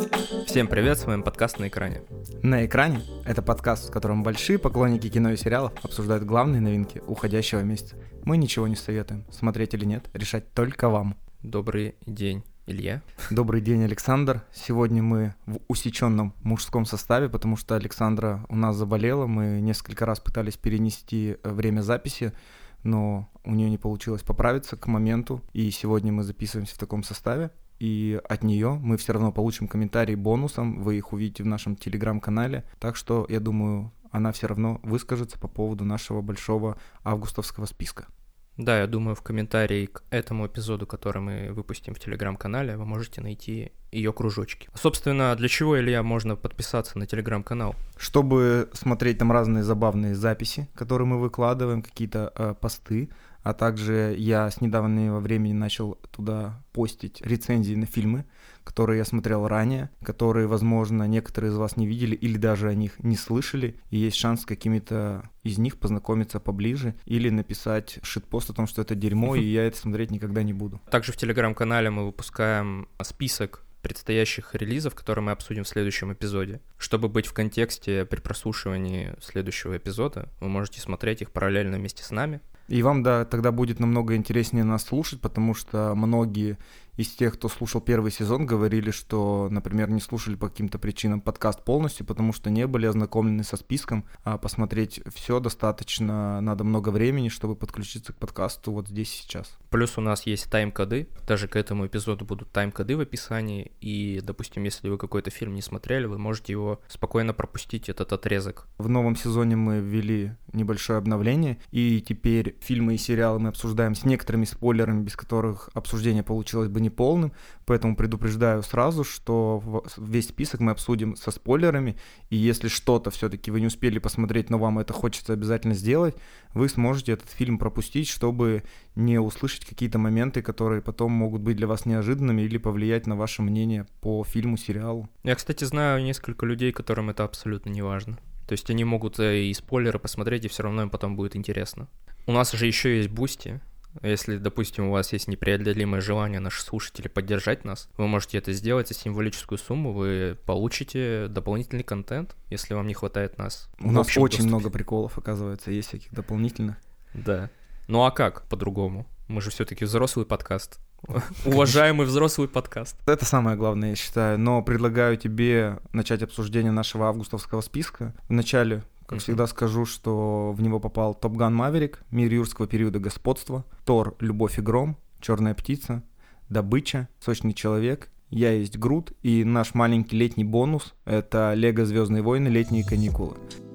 Всем привет, с вами подкаст «На экране». «На экране» — это подкаст, в котором большие поклонники кино и сериалов обсуждают главные новинки уходящего месяца. Мы ничего не советуем, смотреть или нет, решать только вам. Добрый день, Илья. Добрый день, Александр. Сегодня мы в усеченном мужском составе, потому что Александра у нас заболела. Мы несколько раз пытались перенести время записи, но у нее не получилось поправиться к моменту, и сегодня мы записываемся в таком составе. И от нее мы все равно получим комментарии бонусом, вы их увидите в нашем телеграм-канале. Так что, я думаю, она все равно выскажется по поводу нашего большого августовского списка. Да, я думаю, в комментарии к этому эпизоду, который мы выпустим в телеграм-канале, вы можете найти ее кружочки. Собственно, для чего, Илья, можно подписаться на телеграм-канал? Чтобы смотреть там разные забавные записи, которые мы выкладываем, какие-то посты. А также я с недавнего времени начал туда постить рецензии на фильмы, которые я смотрел ранее, которые, возможно, некоторые из вас не видели или даже о них не слышали, и есть шанс с какими-то из них познакомиться поближе или написать шитпост о том, что это дерьмо, и я это смотреть никогда не буду. Также в телеграм-канале мы выпускаем список предстоящих релизов, которые мы обсудим в следующем эпизоде. Чтобы быть в контексте при прослушивании следующего эпизода, вы можете смотреть их параллельно вместе с нами. И вам, да, тогда будет намного интереснее нас слушать, потому что многие из тех, кто слушал первый сезон, говорили, что, например, не слушали по каким-то причинам подкаст полностью, потому что не были ознакомлены со списком, а посмотреть все достаточно, надо много времени, чтобы подключиться к подкасту вот здесь и сейчас. Плюс у нас есть тайм-коды, даже к этому эпизоду будут тайм-коды в описании, и, допустим, если вы какой-то фильм не смотрели, вы можете его спокойно пропустить, этот отрезок. В новом сезоне мы ввели небольшое обновление, и теперь фильмы и сериалы мы обсуждаем с некоторыми спойлерами, без которых обсуждение получилось бы неполным, поэтому предупреждаю сразу, что весь список мы обсудим со спойлерами, и если что-то все-таки вы не успели посмотреть, но вам это хочется обязательно сделать, вы сможете этот фильм пропустить, чтобы не услышать какие-то моменты, которые потом могут быть для вас неожиданными или повлиять на ваше мнение по фильму, сериалу. Я, кстати, знаю несколько людей, которым это абсолютно не важно. То есть они могут и спойлеры посмотреть, и все равно им потом будет интересно. У нас же еще есть Boosty. Если, допустим, у вас есть непреодолимое желание, наши слушатели, поддержать нас, вы можете это сделать за символическую сумму, вы получите дополнительный контент, если вам не хватает нас. У нас очень много приколов, оказывается, есть всяких дополнительных. Да. Ну а как по-другому? Мы же все-таки взрослый подкаст. Уважаемый взрослый подкаст. Это самое главное, я считаю. Но предлагаю тебе начать обсуждение нашего августовского списка. Вначале, как всегда, скажу, что в него попал Топ Ган Маверик, Мир юрского периода господства, Тор, Любовь и гром, Черная птица, Добыча, Сочный человек, Я есть Грут и наш маленький летний бонус — это Лего Звездные войны Летние каникулы.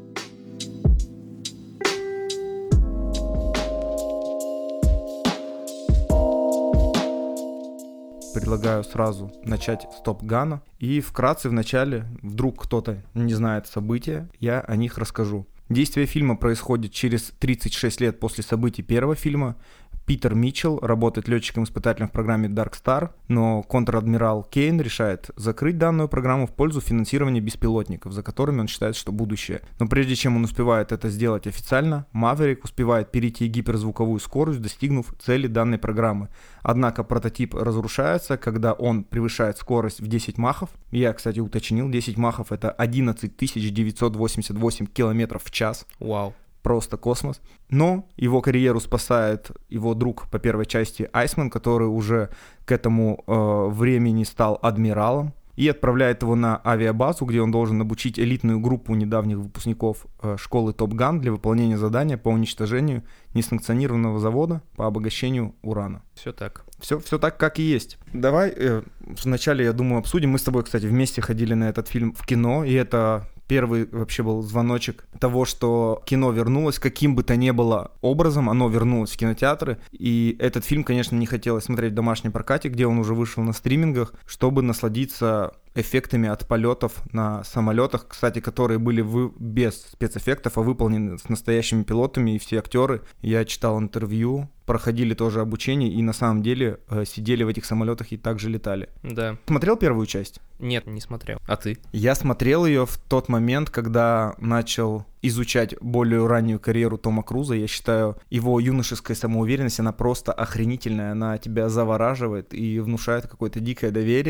Предлагаю сразу начать с Топ Гана. И вкратце в начале, вдруг кто-то не знает события, я о них расскажу. Действие фильма происходит через 36 лет после событий первого фильма. Питер Митчелл работает летчиком-испытателем в программе Dark Star, но контр-адмирал Кейн решает закрыть данную программу в пользу финансирования беспилотников, за которыми он считает, что будущее. Но прежде чем он успевает это сделать официально, Маверик успевает перейти гиперзвуковую скорость, достигнув цели данной программы. Однако прототип разрушается, когда он превышает скорость в 10 махов. Я, кстати, уточнил, 10 махов — это 11 988 км в час. Вау. Просто космос. Но его карьеру спасает его друг по первой части Айсман, который уже к этому времени стал адмиралом, и отправляет его на авиабазу, где он должен обучить элитную группу недавних выпускников школы Топ Ган для выполнения задания по уничтожению несанкционированного завода по обогащению урана. Все так. Все так, как и есть. Давай вначале, я думаю, обсудим. Мы с тобой, кстати, вместе ходили на этот фильм в кино, и это первый вообще был звоночек того, что кино вернулось, каким бы то ни было образом, оно вернулось в кинотеатры. И этот фильм, конечно, не хотелось смотреть в домашнем прокате, где он уже вышел на стримингах, чтобы насладиться эффектами от полетов на самолетах, кстати, которые были без спецэффектов, а выполнены с настоящими пилотами, и все актеры. Я читал интервью, проходили тоже обучение, и на самом деле сидели в этих самолетах и также летали. Да. Смотрел первую часть? Нет, не смотрел. А ты? Я смотрел ее в тот момент, когда начал изучать более раннюю карьеру Тома Круза. Я считаю, его юношеская самоуверенность, она просто охренительная, она тебя завораживает и внушает какое-то дикое доверие.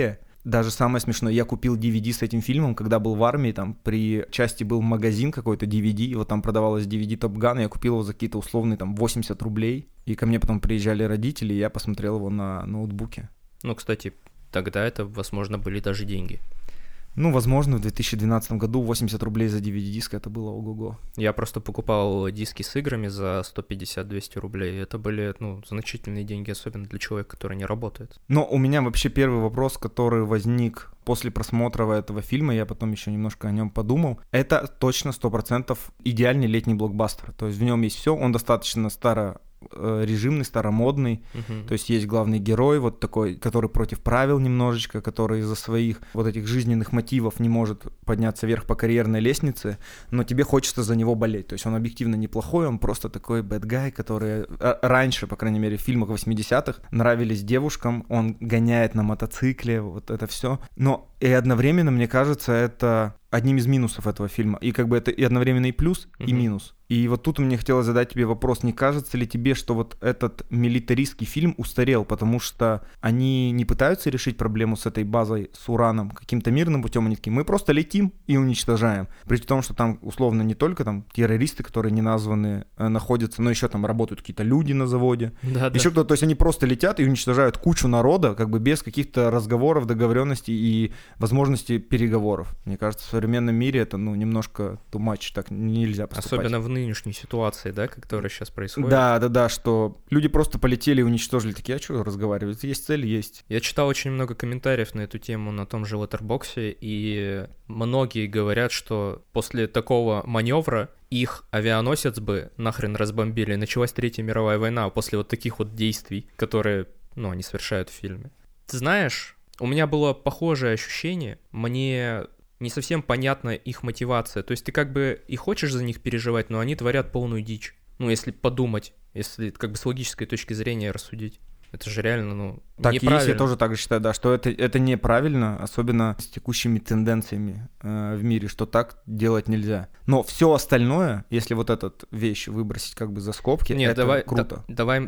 даже самое смешное, я купил DVD с этим фильмом, когда был в армии, там при части был магазин какой-то DVD, и вот там продавалось DVD Top Gun, я купил его за какие-то условные там 80 рублей, и ко мне потом приезжали родители, и я посмотрел его на ноутбуке. Ну, кстати, тогда это, возможно, были даже деньги. Ну, возможно, в 2012 году 80 рублей за DVD-диск это было ого-го. Я просто покупал диски с играми за 150-200 рублей. Это были, значительные деньги, особенно для человека, который не работает. Но у меня вообще первый вопрос, который возник после просмотра этого фильма, я потом еще немножко о нем подумал, это точно 100% идеальный летний блокбастер. То есть в нем есть все, он достаточно режимный, старомодный, то есть есть главный герой, вот такой, который против правил немножечко, который из-за своих вот этих жизненных мотивов не может подняться вверх по карьерной лестнице, но тебе хочется за него болеть, то есть он объективно неплохой, он просто такой bad guy, который раньше, по крайней мере, в фильмах 80-х нравились девушкам, он гоняет на мотоцикле, вот это все, но и одновременно, мне кажется, это одним из минусов этого фильма. И как бы это и одновременно и плюс, и минус. И вот тут мне хотелось задать тебе вопрос, не кажется ли тебе, что вот этот милитаристский фильм устарел, потому что они не пытаются решить проблему с этой базой, с ураном, каким-то мирным путем, они такие, мы просто летим и уничтожаем. При том, что там условно не только там террористы, которые не названы, находятся, но еще там работают какие-то люди на заводе. Еще кто-то, то есть они просто летят и уничтожают кучу народа, как бы без каких-то разговоров, договоренностей и возможности переговоров. Мне кажется, в современном мире это, немножко too much, так нельзя поступать. Особенно в нынешней ситуации, да, которая сейчас происходит. Да, что люди просто полетели и уничтожили, такие, а что разговаривать? Есть цель, есть. Я читал очень много комментариев на эту тему на том же Letterboxd, и многие говорят, что после такого маневра их авианосец бы нахрен разбомбили, началась Третья мировая война после вот таких вот действий, которые, они совершают в фильме. Ты знаешь, у меня было похожее ощущение, мне не совсем понятна их мотивация. То есть ты как бы и хочешь за них переживать, но они творят полную дичь. Если подумать, если как бы с логической точки зрения рассудить. Это же реально, так неправильно. Так есть, я тоже так же считаю, да, что это неправильно, особенно с текущими тенденциями в мире, что так делать нельзя. Но все остальное, если вот эту вещь выбросить как бы за скобки, это круто.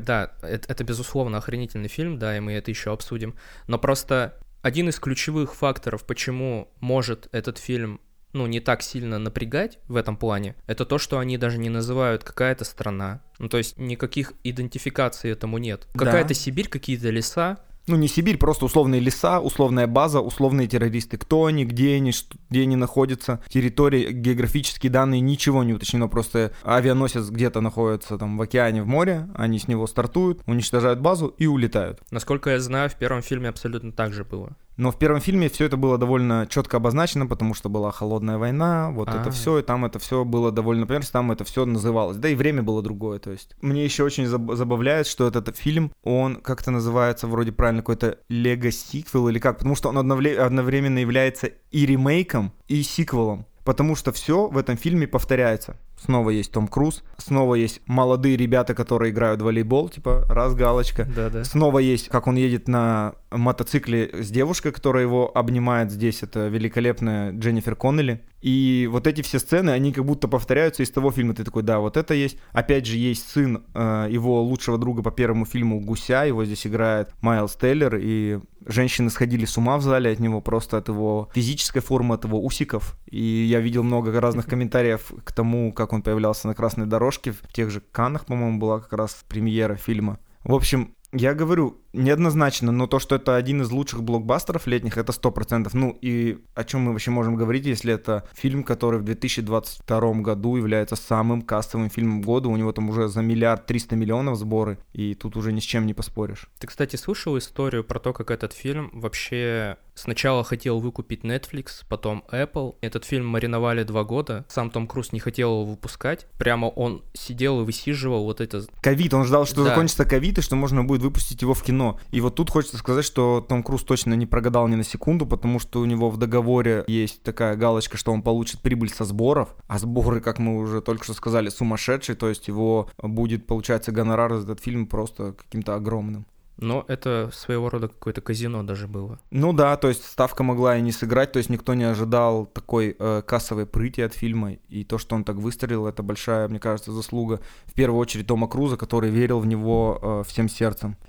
Это безусловно охренительный фильм, да, и мы это еще обсудим. Но просто один из ключевых факторов, почему может этот фильм, не так сильно напрягать в этом плане, это то, что они даже не называют какая-то страна. То есть никаких идентификаций этому нет. Да. Какая-то Сибирь, какие-то леса. Не Сибирь, просто условные леса, условная база, условные террористы. Кто они, где они находятся, территории, географические данные, ничего не уточнено. Просто авианосец где-то находится там в океане, в море, они с него стартуют, уничтожают базу и улетают. Насколько я знаю, в первом фильме абсолютно так же было. Но в первом фильме все это было довольно четко обозначено, потому что была холодная война, это все, и там это все было довольно, понимаешь, там это все называлось. Да и время было другое, то есть. Мне еще очень забавляет, что этот фильм, он как-то называется вроде правильно какой-то лего-сиквел или как, потому что он одновременно является и ремейком, и сиквелом. Потому что все в этом фильме повторяется. Снова есть Том Круз, снова есть молодые ребята, которые играют в волейбол, типа раз галочка. Да. Снова есть, как он едет на мотоцикле с девушкой, которая его обнимает здесь, это великолепная Дженнифер Коннелли. И вот эти все сцены, они как будто повторяются из того фильма. Ты такой, да, вот это есть. Опять же, есть сын его лучшего друга по первому фильму Гуся, его здесь играет Майлз Теллер, и женщины сходили с ума в зале от него, просто от его физической формы, от его усиков. И я видел много разных комментариев к тому, как он появлялся на красной дорожке. В тех же Каннах, по-моему, была как раз премьера фильма. В общем, я говорю, неоднозначно, но то, что это один из лучших блокбастеров летних, это 100%. И о чем мы вообще можем говорить, если это фильм, который в 2022 году является самым кассовым фильмом года, у него там уже за 1 300 000 000 сборы, и тут уже ни с чем не поспоришь. Ты, кстати, слышал историю про то, как этот фильм вообще сначала хотел выкупить Netflix, потом Apple. Этот фильм мариновали 2 года, сам Том Круз не хотел его выпускать, прямо он сидел и высиживал вот это... Ковид, он ждал, что закончится ковид, и что можно будет выпустить его в кино. И вот тут хочется сказать, что Том Круз точно не прогадал ни на секунду, потому что у него в договоре есть такая галочка, что он получит прибыль со сборов, а сборы, как мы уже только что сказали, сумасшедшие, то есть его будет, получается, гонорар за этот фильм просто каким-то огромным. Но это своего рода какое-то казино даже было. Да, то есть ставка могла и не сыграть, то есть никто не ожидал такой кассовой прыти от фильма, и то, что он так выстрелил, это большая, мне кажется, заслуга в первую очередь Тома Круза, который верил в него всем сердцем.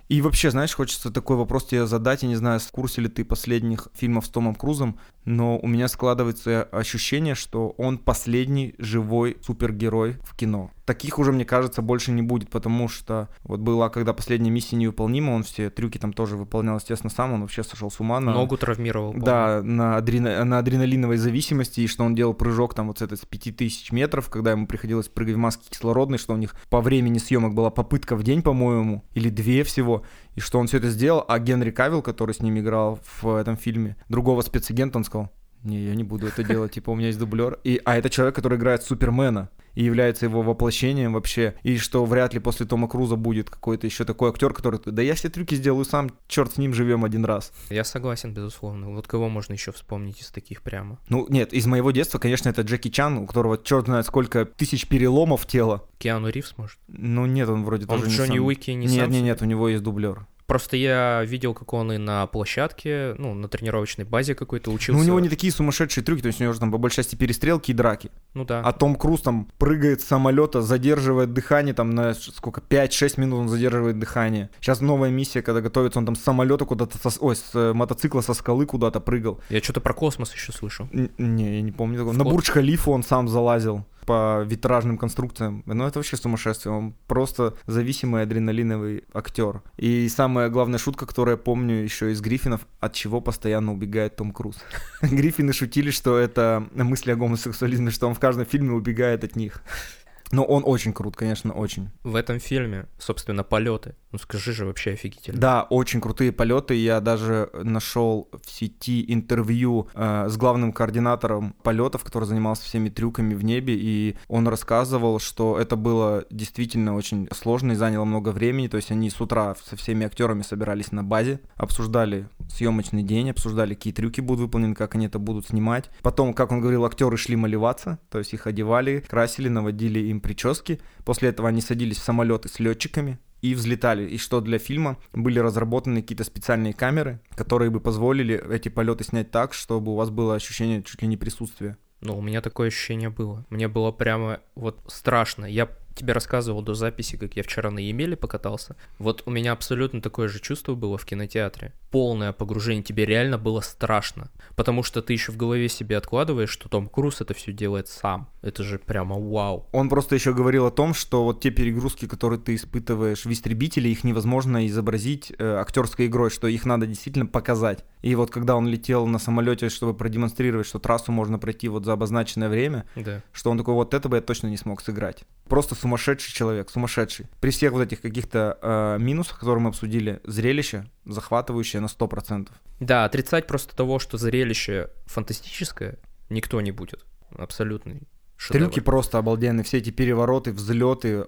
И вообще, знаешь, хочется такой вопрос тебе задать. Я не знаю, в курсе ли ты последних фильмов с Томом Крузом, но у меня складывается ощущение, что он последний живой супергерой в кино. Таких уже, мне кажется, больше не будет, потому что вот была, когда последняя миссия невыполнима, он все трюки там тоже выполнял, естественно, сам, он вообще сошел с ума. Ногу травмировал. Да, на адреналиновой зависимости, и что он делал прыжок там вот с этой с 5000 метров, когда ему приходилось прыгать в маске кислородной, что у них по времени съемок была попытка в день, по-моему, или 2 всего, и что он все это сделал, а Генри Кавилл, который с ним играл в этом фильме, другого спецагента, он сказал: не, я не буду это делать, типа у меня есть дублер. А это человек, который играет Супермена и является его воплощением вообще. И что вряд ли после Тома Круза будет какой-то еще такой актер, который: да я все трюки сделаю сам, черт с ним, живем один раз. Я согласен, безусловно. Вот кого можно еще вспомнить из таких прямо? Ну нет, из моего детства, конечно, это Джеки Чан, у которого черт знает сколько тысяч переломов тела. Киану Ривз, может? Ну нет, он вроде тоже не сам. Он в Джонни Уике не сам? Нет, у него есть дублер. Просто я видел, как он и на площадке, ну, на тренировочной базе какой-то учился. Ну, у него не такие сумасшедшие трюки, то есть у него же там по большей части перестрелки и драки. Ну да. А Том Круз там прыгает с самолета, задерживает дыхание, там на сколько, 5-6 минут он задерживает дыхание. Сейчас новая миссия, когда готовится, он там с самолета куда-то, с мотоцикла со скалы куда-то прыгал. Я что-то про космос еще слышал. Не, я не помню такого. На Бурдж-Халифу он сам залазил по витражным конструкциям. Ну, это вообще сумасшествие. Он просто зависимый адреналиновый актер. И самая главная шутка, которую я помню еще из Гриффинов: от чего постоянно убегает Том Круз. Гриффины шутили, что это мысли о гомосексуализме, что он в каждом фильме убегает от них. Но он очень крут, конечно, очень. В этом фильме, собственно, полеты. Ну скажи же, вообще офигительно. Да, очень крутые полеты. Я даже нашел в сети интервью с главным координатором полетов, который занимался всеми трюками в небе, и он рассказывал, что это было действительно очень сложно и заняло много времени. То есть они с утра со всеми актерами собирались на базе, обсуждали съемочный день, обсуждали, какие трюки будут выполнены, как они это будут снимать. Потом, как он говорил, актеры шли малеваться, то есть их одевали, красили, наводили им прически. После этого они садились в самолеты с летчиками и взлетали. И что для фильма были разработаны какие-то специальные камеры, которые бы позволили эти полеты снять так, чтобы у вас было ощущение чуть ли не присутствия. Ну, у меня такое ощущение было. Мне было прямо вот страшно. Я тебе рассказывал до записи, как я вчера на Емеле покатался. Вот у меня абсолютно такое же чувство было в кинотеатре. Полное погружение, тебе реально было страшно. Потому что ты еще в голове себе откладываешь, что Том Круз это все делает сам. Это же прямо вау. Он просто еще говорил о том, что вот те перегрузки, которые ты испытываешь в «Истребителе», их невозможно изобразить актерской игрой, что их надо действительно показать. И вот когда он летел на самолете, чтобы продемонстрировать, что трассу можно пройти вот за обозначенное время, да, что он такой: вот это бы я точно не смог сыграть. Просто сумасшедший человек, сумасшедший. При всех вот этих каких-то минусах, которые мы обсудили, зрелище захватывающее на 100%. Да, отрицать просто того, что зрелище фантастическое, никто не будет. Абсолютный шедевр. Трюки просто обалденные, все эти перевороты, взлеты,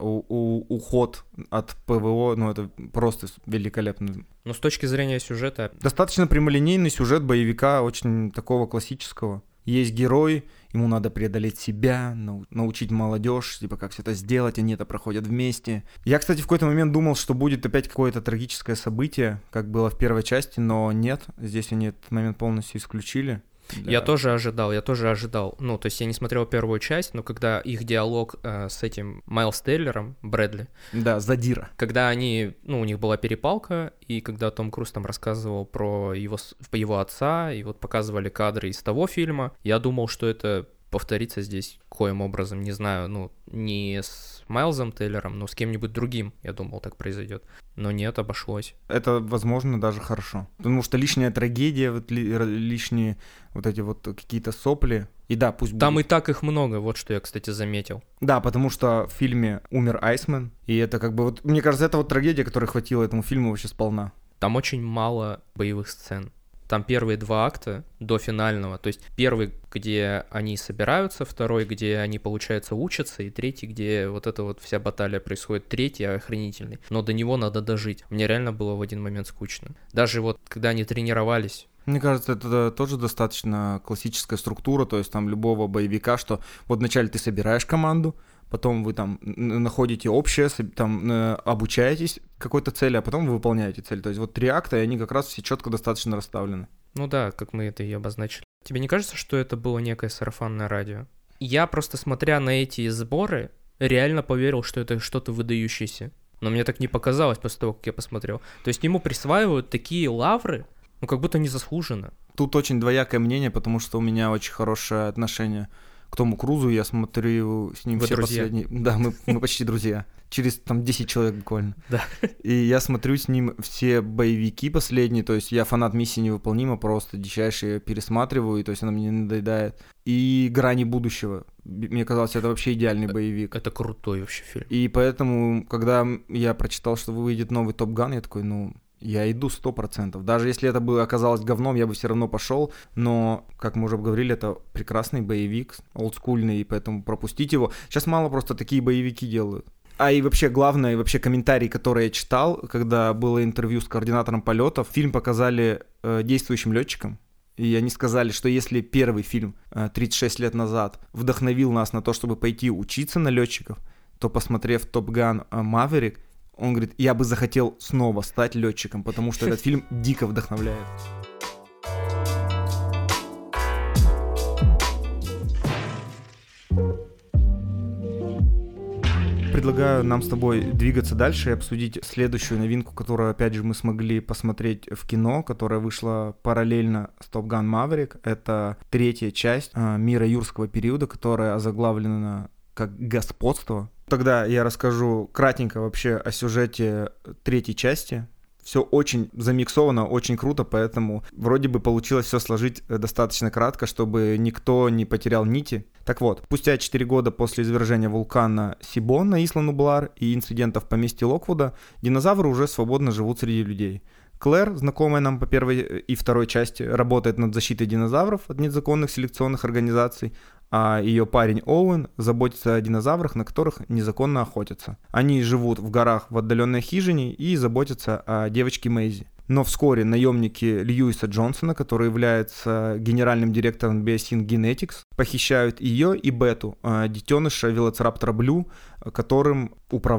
уход от ПВО, ну это просто великолепно. Но с точки зрения сюжета... Достаточно прямолинейный сюжет боевика, очень такого классического. Есть герой, ему надо преодолеть себя, научить молодежь, типа как все это сделать, они это проходят вместе. Я, кстати, в какой-то момент думал, что будет опять какое-то трагическое событие, как было в первой части, но нет, здесь они этот момент полностью исключили. Да. Я тоже ожидал. Ну, то есть я не смотрел первую часть, но когда их диалог с этим Майлз Теллером, Брэдли... Да, Задира. Когда они... Ну, у них была перепалка, и когда Том Круз там рассказывал про его отца, и вот показывали кадры из того фильма, я думал, что это повторится здесь коим образом, не знаю, ну, не с Майлзом Теллером, но с кем-нибудь другим, я думал, так произойдет. Но нет, обошлось. Это, возможно, даже хорошо. Потому что лишняя трагедия, вот лишние вот эти вот какие-то сопли. И да, пусть там будет. И так их много, вот что я, кстати, заметил. Да, потому что в фильме умер Айсмен, и это как бы вот, мне кажется, это вот трагедия, которая хватила этому фильму вообще сполна. Там очень мало боевых сцен. Там первые 2 акта до финального. То есть первый, где они собираются, второй, где они, получается, учатся, и третий, где вот эта вот вся баталия происходит. Третий охренительный. Но до него надо дожить. Мне реально было в один момент скучно. Даже вот когда они тренировались. Мне кажется, это тоже достаточно классическая структура, то есть там любого боевика, что вот вначале ты собираешь команду, потом вы там находите общее, там обучаетесь какой-то цели, а потом вы выполняете цель. То есть вот 3 акта, и они как раз все четко достаточно расставлены. Ну да, как мы это и обозначили. Тебе не кажется, что это было некое сарафанное радио? Я просто, смотря на эти сборы, реально поверил, что это что-то выдающееся. Но мне так не показалось после того, как я посмотрел. То есть ему присваивают такие лавры, ну, как будто незаслуженно. Тут очень двоякое мнение, потому что у меня очень хорошее отношение к Тому Крузу, я смотрю с ним Вы все друзья? последние... Да, мы почти друзья. Через там 10 человек буквально. Да. И я смотрю с ним все боевики последние, то есть я фанат «Миссии невыполнима», просто дичайше пересматриваю, и то есть она мне не надоедает. И «Грани будущего». Мне казалось, это вообще идеальный боевик. Это крутой вообще фильм. И поэтому, когда я прочитал, что выйдет новый «Топ Ган», я такой, ну... Я иду 100%. Даже если это бы оказалось говном, я бы все равно пошел. Но, как мы уже говорили, это прекрасный боевик, олдскульный, и поэтому пропустить его. Сейчас мало просто такие боевики делают. А и вообще главное, вообще комментарий, который я читал, когда было интервью с координатором полетов, фильм показали действующим летчикам. И они сказали, что если первый фильм 36 лет назад вдохновил нас на то, чтобы пойти учиться на летчиков, то, посмотрев «Топ Ган Маверик», он говорит, я бы захотел снова стать летчиком, потому что этот фильм дико вдохновляет. Предлагаю нам с тобой двигаться дальше и обсудить следующую новинку, которую, опять же, мы смогли посмотреть в кино, которая вышла параллельно с Top Gun Maverick. Это третья часть «Мира юрского периода», которая озаглавлена как «Господство». Тогда я расскажу кратенько вообще о сюжете третьей части. Все очень замиксовано, очень круто, поэтому вроде бы получилось все сложить достаточно кратко, чтобы никто не потерял нити. Так вот, спустя 4 года после извержения вулкана Сибон на Исланд-Блар и инцидентов в поместье Локвуда, динозавры уже свободно живут среди людей. Клэр, знакомая нам по первой и второй части, работает над защитой динозавров от незаконных селекционных организаций, а ее парень Оуэн заботится о динозаврах, на которых незаконно охотятся. Они живут в горах в отдаленной хижине и заботятся о девочке Мэйзи. Но вскоре наемники Льюиса Джонсона, который является генеральным директором Biosyn Genetics, похищают ее и Бету, детеныша велоцираптора Блю, которым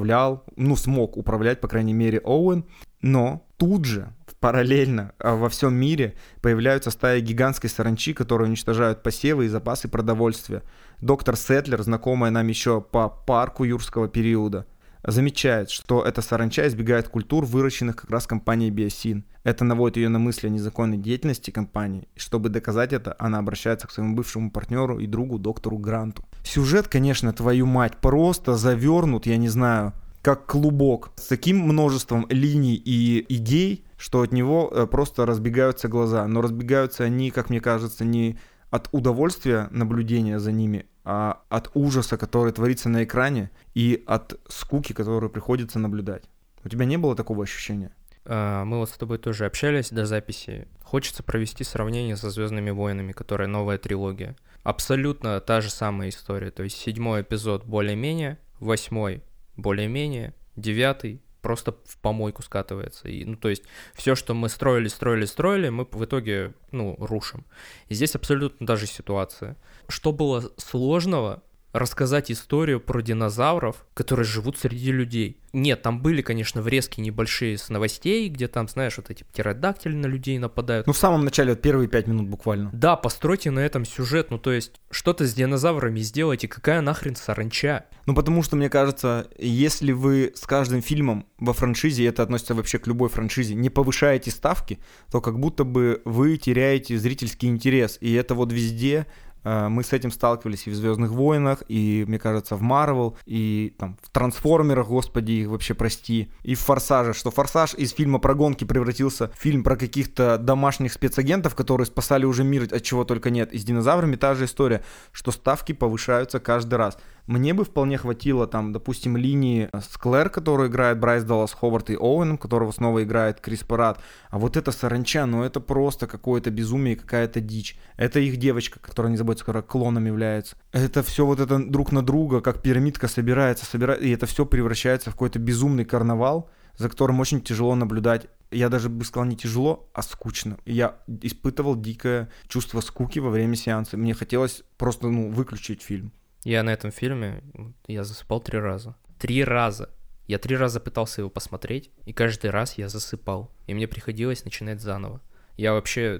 смог управлять, по крайней мере, Оуэн. Но тут же, параллельно во всем мире появляются стаи гигантской саранчи, которые уничтожают посевы и запасы продовольствия. Доктор Сетлер, знакомая нам еще по парку юрского периода, замечает, что эта саранча избегает культур, выращенных как раз компанией Biosyn. Это наводит ее на мысли о незаконной деятельности компании. И чтобы доказать это, она обращается к своему бывшему партнеру и другу, доктору Гранту. Сюжет, конечно, твою мать, просто завернут, я не знаю, как клубок, с таким множеством линий и идей, что от него просто разбегаются глаза. Но разбегаются они, как мне кажется, не от удовольствия наблюдения за ними, а от ужаса, который творится на экране, и от скуки, которую приходится наблюдать. У тебя не было такого ощущения? Мы вот с тобой тоже общались до записи. Хочется провести сравнение со «Звездными войнами», которая новая трилогия. Абсолютно та же самая история. То есть 7-й эпизод более-менее, 8-й более-менее, 9-й просто в помойку скатывается. И, то есть все, что мы строили, мы в итоге, рушим. И здесь абсолютно та же ситуация. Что было сложного? Рассказать историю про динозавров, которые живут среди людей. Нет, там были, конечно, врезки небольшие с новостей, где там, знаешь, вот эти птеродактили на людей нападают. В самом начале, первые 5 минут буквально. Да, постройте на этом сюжет, то есть что-то с динозаврами сделайте, какая нахрен саранча? Потому что, мне кажется, если вы с каждым фильмом во франшизе, и это относится вообще к любой франшизе, не повышаете ставки, то как будто бы вы теряете зрительский интерес, и это вот везде. Мы с этим сталкивались и в «Звездных войнах», и, мне кажется, в «Марвел», и там в «Трансформерах», господи, их вообще прости, и в «Форсаже», что «Форсаж» из фильма про гонки превратился в фильм про каких-то домашних спецагентов, которые спасали уже мир, от чего только нет. И с динозаврами та же история, что ставки повышаются каждый раз. Мне бы вполне хватило там, допустим, линии с Клэр, которую играет Брайс Даллас Ховард, и Оуэном, которого снова играет Крис Парат. А вот эта саранча, это просто какое-то безумие, какая-то дичь. Это их девочка, которая, не забудьте, которая клоном является. Это все вот это друг на друга, как пирамидка собирается, и это все превращается в какой-то безумный карнавал, за которым очень тяжело наблюдать. Я даже бы сказал не тяжело, а скучно. И я испытывал дикое чувство скуки во время сеанса. Мне хотелось просто, выключить фильм. Я на этом фильме, я засыпал 3 раза. 3 раза. Я 3 раза пытался его посмотреть, и каждый раз я засыпал. И мне приходилось начинать заново. Я вообще,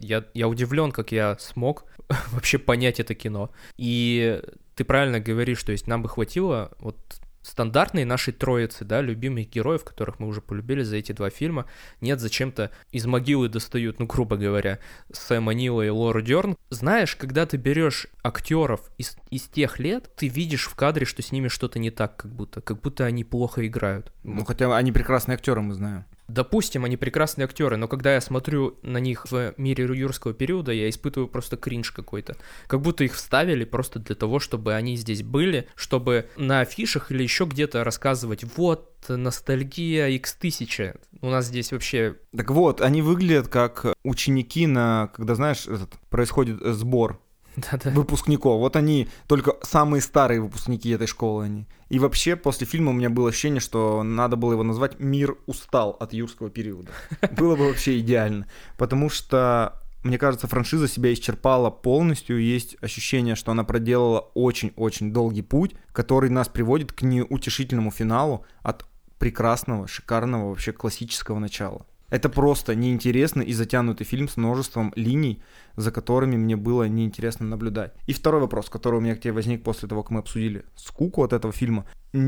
я удивлен, как я смог вообще понять это кино. И ты правильно говоришь, то есть нам бы хватило вот стандартной нашей троицы, да, любимых героев, которых мы уже полюбили за эти 2 фильма, нет, зачем-то из могилы достают, ну, грубо говоря, Сэма Нила и Лору Дёрн. Знаешь, когда ты берешь актеров из тех лет, ты видишь в кадре, что с ними что-то не так, как будто они плохо играют. Ну, хотя они прекрасные актеры, мы знаем. Допустим, они прекрасные актеры, но когда я смотрю на них в мире юрского периода, я испытываю просто кринж какой-то. Как будто их вставили просто для того, чтобы они здесь были, чтобы на афишах или еще где-то рассказывать: вот, ностальгия X1000. У нас здесь вообще... Так вот, они выглядят как ученики когда, знаешь, происходит сбор выпускников. Вот они, только самые старые выпускники этой школы они. И вообще, после фильма у меня было ощущение, что надо было его назвать «Мир устал от юрского периода». Было бы вообще идеально. Потому что, мне кажется, франшиза себя исчерпала полностью. Есть ощущение, что она проделала очень-очень долгий путь, который нас приводит к неутешительному финалу от прекрасного, шикарного, вообще классического начала. Это просто неинтересный и затянутый фильм с множеством линий, за которыми мне было неинтересно наблюдать. И второй вопрос, который у меня к тебе возник после того, как мы обсудили скуку от этого фильма.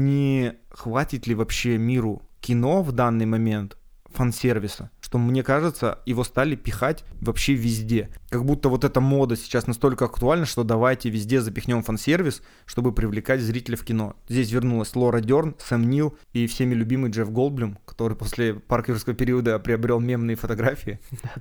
Не хватит ли вообще миру кино в данный момент фан-сервиса? Что, мне кажется, его стали пихать вообще везде. Как будто вот эта мода сейчас настолько актуальна, что давайте везде запихнем фан-сервис, чтобы привлекать зрителя в кино. Здесь вернулась Лора Дёрн, Сэм Нил и всеми любимый Джефф Голдблюм, который после парка юрского периода приобрел мемные фотографии.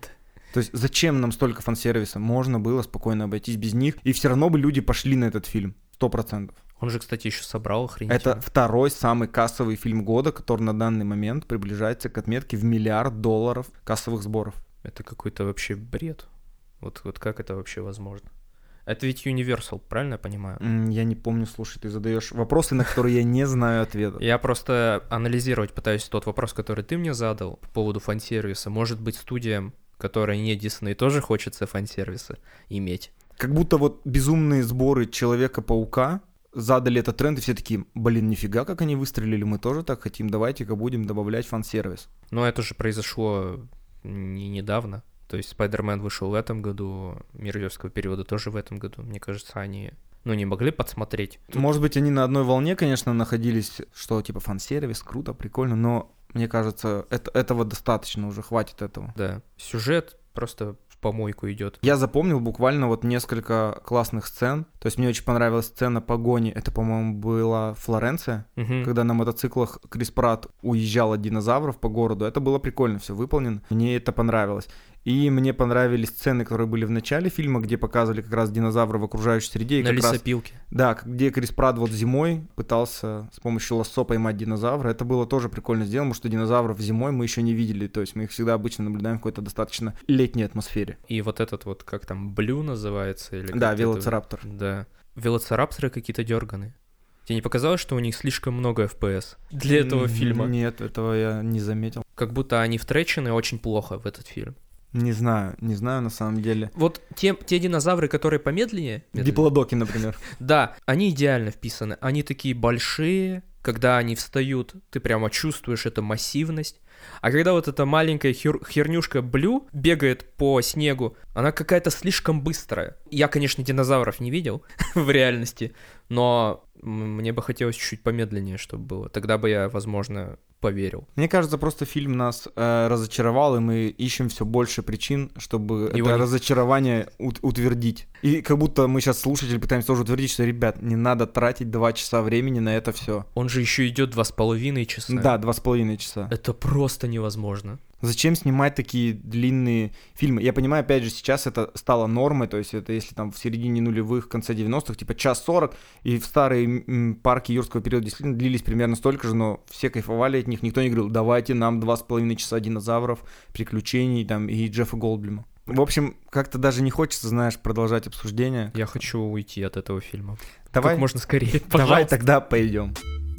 То есть зачем нам столько фан-сервиса? Можно было спокойно обойтись без них, и все равно бы люди пошли на этот фильм. 100%. Он же, кстати, еще собрал охренительно. Это второй самый кассовый фильм года, который на данный момент приближается к отметке в $1 миллиард кассовых сборов. Это какой-то вообще бред. Вот как это вообще возможно? Это ведь Universal, правильно я понимаю? Я не помню, слушай, ты задаешь вопросы, на которые я не знаю ответа. Я просто анализировать пытаюсь тот вопрос, который ты мне задал по поводу фан-сервиса. Может быть, студиям, которые не Disney, тоже хочется фан-сервиса иметь? Как будто вот безумные сборы Человека-паука задали этот тренд, и все такие: блин, нифига, как они выстрелили, мы тоже так хотим, давайте-ка будем добавлять фан-сервис. Но это же произошло недавно. То есть Spider-Man вышел в этом году, Мир юрского периода тоже в этом году. Мне кажется, они, не могли подсмотреть. Может быть, они на одной волне, конечно, находились, что типа фан-сервис, круто, прикольно, но мне кажется, этого достаточно уже, хватит этого. Да, сюжет просто в помойку идет. Я запомнил буквально вот несколько классных сцен. То есть мне очень понравилась сцена погони. Это, по-моему, была Флоренция, когда на мотоциклах Крис Пратт уезжал от динозавров по городу. Это было прикольно, все выполнено. Мне это понравилось. И мне понравились сцены, которые были в начале фильма, где показывали как раз динозавры в окружающей среде. И на как лесопилке. Да, где Крис Пратт вот зимой пытался с помощью лассо поймать динозавра. Это было тоже прикольно сделано, потому что динозавров зимой мы еще не видели. То есть мы их всегда обычно наблюдаем в какой-то достаточно летней атмосфере. И вот этот вот, как там, Блю называется? Или да, велоцираптор. Да. Велоцирапторы какие-то дерганые. Тебе не показалось, что у них слишком много FPS для этого фильма? Нет, этого я не заметил. Как будто они втречены очень плохо в этот фильм. Не знаю на самом деле. Вот те динозавры, которые помедленнее... Диплодоки, например. Да, они идеально вписаны. Они такие большие, когда они встают, ты прямо чувствуешь эту массивность. А когда вот эта маленькая хернюшка Блю бегает по снегу, она какая-то слишком быстрая. Я, конечно, динозавров не видел в реальности, но мне бы хотелось чуть-чуть помедленнее, чтобы было. Тогда бы я, возможно, поверил. Мне кажется, просто фильм нас разочаровал, и мы ищем все больше причин, чтобы это разочарование утвердить. И как будто мы сейчас, слушатели, пытаемся тоже утвердить, что, ребят, не надо тратить 2 часа времени на это все. Он же еще идет 2,5 часа. Да, 2,5 часа. Это просто невозможно. Зачем снимать такие длинные фильмы? Я понимаю, опять же, сейчас это стало нормой, то есть это если там в середине нулевых, в конце 90-х, типа 1:40, и в старые парки юрского периода действительно длились примерно столько же, но все кайфовали от них, никто не говорил: давайте нам 2,5 часа динозавров, приключений там и Джеффа Голдблюма. В общем, как-то даже не хочется, знаешь, продолжать обсуждение. Я хочу уйти от этого фильма. Давай, как можно скорее, пожалуйста. Давай тогда пойдем.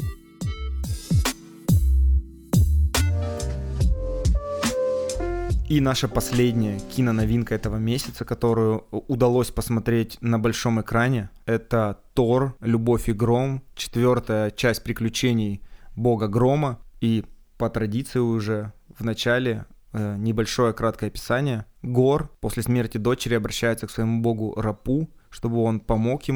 И наша последняя киноновинка этого месяца, которую удалось посмотреть на большом экране, это «Тор. Любовь и гром», 4-я часть приключений бога Грома. И по традиции уже в начале небольшое краткое описание. Гор после смерти дочери обращается к своему богу Рапу, чтобы он помог ему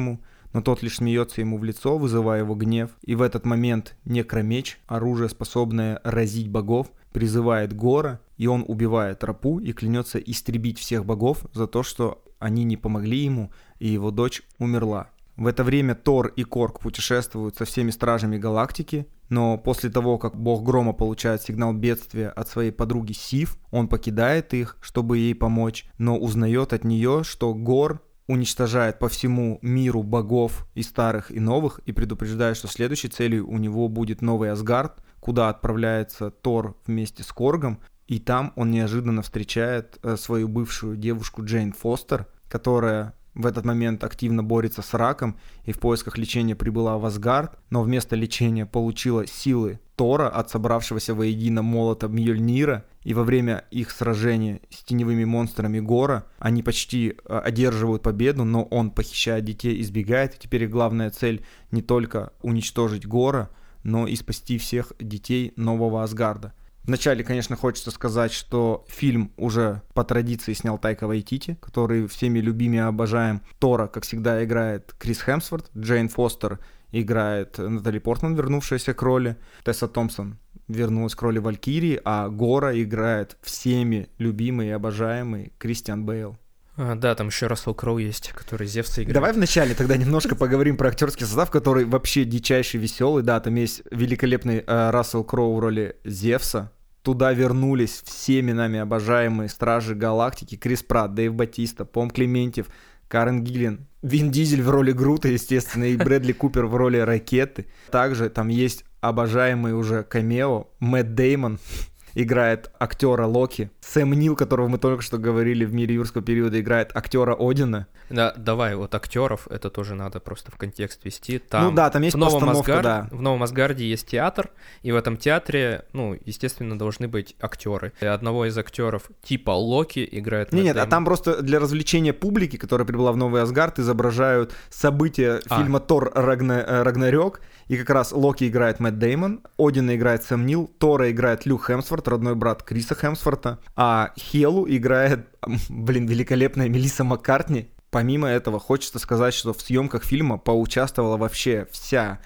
но тот лишь смеется ему в лицо, вызывая его гнев. И в этот момент некромеч, оружие, способное разить богов, призывает Гора, и он убивает Рапу и клянется истребить всех богов за то, что они не помогли ему, и его дочь умерла. В это время Тор и Корг путешествуют со всеми стражами галактики, но после того, как бог Грома получает сигнал бедствия от своей подруги Сив, он покидает их, чтобы ей помочь, но узнает от нее, что Гор уничтожает по всему миру богов и старых, и новых, и предупреждает, что следующей целью у него будет Новый Асгард, куда отправляется Тор вместе с Коргом, и там он неожиданно встречает свою бывшую девушку Джейн Фостер, которая в этот момент активно борется с раком и в поисках лечения прибыла в Асгард, но вместо лечения получила силы Тора от собравшегося воедино молота Мьёльнира, и во время их сражения с теневыми монстрами Гора они почти одерживают победу, но он похищает детей и сбегает, и теперь их главная цель не только уничтожить Гора, но и спасти всех детей нового Асгарда. Вначале, конечно, хочется сказать, что фильм уже по традиции снял Тайка Вайтити, который всеми любим и обожаем. Тора, как всегда, играет Крис Хемсворт, Джейн Фостер играет Натали Портман, вернувшаяся к роли, Тесса Томпсон вернулась к роли Валькирии, а Гора играет всеми любимый и обожаемый Кристиан Бейл. Да, там еще Рассел Кроу есть, который Зевса играет. Давай вначале тогда немножко поговорим про актерский состав, который вообще дичайший, веселый. Да, там есть великолепный Рассел Кроу в роли Зевса. Туда вернулись всеми нами обожаемые Стражи Галактики, Крис Пратт, Дэйв Батиста, Пом Клементьев, Карен Гиллиан, Вин Дизель в роли Грута, естественно, и Брэдли Купер в роли Ракеты. Также там есть обожаемый уже камео Мэтт Дэймон, играет актера Локи. Сэм Нил, которого мы только что говорили в «Мире юрского периода», играет актера Одина. Да, давай, вот актеров это тоже надо просто в контекст вести. Там ну да, там есть постановка, да. В Новом Асгарде есть театр, и в этом театре, ну, естественно, должны быть актеры. И одного из актеров типа Локи играет Мэтт Нет, Дэймон. А там просто для развлечения публики, которая прибыла в Новый Асгард, изображают события фильма «Тор Рагнарёк», и как раз Локи играет Мэтт Дэймон, Одина играет Сэм Нил, Тора играет Люк Хемсворт, родной брат Криса Хемсворта, а Хелу играет, великолепная Мелисса Маккартни. Помимо этого, хочется сказать, что в съемках фильма поучаствовала вообще вся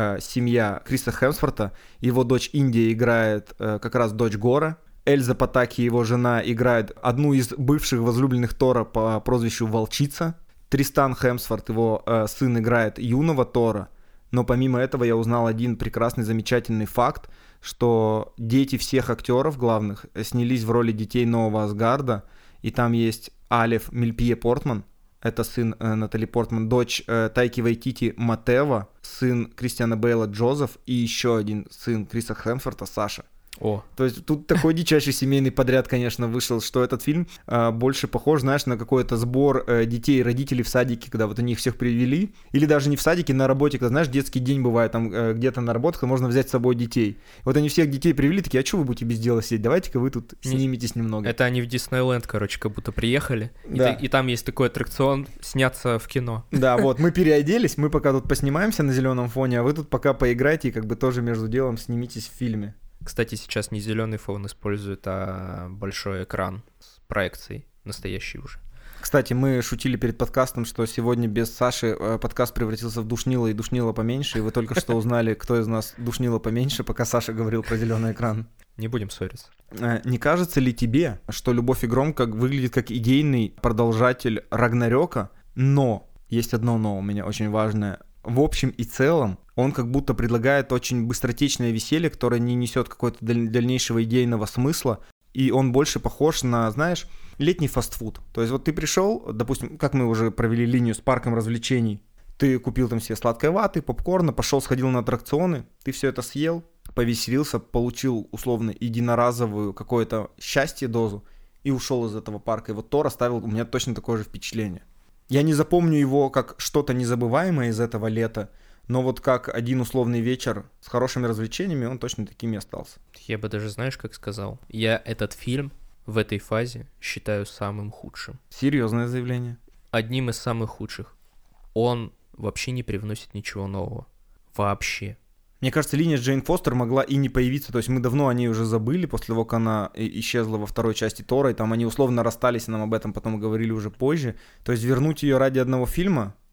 семья Криса Хемсворта. Его дочь Индия играет как раз дочь Гора. Эльза Патаки, его жена, играет одну из бывших возлюбленных Тора по прозвищу Волчица. Тристан Хемсворт, его сын, играет юного Тора. Но помимо этого я узнал один прекрасный, замечательный факт, что дети всех актеров главных снялись в роли детей Нового Асгарда. И там есть Алеф Мильпье Портман, это сын Натали Портман, дочь Тайки Вайтити Матева, сын Кристиана Бейла Джозеф и еще один сын Криса Хемсворта Саша. О. То есть тут такой дичайший семейный подряд, конечно, вышел, что этот фильм больше похож, знаешь, на какой-то сбор детей и родителей в садике, когда вот они их всех привели, или даже не в садике, на работе, когда, знаешь, детский день бывает, там где-то на работах, можно взять с собой детей. Вот они всех детей привели, такие, а что вы будете без дела сидеть? Давайте-ка вы тут сниметесь немного. Это они в Диснейленд, короче, как будто приехали, да. И там есть такой аттракцион «Сняться в кино». Да, вот, мы переоделись, мы пока тут поснимаемся на зеленом фоне, а вы тут пока поиграйте и как бы тоже между делом снимитесь в фильме. Кстати, сейчас не зеленый фон используют, а большой экран с проекцией, настоящий уже. Кстати, мы шутили перед подкастом, что сегодня без Саши подкаст превратился в душнило и душнило поменьше, и вы только что узнали, кто из нас душнило поменьше, пока Саша говорил про зеленый экран. Не будем ссориться. Не кажется ли тебе, что «Любовь и гром» выглядит как идейный продолжатель Рагнарёка, но, есть одно но у меня очень важное, в общем и целом, он как будто предлагает очень быстротечное веселье, которое не несет какого-то дальнейшего идейного смысла, и он больше похож на, знаешь, летний фастфуд. То есть вот ты пришел, допустим, как мы уже провели линию с парком развлечений, ты купил там себе сладкой ваты, попкорна, пошел, сходил на аттракционы, ты все это съел, повеселился, получил условно единоразовую какое-то счастье, дозу, и ушел из этого парка. И вот Тор оставил у меня точно такое же впечатление. Я не запомню его как что-то незабываемое из этого лета, но вот как один условный вечер с хорошими развлечениями, он точно таким и остался. Я бы даже, знаешь, как сказал, я этот фильм в этой фазе считаю самым худшим. Серьезное заявление. Одним из самых худших. Он вообще не привносит ничего нового. Вообще. Мне кажется, линия с Джейн Фостер могла и не появиться, то есть мы давно о ней уже забыли, после того, как она исчезла во второй части Тора, и там они условно расстались, нам об этом потом говорили уже позже. То есть вернуть ее ради одного фильма,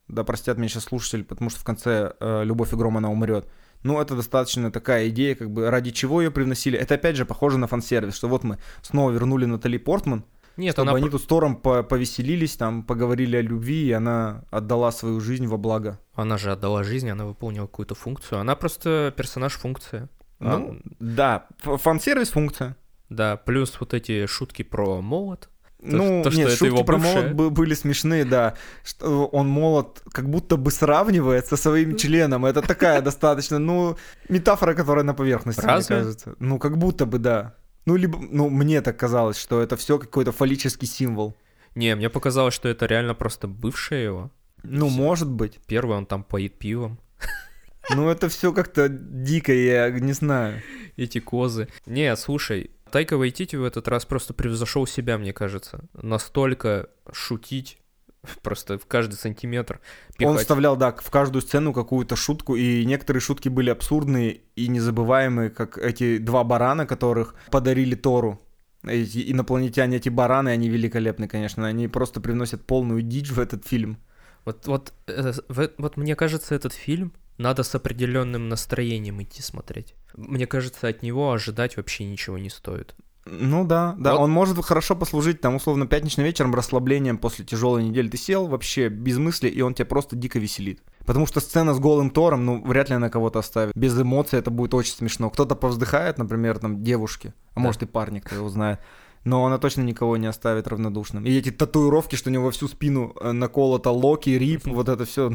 да простят меня сейчас слушатели, потому что в конце Любовь и гром она умрет. Ну, это достаточно такая идея, как бы ради чего ее привносили. Это опять же похоже на фан-сервис, что вот мы снова вернули Натали Портман, Нет, чтобы она они тут с Тором повеселились, там, поговорили о любви, и она отдала свою жизнь во благо. Она же отдала жизнь, она выполнила какую-то функцию. Она просто персонаж-функция. Ну, да, фан-сервис функция. Да, плюс вот эти шутки про молот. Ну, то, что нет, это шутки его про бывшая. молот были смешные, да. Что он молот как будто бы сравнивает со своим членом. Это такая достаточно, ну, метафора, которая на поверхности, Разве? мне кажется. Ну, как будто бы, да. Ну, либо, ну, мне так казалось, что это все какой-то фаллический символ. Не, мне показалось, что это реально просто бывшая его. Ну, всё. может быть. Первый он там поит пивом. Ну, это все как-то дико, я не знаю. Эти козы. Не, слушай, Тайка Вайтити в этот раз просто превзошел себя, мне кажется. Настолько шутить просто в каждый сантиметр. Он пихать. вставлял, да, в каждую сцену какую-то шутку, и некоторые шутки были абсурдные и незабываемые, как эти два барана, которых подарили Тору. Эти инопланетяне, эти бараны, они великолепны, конечно. Они просто привносят полную дичь в этот фильм. Вот мне кажется, этот фильм надо с определенным настроением идти смотреть. Мне кажется, от него ожидать вообще ничего не стоит. Ну да, да, Вот. он может хорошо послужить, там, условно, пятничным вечером расслаблением после тяжелой недели. Ты сел вообще без мысли, и он тебя просто дико веселит. Потому что сцена с голым Тором, ну, вряд ли она кого-то оставит. Без эмоций это будет очень смешно. Кто-то повздыхает, например, там, девушки, а Да. может и парни, кто его знает. Но она точно никого не оставит равнодушным. И эти татуировки, что у него во всю спину наколото Локи, Рип, вот это все.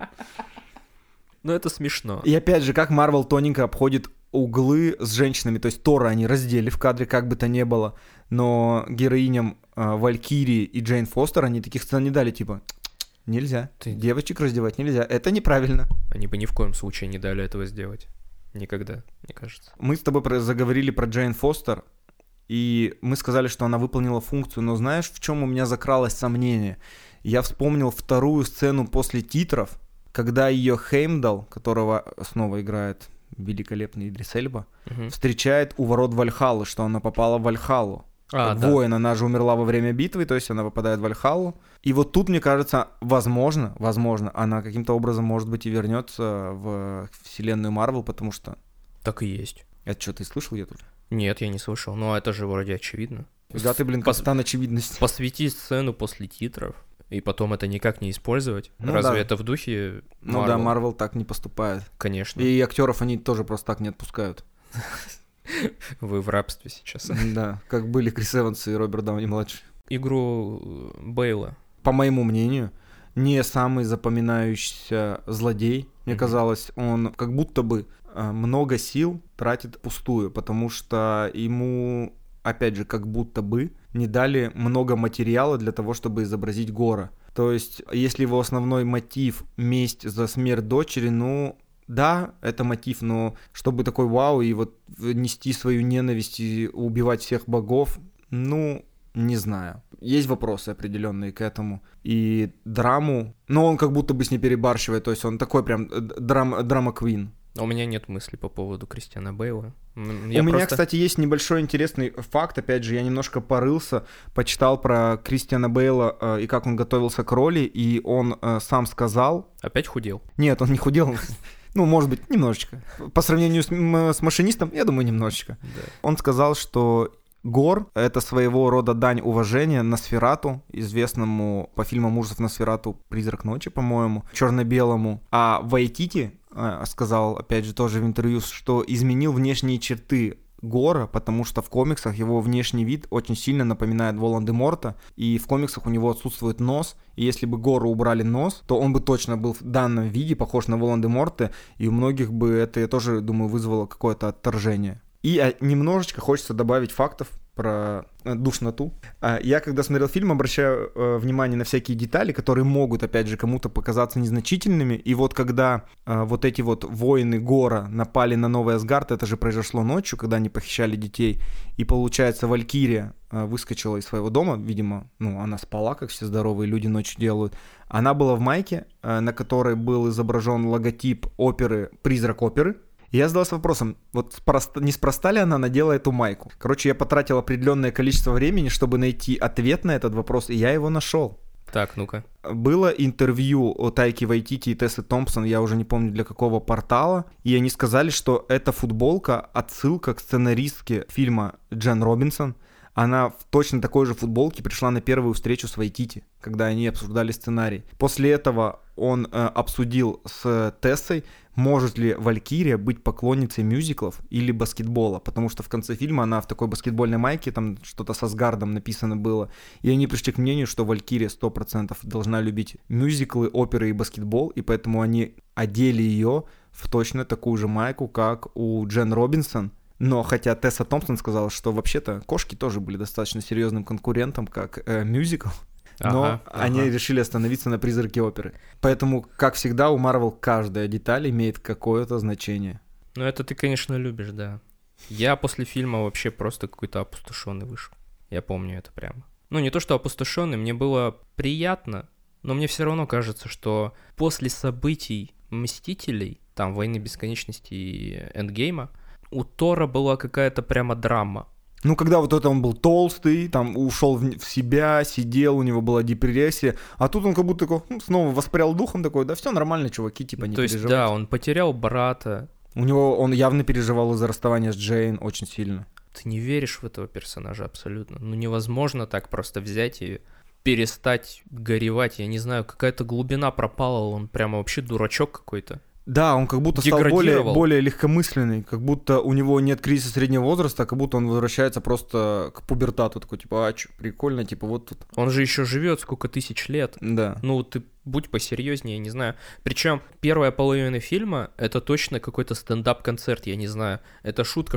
Ну, это смешно. И опять же, как Марвел тоненько обходит углы с женщинами. То есть Тора они раздели в кадре, как бы то ни было. Но героиням Валькирии и Джейн Фостер они таких сцен не дали, типа, нельзя. Девочек раздевать нельзя. Это неправильно. Они бы ни в коем случае не дали этого сделать. Никогда, мне кажется. Мы с тобой заговорили про Джейн Фостер, и мы сказали, что она выполнила функцию. Но знаешь, в чем у меня закралось сомнение? Я вспомнил вторую сцену после титров, когда ее Хеймдалл, которого снова играет великолепный Идрис Эльба, встречает у ворот Вальхаллы, что она попала в Вальхаллу. Да. Воин, она же умерла во время битвы, то есть она попадает в Вальхаллу. И вот тут, мне кажется, возможно, она каким-то образом, может быть, и вернется в вселенную Марвел, потому что... Так и есть. Это что, ты слышал я тут? Нет, я не слышал, но это же вроде очевидно. Да ты, блин, капитан очевидности. Посвяти сцену после титров, и потом это никак не использовать. Ну Разве да. это в духе Ну да, Марвел так не поступает. Конечно. И актеров они тоже просто так не отпускают. Вы в рабстве сейчас. Да, как были Крис Эванс и Роберт Дауни-младший. Игру Бейла. По моему мнению, не самый запоминающийся злодей. Мне казалось, он как будто бы много сил тратит впустую, потому что ему, опять же, как будто бы не дали много материала для того, чтобы изобразить Гора. То есть, если его основной мотив — месть за смерть дочери, ну... Да, это мотив, но чтобы такой вау и вот нести свою ненависть и убивать всех богов, ну, не знаю. Есть вопросы определенные к этому. И драму, но он как будто бы с ней перебарщивает, то есть он такой прям драма-квин. У меня нет мыслей по поводу Кристиана Бейла. У меня, кстати, есть небольшой интересный факт. Опять же, я немножко порылся, почитал про Кристиана Бейла и как он готовился к роли, и он сам сказал... Опять худел? Нет, он не худел. Ну, может быть, немножечко. По сравнению с машинистом, я думаю, немножечко. Да. Он сказал, что Гор — это своего рода дань уважения Носферату, известному по фильмам ужасов Носферату «Призрак ночи», по-моему, черно-белому. А Вайтити сказал, опять же, тоже в интервью, что изменил внешние черты Гора, потому что в комиксах его внешний вид очень сильно напоминает Волан-де-Морта, и в комиксах у него отсутствует нос, и если бы Гору убрали нос, то он бы точно был в данном виде похож на Волан-де-Морта, и у многих бы это, я тоже думаю, вызвало какое-то отторжение. И немножечко хочется добавить фактов про душноту. Я, когда смотрел фильм, обращаю внимание на всякие детали, которые могут, опять же, кому-то показаться незначительными. И вот когда вот эти вот воины Гора напали на Новый Асгард, это же произошло ночью, когда они похищали детей, и, получается, Валькирия выскочила из своего дома, видимо, ну, она спала, как все здоровые люди ночью делают. Она была в майке, на которой был изображен логотип оперы «Призрак оперы». И я задался вопросом, вот неспроста ли она надела эту майку? Короче, я потратил определенное количество времени, чтобы найти ответ на этот вопрос, и я его нашел. Так, ну-ка. Было интервью у Тайки Вайтити и Тессы Томпсон, я уже не помню для какого портала, и они сказали, что эта футболка отсылка к сценаристке фильма Джен Робинсон. Она в точно такой же футболке пришла на первую встречу с Вайтити, когда они обсуждали сценарий. После этого он обсудил с Тессой, может ли Валькирия быть поклонницей мюзиклов или баскетбола, потому что в конце фильма она в такой баскетбольной майке, там что-то со Асгардом написано было, и они пришли к мнению, что Валькирия 100% должна любить мюзиклы, оперы и баскетбол, и поэтому они одели ее в точно такую же майку, как у Джен Робинсон. Но хотя Тесса Томпсон сказала, что вообще-то кошки тоже были достаточно серьезным конкурентом, как мюзикл, но они решили остановиться на «Призраке оперы». Поэтому, как всегда, у Марвел каждая деталь имеет какое-то значение. Ну это ты, конечно, любишь, да. Я после фильма вообще просто какой-то опустошенный вышел. Я помню это прямо. Ну не то, что опустошенный, мне было приятно, но мне все равно кажется, что после событий «Мстителей», там «Войны бесконечности» и «Эндгейма», у Тора была какая-то прямо драма. Ну, когда вот это он был толстый, там ушел в себя, сидел, у него была депрессия, а тут он как будто такой, снова воспрял духом такой, да все нормально, чуваки, типа не переживайте. То есть, да, он потерял брата. У него, он явно переживал из-за расставания с Джейн очень сильно. Ты не веришь в этого персонажа абсолютно. Ну, невозможно так просто взять и перестать горевать. Я не знаю, какая-то глубина пропала, он прямо вообще дурачок какой-то. Да, он как будто стал более легкомысленный, как будто у него нет кризиса среднего возраста, а как будто он возвращается просто к пубертату, такой, типа, а, чё, прикольно, типа, вот тут. Он же еще живет сколько тысяч лет. Да. Ну, ты будь посерьезнее, не знаю. Причем первая половина фильма — это точно какой-то стендап-концерт, я не знаю. Это шутка.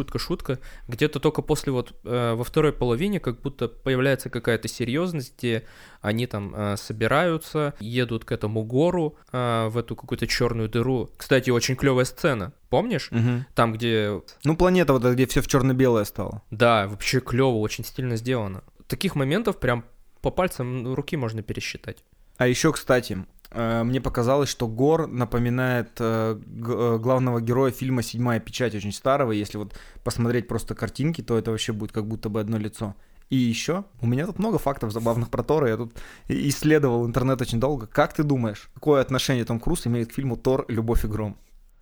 Где-то только после вот во второй половине как будто появляется какая-то серьезность, где они там собираются, едут к этому гору, в эту какую-то черную дыру. Кстати, очень клевая сцена. Помнишь? Угу. Там, где... Ну, планета вот, где все в черно-белое стало. Да, вообще клево, очень стильно сделано. Таких моментов прям по пальцам руки можно пересчитать. А еще, кстати, мне показалось, что Гор напоминает главного героя фильма «Седьмая печать», очень старого. Если вот посмотреть просто картинки, то это вообще будет как будто бы одно лицо. И еще, у меня тут много фактов забавных про Тора, я тут исследовал интернет очень долго. Как ты думаешь, какое отношение Том Круз имеет к фильму «Тор. Любовь и гром»?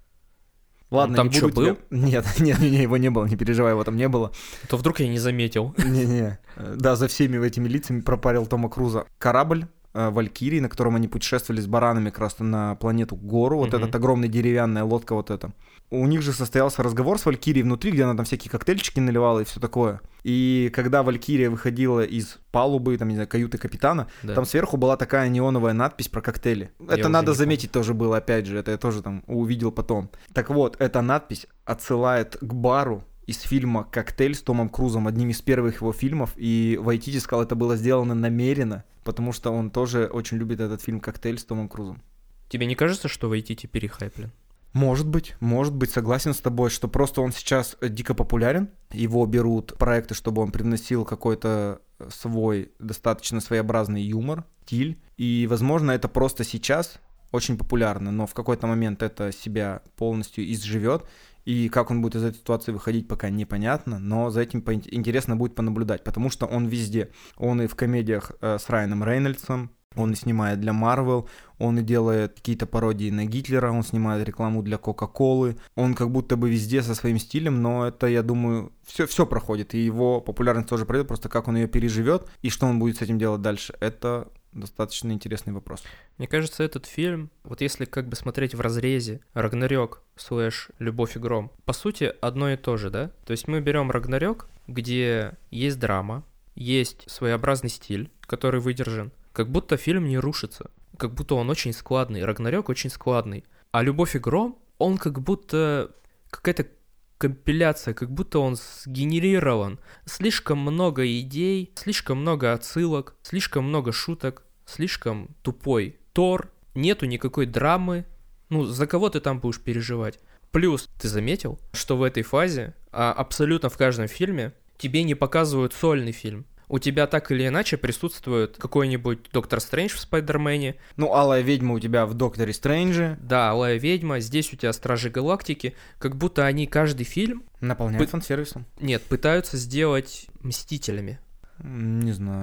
Ладно, там не буду что, был? Нет, его не было, не переживай, его там не было. То вдруг я не заметил. Не-не, да, за всеми этими лицами пропарил Тома Круза. Корабль Валькирии, на котором они путешествовали с баранами как раз на планету Гору, вот этот огромная деревянная лодка вот эта. У них же состоялся разговор с Валькирией внутри, где она там всякие коктейльчики наливала и все такое. И когда Валькирия выходила из палубы, там, не знаю, каюты капитана, да, там сверху была такая неоновая надпись про коктейли. Это надо заметить тоже было, опять же, это я тоже там увидел потом. Так вот, эта надпись отсылает к бару из фильма «Коктейль» с Томом Крузом, одним из первых его фильмов, и Вайтити сказал, это было сделано намеренно, потому что он тоже очень любит этот фильм «Коктейль» с Томом Крузом. Тебе не кажется, что Вайтити перехайплен? Может быть, согласен с тобой, что просто он сейчас дико популярен, его берут проекты, чтобы он привносил какой-то свой достаточно своеобразный юмор, стиль, и, возможно, это просто сейчас очень популярно, но в какой-то момент это себя полностью изживет, и как он будет из этой ситуации выходить, пока непонятно, но за этим интересно будет понаблюдать, потому что он везде. Он и в комедиях с Райаном Рейнольдсом, он и снимает для Marvel, он и делает какие-то пародии на Гитлера, он снимает рекламу для Кока-Колы, он как будто бы везде со своим стилем, но это, я думаю, все проходит, и его популярность тоже пройдет, просто как он ее переживет и что он будет с этим делать дальше, это достаточно интересный вопрос. Мне кажется, этот фильм, вот если как бы смотреть в разрезе Рагнарёк / Любовь и гром, по сути, одно и то же, да? То есть мы берем Рагнарёк, где есть драма, есть своеобразный стиль, который выдержан, как будто фильм не рушится, как будто он очень складный, Рагнарёк очень складный, а Любовь и гром, он как будто какая-то компиляция, как будто он сгенерирован. Слишком много идей, слишком много отсылок, слишком много шуток, слишком тупой Тор, нету никакой драмы. Ну, за кого ты там будешь переживать? Плюс, ты заметил, что в этой фазе абсолютно в каждом фильме тебе не показывают сольный фильм. У тебя так или иначе присутствует какой-нибудь Доктор Стрэндж в Спайдермене. Ну, Алая Ведьма у тебя в Докторе Стрэнджи. Да, Алая Ведьма, здесь у тебя Стражи Галактики. Как будто они каждый фильм... Наполняют фан-сервисом. Нет, пытаются сделать Мстителями. Не знаю.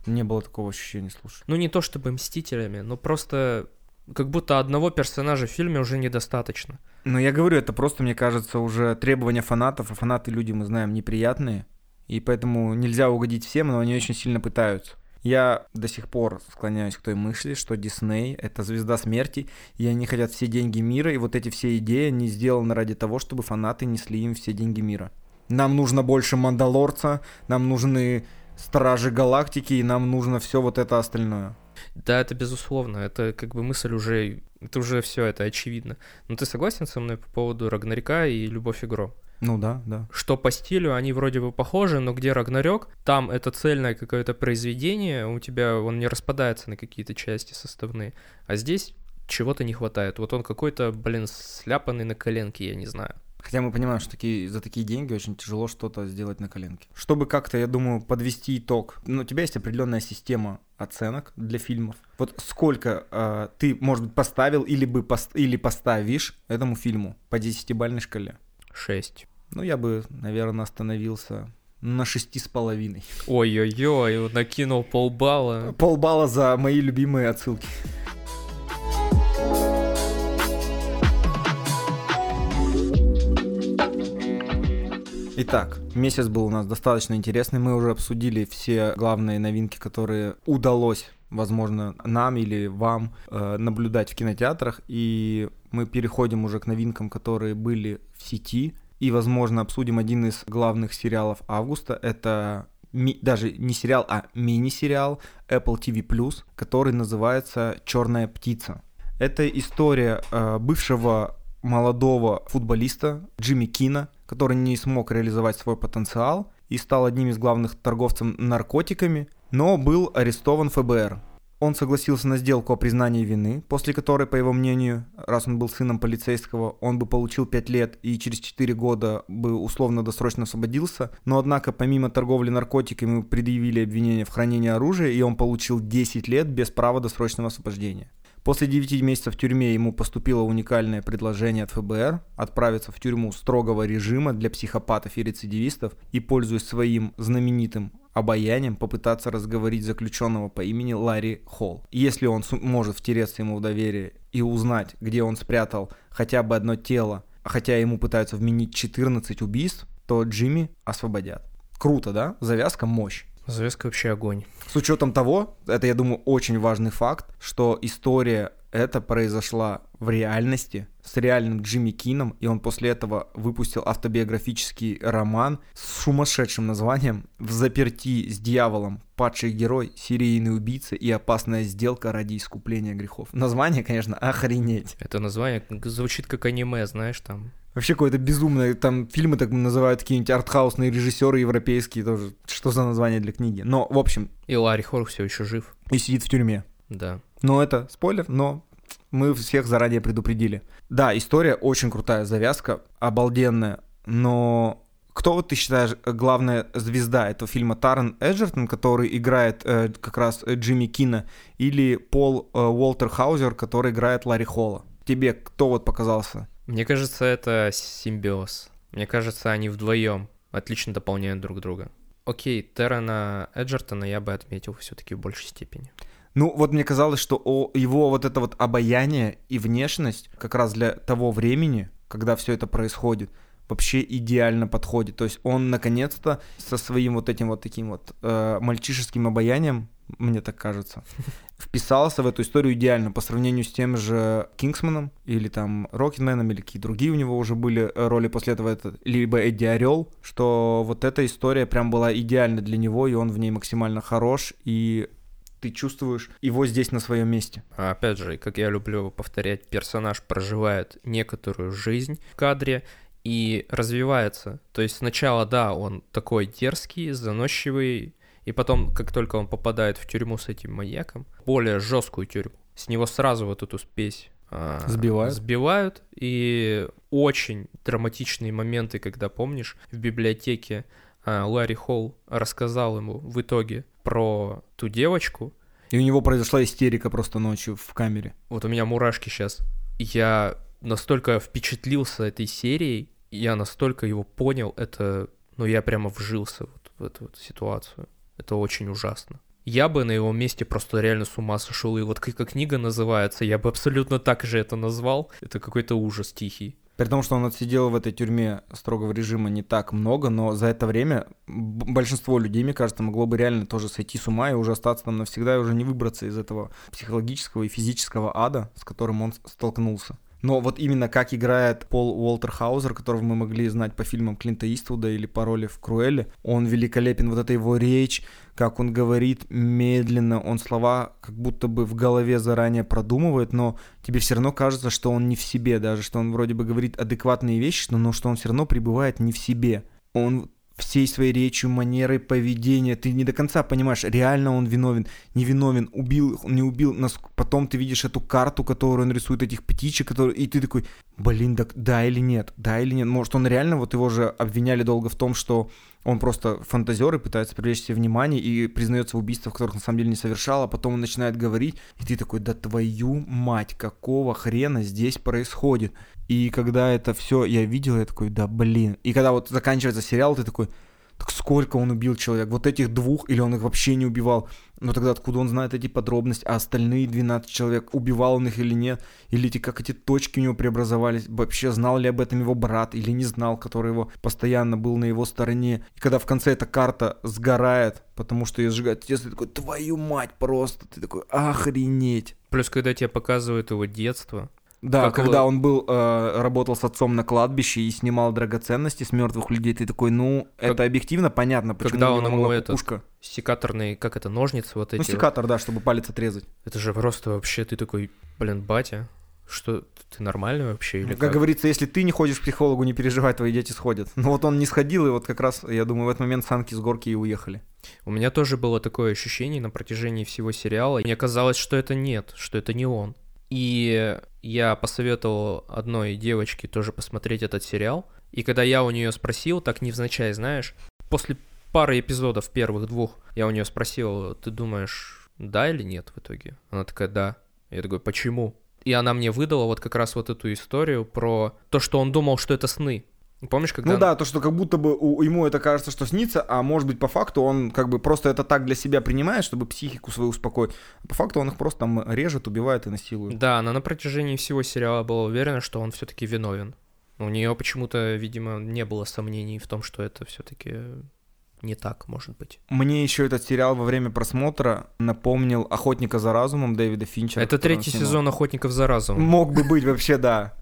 Не было такого ощущения, слушай. Ну, не то чтобы Мстителями, но просто как будто одного персонажа в фильме уже недостаточно. Но я говорю, это просто, мне кажется, уже требования фанатов, а фанаты люди, мы знаем, неприятные, и поэтому нельзя угодить всем, но они очень сильно пытаются. Я до сих пор склоняюсь к той мысли, что Дисней — это звезда смерти, и они хотят все деньги мира, и вот эти все идеи, они сделаны ради того, чтобы фанаты несли им все деньги мира. Нам нужно больше Мандалорца, нам нужны Стражи Галактики, и нам нужно все вот это остальное. Да, это безусловно, это как бы мысль уже, это уже все, это очевидно. Но ты согласен со мной по поводу Рагнарёка и Любовь и Гром? Ну да, да. Что по стилю они вроде бы похожи, но где Рагнарёк, там это цельное какое-то произведение, у тебя он не распадается на какие-то части составные, а здесь чего-то не хватает. Вот он какой-то, сляпанный на коленке, я не знаю. Хотя мы понимаем, что за такие деньги очень тяжело что-то сделать на коленке. Чтобы как-то, я думаю, подвести итог, у тебя есть определенная система оценок для фильмов. Вот сколько ты, может быть, поставил или поставишь этому фильму по 10-бальной шкале? 6. Ну, я бы, наверное, остановился на 6,5. Ой-ой-ой, накинул полбалла. Полбалла за мои любимые отсылки. Итак, месяц был у нас достаточно интересный. Мы уже обсудили все главные новинки, которые удалось, возможно, нам или вам наблюдать в кинотеатрах. И мы переходим уже к новинкам, которые были в сети. И, возможно, обсудим один из главных сериалов августа. Это даже не сериал, а мини-сериал Apple TV+, который называется «Черная птица». Это история бывшего молодого футболиста Джимми Кина, который не смог реализовать свой потенциал и стал одним из главных торговцев наркотиками, но был арестован ФБР. Он согласился на сделку о признании вины, после которой, по его мнению, раз он был сыном полицейского, он бы получил 5 лет и через 4 года бы условно-досрочно освободился. Но, однако, помимо торговли наркотиками, ему предъявили обвинение в хранении оружия, и он получил 10 лет без права досрочного освобождения. После 9 месяцев в тюрьме ему поступило уникальное предложение от ФБР отправиться в тюрьму строгого режима для психопатов и рецидивистов и, пользуясь своим знаменитым обаянием, попытаться разговорить заключенного по имени Ларри Холл. Если он может втереться ему в доверие и узнать, где он спрятал хотя бы одно тело, хотя ему пытаются вменить 14 убийств, то Джимми освободят. Круто, да? Завязка — мощь. Завязка вообще огонь. С учетом того, это, я думаю, очень важный факт, что история эта произошла в реальности с реальным Джимми Кином, и он после этого выпустил автобиографический роман с сумасшедшим названием «Взаперти с дьяволом. Падший герой, серийный убийца и опасная сделка ради искупления грехов». Название, конечно, охренеть. Это название звучит как аниме, знаешь, там... Вообще какое-то безумное, там фильмы так называют какие-нибудь артхаусные режиссеры европейские тоже. Что за название для книги? Но, в общем... И Ларри Холл все еще жив. И сидит в тюрьме. Да. Но это спойлер, но мы всех заранее предупредили. Да, история очень крутая, завязка обалденная, но... Кто вот ты считаешь главная звезда этого фильма? Таран Эджертон, который играет как раз Джимми Кина, или Пол Уолтер Хаузер, который играет Ларри Холла? Тебе кто вот показался? Мне кажется, это симбиоз. Мне кажется, они вдвоем отлично дополняют друг друга. Окей, Тарана Эджертона я бы отметил все-таки в большей степени. Ну, вот мне казалось, что его вот это вот обаяние и внешность как раз для того времени, когда все это происходит, вообще идеально подходит. То есть он, наконец-то, со своим вот этим вот таким вот мальчишеским обаянием, мне так кажется, вписался в эту историю идеально по сравнению с тем же Кингсманом или там Рокетменом, или какие другие у него уже были роли после этого, либо Эдди Орел, что вот эта история прям была идеальна для него, и он в ней максимально хорош, и ты чувствуешь его здесь на своем месте. А опять же, как я люблю повторять, персонаж проживает некоторую жизнь в кадре и развивается. То есть сначала, да, он такой дерзкий, заносчивый, и потом, как только он попадает в тюрьму с этим маньяком, более жесткую тюрьму, с него сразу вот эту спесь сбивают. И очень драматичные моменты, когда, помнишь, в библиотеке Ларри Холл рассказал ему в итоге про ту девочку. И у него произошла истерика просто ночью в камере. Вот у меня мурашки сейчас. Я настолько впечатлился этой серией, я настолько его понял, это, я прямо вжился вот в эту вот ситуацию. Это очень ужасно. Я бы на его месте просто реально с ума сошел. И вот как книга называется, я бы абсолютно так же это назвал. Это какой-то ужас тихий. При том, что он отсидел в этой тюрьме строгого режима не так много, но за это время большинство людей, мне кажется, могло бы реально тоже сойти с ума и уже остаться там навсегда, и уже не выбраться из этого психологического и физического ада, с которым он столкнулся. Но вот именно как играет Пол Уолтер Хаузер, которого мы могли знать по фильмам Клинта Иствуда или по роли в Круэлле, он великолепен, вот эта его речь, как он говорит медленно, он слова как будто бы в голове заранее продумывает, но тебе все равно кажется, что он не в себе, даже что он вроде бы говорит адекватные вещи, но что он все равно пребывает не в себе. Он всей своей речью, манерой поведения, ты не до конца понимаешь, реально он виновен, не виновен, убил, не убил, потом ты видишь эту карту, которую он рисует, этих птичек, и ты такой, блин, да или нет, может он реально, вот его же обвиняли долго в том, что он просто фантазер и пытается привлечь себе внимание и признается в убийствах, которых на самом деле не совершал, а потом он начинает говорить, и ты такой, да твою мать, какого хрена здесь происходит? И когда это все я видел, я такой, да блин. И когда вот заканчивается сериал, ты такой, так сколько он убил человек? Вот этих 2, или он их вообще не убивал? Но тогда откуда он знает эти подробности? А остальные 12 человек, убивал он их или нет? Или как эти точки у него преобразовались? Вообще знал ли об этом его брат или не знал, который его постоянно был на его стороне? И когда в конце эта карта сгорает, потому что ее сжигает отец, ты такой, твою мать просто. Ты такой, охренеть. Плюс, когда тебе показывают его детство. Да, когда он работал с отцом на кладбище и снимал драгоценности с мертвых людей, ты такой, это объективно понятно, почему когда он ему пушка. Секаторные, как это, ножницы вот эти. Секатор, да, чтобы палец отрезать. Это же просто вообще, ты такой, блин, батя, что, ты нормальный вообще или как говорится, если ты не ходишь к психологу, не переживай, твои дети сходят. Но вот он не сходил, и вот как раз, я думаю, в этот момент санки с горки и уехали. У меня тоже было такое ощущение на протяжении всего сериала, и мне казалось, что это не он. И я посоветовал одной девочке тоже посмотреть этот сериал. И когда я у нее спросил, так невзначай, знаешь, после пары эпизодов первых 2, я у нее спросил, ты думаешь, да или нет в итоге? Она такая, да. Я такой, почему? И она мне выдала вот как раз вот эту историю про то, что он думал, что это сны. Помнишь, когда... Ну да, то, что как будто бы ему это кажется, что снится, а может быть по факту он как бы просто это так для себя принимает, чтобы психику свою успокоить. А по факту он их просто там режет, убивает и насилует. Да, она на протяжении всего сериала была уверена, что он все-таки виновен. У нее почему-то, видимо, не было сомнений в том, что это все-таки не так, может быть. Мне еще этот сериал во время просмотра напомнил «Охотника за разумом» Дэвида Финчера. Это 3-й сезон «Охотников за разумом». Мог бы быть вообще, да.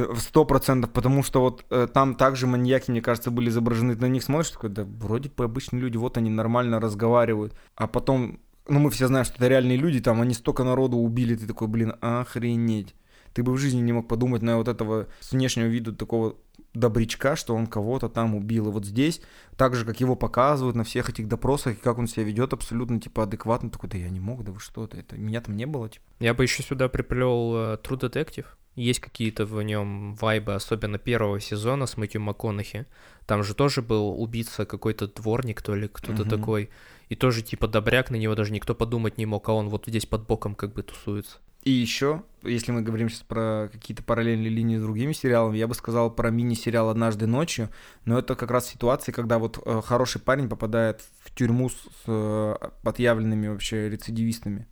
100%, потому что вот там также маньяки, мне кажется, были изображены. На них смотришь, такой, да вроде бы обычные люди, вот они нормально разговаривают. А потом, мы все знаем, что это реальные люди, там они столько народу убили, ты такой, блин, охренеть. Ты бы в жизни не мог подумать на вот этого с внешнего вида такого добрячка, что он кого-то там убил. И вот здесь, так же, как его показывают на всех этих допросах, и как он себя ведет абсолютно, типа, адекватно, такой, да я не мог, да вы что, это меня там не было, типа. Я бы еще сюда приплел True Detective. Есть какие-то в нем вайбы, особенно первого сезона с Мэтью МакКонахи. Там же тоже был убийца, какой-то дворник, то ли кто-то такой. И тоже типа добряк, на него даже никто подумать не мог, а он вот здесь под боком как бы тусуется. И еще, если мы говорим сейчас про какие-то параллельные линии с другими сериалами, я бы сказал про мини-сериал «Однажды ночью», но это как раз ситуация, когда вот хороший парень попадает в тюрьму с отъявленными вообще рецидивистами.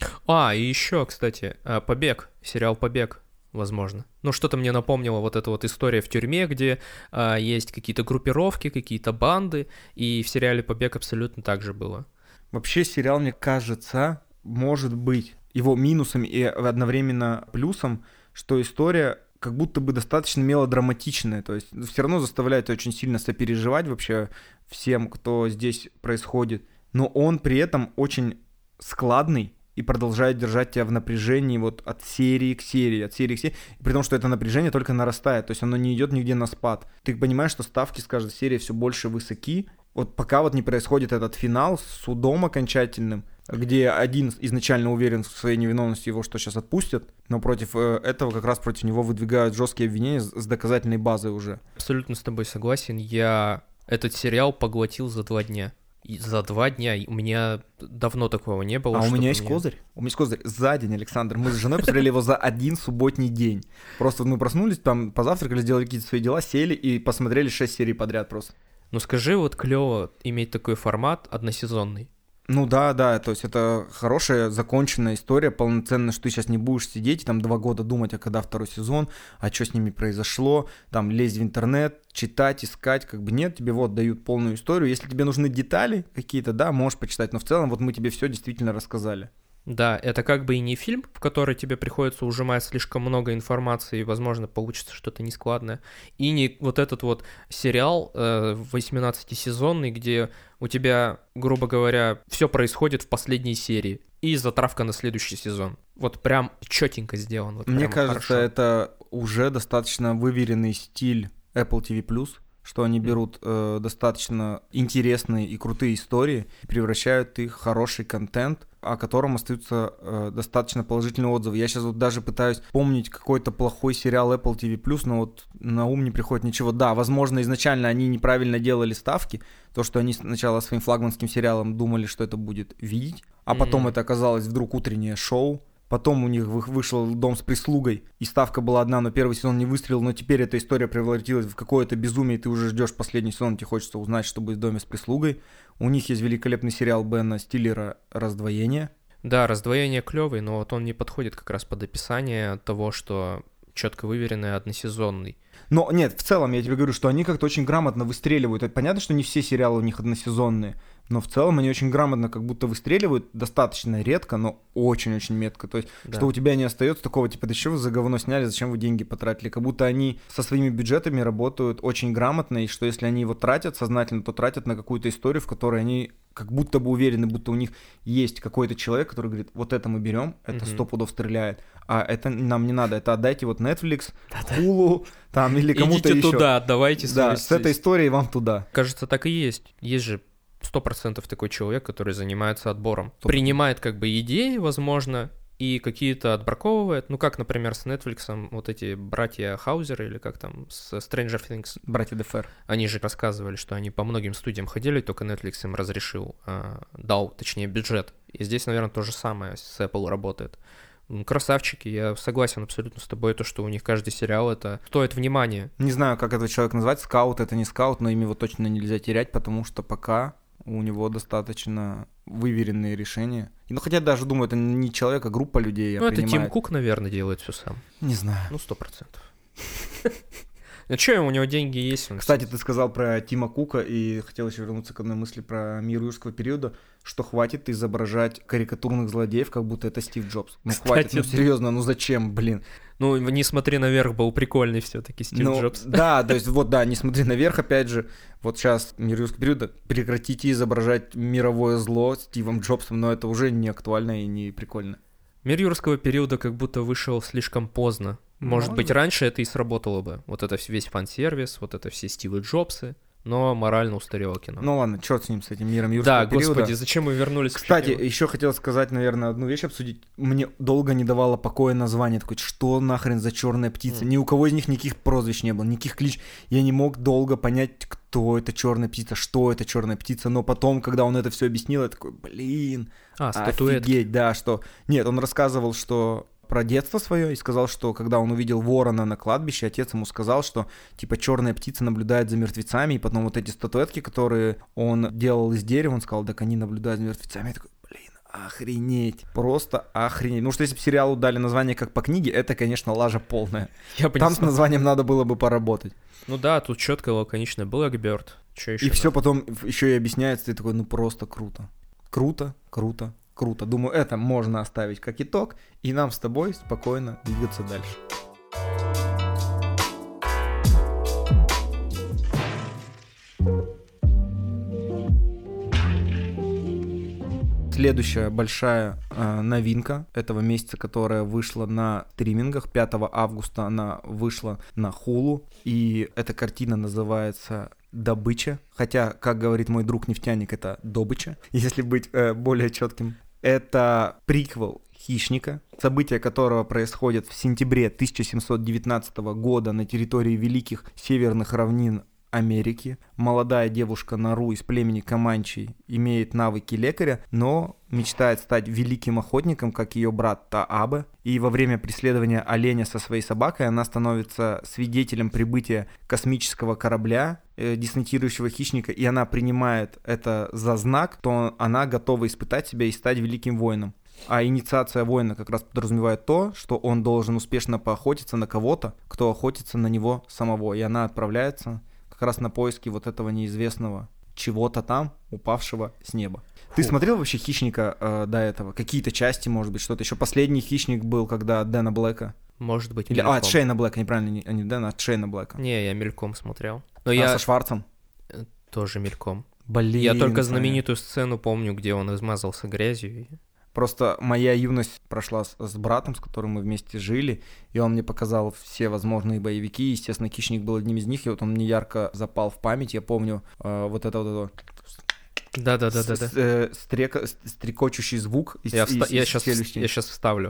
И еще, кстати, «Побег», сериал «Побег». Возможно. Что-то мне напомнило вот эта вот история в тюрьме, где есть какие-то группировки, какие-то банды, и в сериале «Побег» абсолютно так же было. Вообще сериал, мне кажется, может быть его минусом и одновременно плюсом, что история как будто бы достаточно мелодраматичная, то есть все равно заставляет очень сильно сопереживать вообще всем, кто здесь происходит, но он при этом очень складный, и продолжает держать тебя в напряжении вот от серии к серии, при том, что это напряжение только нарастает, то есть оно не идет нигде на спад. Ты понимаешь, что ставки с каждой серии все больше высоки, вот пока вот не происходит этот финал с судом окончательным, где один изначально уверен в своей невиновности, его что сейчас отпустят, но против этого как раз против него выдвигают жесткие обвинения с доказательной базой уже. Абсолютно с тобой согласен, я этот сериал поглотил за 2 дня. И за 2 дня у меня давно такого не было. А у меня есть козырь. У меня есть козырь. За день, Александр. Мы с женой посмотрели его за один субботний день. Просто мы проснулись, там позавтракали, сделали какие-то свои дела, сели и посмотрели 6 серий подряд просто. Скажи, вот клево иметь такой формат односезонный. Ну да, то есть это хорошая, законченная история, полноценная, что ты сейчас не будешь сидеть и там 2 года думать, а когда второй сезон, а что с ними произошло, там лезть в интернет, читать, искать, как бы нет, тебе вот дают полную историю. Если тебе нужны детали какие-то, да, можешь почитать, но в целом вот мы тебе все действительно рассказали. Да, это как бы и не фильм, в который тебе приходится ужимать слишком много информации, и, возможно, получится что-то нескладное. И не вот этот вот сериал 18-сезонный, где у тебя, грубо говоря, все происходит в последней серии. И затравка на следующий сезон. Вот прям четенько сделан. Вот Мне прям кажется, хорошо. это уже достаточно выверенный стиль Apple TV+, что они берут достаточно интересные и крутые истории, и превращают их в хороший контент, о котором остаются достаточно положительные отзывы. Я сейчас вот даже пытаюсь помнить какой-то плохой сериал Apple TV+, но вот на ум не приходит ничего. Да, возможно, изначально они неправильно делали ставки, то, что они сначала своим флагманским сериалом думали, что это будет видеть, а потом это оказалось вдруг утреннее шоу. Потом у них вышел «Дом с прислугой», и ставка была одна, но первый сезон не выстрелил, но теперь эта история превратилась в какое-то безумие, и ты уже ждешь последний сезон, тебе хочется узнать, что будет в «Доме с прислугой». У них есть великолепный сериал Бена Стиллера «Раздвоение». Да, раздвоение клевый, но вот он не подходит как раз под описание того, что четко выверенный односезонный. Но нет, в целом я тебе говорю, что они как-то очень грамотно выстреливают. Это понятно, что не все сериалы у них односезонные, но в целом они очень грамотно как будто выстреливают, достаточно редко, но очень-очень метко. То есть, Да. что у тебя не остается такого, типа, да что вы за говно сняли, зачем вы деньги потратили? Как будто они со своими бюджетами работают очень грамотно, и что если они его тратят сознательно, то тратят на какую-то историю, в которой они как будто бы уверены, будто у них есть какой-то человек, который говорит, вот это мы берем, это 100 пудов стреляет, а это нам не надо, это отдайте вот Netflix, Hulu, там, или кому-то Идите еще. туда, отдавайте Да, с этой историей вам туда. Кажется, так и есть. Есть же 100% такой человек, который занимается отбором. 100%. Принимает как бы идеи, возможно, и какие-то отбраковывает. Ну, как, например, с Netflix, вот эти братья Хаузеры, или как там, с Stranger Things. Братья Дефер. Они же рассказывали, что они по многим студиям ходили, только Netflix им разрешил, дал, точнее, бюджет. И здесь, наверное, то же самое с Apple работает. Красавчики, я согласен абсолютно с тобой, то, что у них каждый сериал это стоит внимания. Не знаю, как этот человек назвать, скаут это не скаут, но им его точно нельзя терять, потому что пока у него достаточно выверенные решения. Ну, хотя даже думаю, это не человек, а группа людей. Ну, это Тим Кук, наверное, делает все сам. Не знаю. Ну, 100%. Ну, что, у него деньги есть. Кстати, ты сказал про Тима Кука, и хотел еще вернуться к одной мысли про мир юрского периода, что хватит изображать карикатурных злодеев, как будто это Стив Джобс. Ну, Кстати, хватит, ну, серьезно, ну зачем, блин? Ну, «Не смотри наверх» был прикольный все-таки Стив Джобс. Да, то есть вот, да, «Не смотри наверх», опять же, вот сейчас мир юрского периода, прекратите изображать мировое зло Стивом Джобсом, но это уже не актуально и не прикольно. Мир юрского периода как будто вышел слишком поздно. Может быть, раньше это и сработало бы. Вот это весь фан-сервис, вот это все Стивы Джобсы, но морально устарело кино. Ну ладно, черт с ним, с этим миром юрского периода. Да, господи, зачем мы вернулись Кстати, еще хотел сказать, наверное, одну вещь обсудить. Мне долго не давало покоя название. Такое, что нахрен за черная птица? Ни у кого из них никаких прозвищ не было, никаких клич. Я не мог долго понять, кто это черная птица, что это черная птица. Но потом, когда он это все объяснил, я такой, блин, офигеть, да, что... Нет, он рассказывал, что... про детство свое и сказал, что когда он увидел ворона на кладбище, отец ему сказал, что типа черная птица наблюдает за мертвецами, и потом вот эти статуэтки, которые он делал из дерева, он сказал, так они наблюдают за мертвецами. Я такой, блин, охренеть, просто охренеть. Ну что если бы сериалу дали название как по книге, это, конечно, лажа полная. Там с названием надо было бы поработать. Ну да, тут четко и лаконично Blackbird. Что еще? И все потом еще и объясняется, ты такой, ну просто круто. Круто, круто. Круто. Думаю, это можно оставить как итог, и нам с тобой спокойно двигаться дальше. Следующая большая новинка этого месяца, которая вышла на стримингах. 5 августа она вышла на Hulu, и эта картина называется «Добыча». Хотя, как говорит мой друг-нефтяник, это «Добыча», если быть более четким. Это приквел «Хищника», события которого происходят в сентябре 1719 года на территории Великих Северных равнин Америки. Молодая девушка Нару из племени Команчи имеет навыки лекаря, но мечтает стать великим охотником, как ее брат Таабе. И во время преследования оленя со своей собакой она становится свидетелем прибытия космического корабля, десантирующего хищника, и она принимает это за знак, то она готова испытать себя и стать великим воином. А инициация воина как раз подразумевает то, что он должен успешно поохотиться на кого-то, кто охотится на него самого. И она отправляется как раз на поиски вот этого неизвестного чего-то там, упавшего с неба. Ты смотрел вообще «Хищника» до этого? Какие-то части, может быть, что-то еще? Последний «Хищник» был, когда от Дэна Блэка. Может быть, или, от Шейна Блэка, неправильно, не Дэна, от Шейна Блэка. Не, я мельком смотрел. Но я... со Шварцем? Тоже мельком. Блин. Я только знаменитую сцену помню, где он измазался грязью. Просто моя юность прошла с братом, с которым мы вместе жили, и он мне показал все возможные боевики. Естественно, «Хищник» был одним из них, и вот он мне ярко запал в память. Я помню вот это Да-да-да-да. Стрекочущий звук из я сейчас вставлю.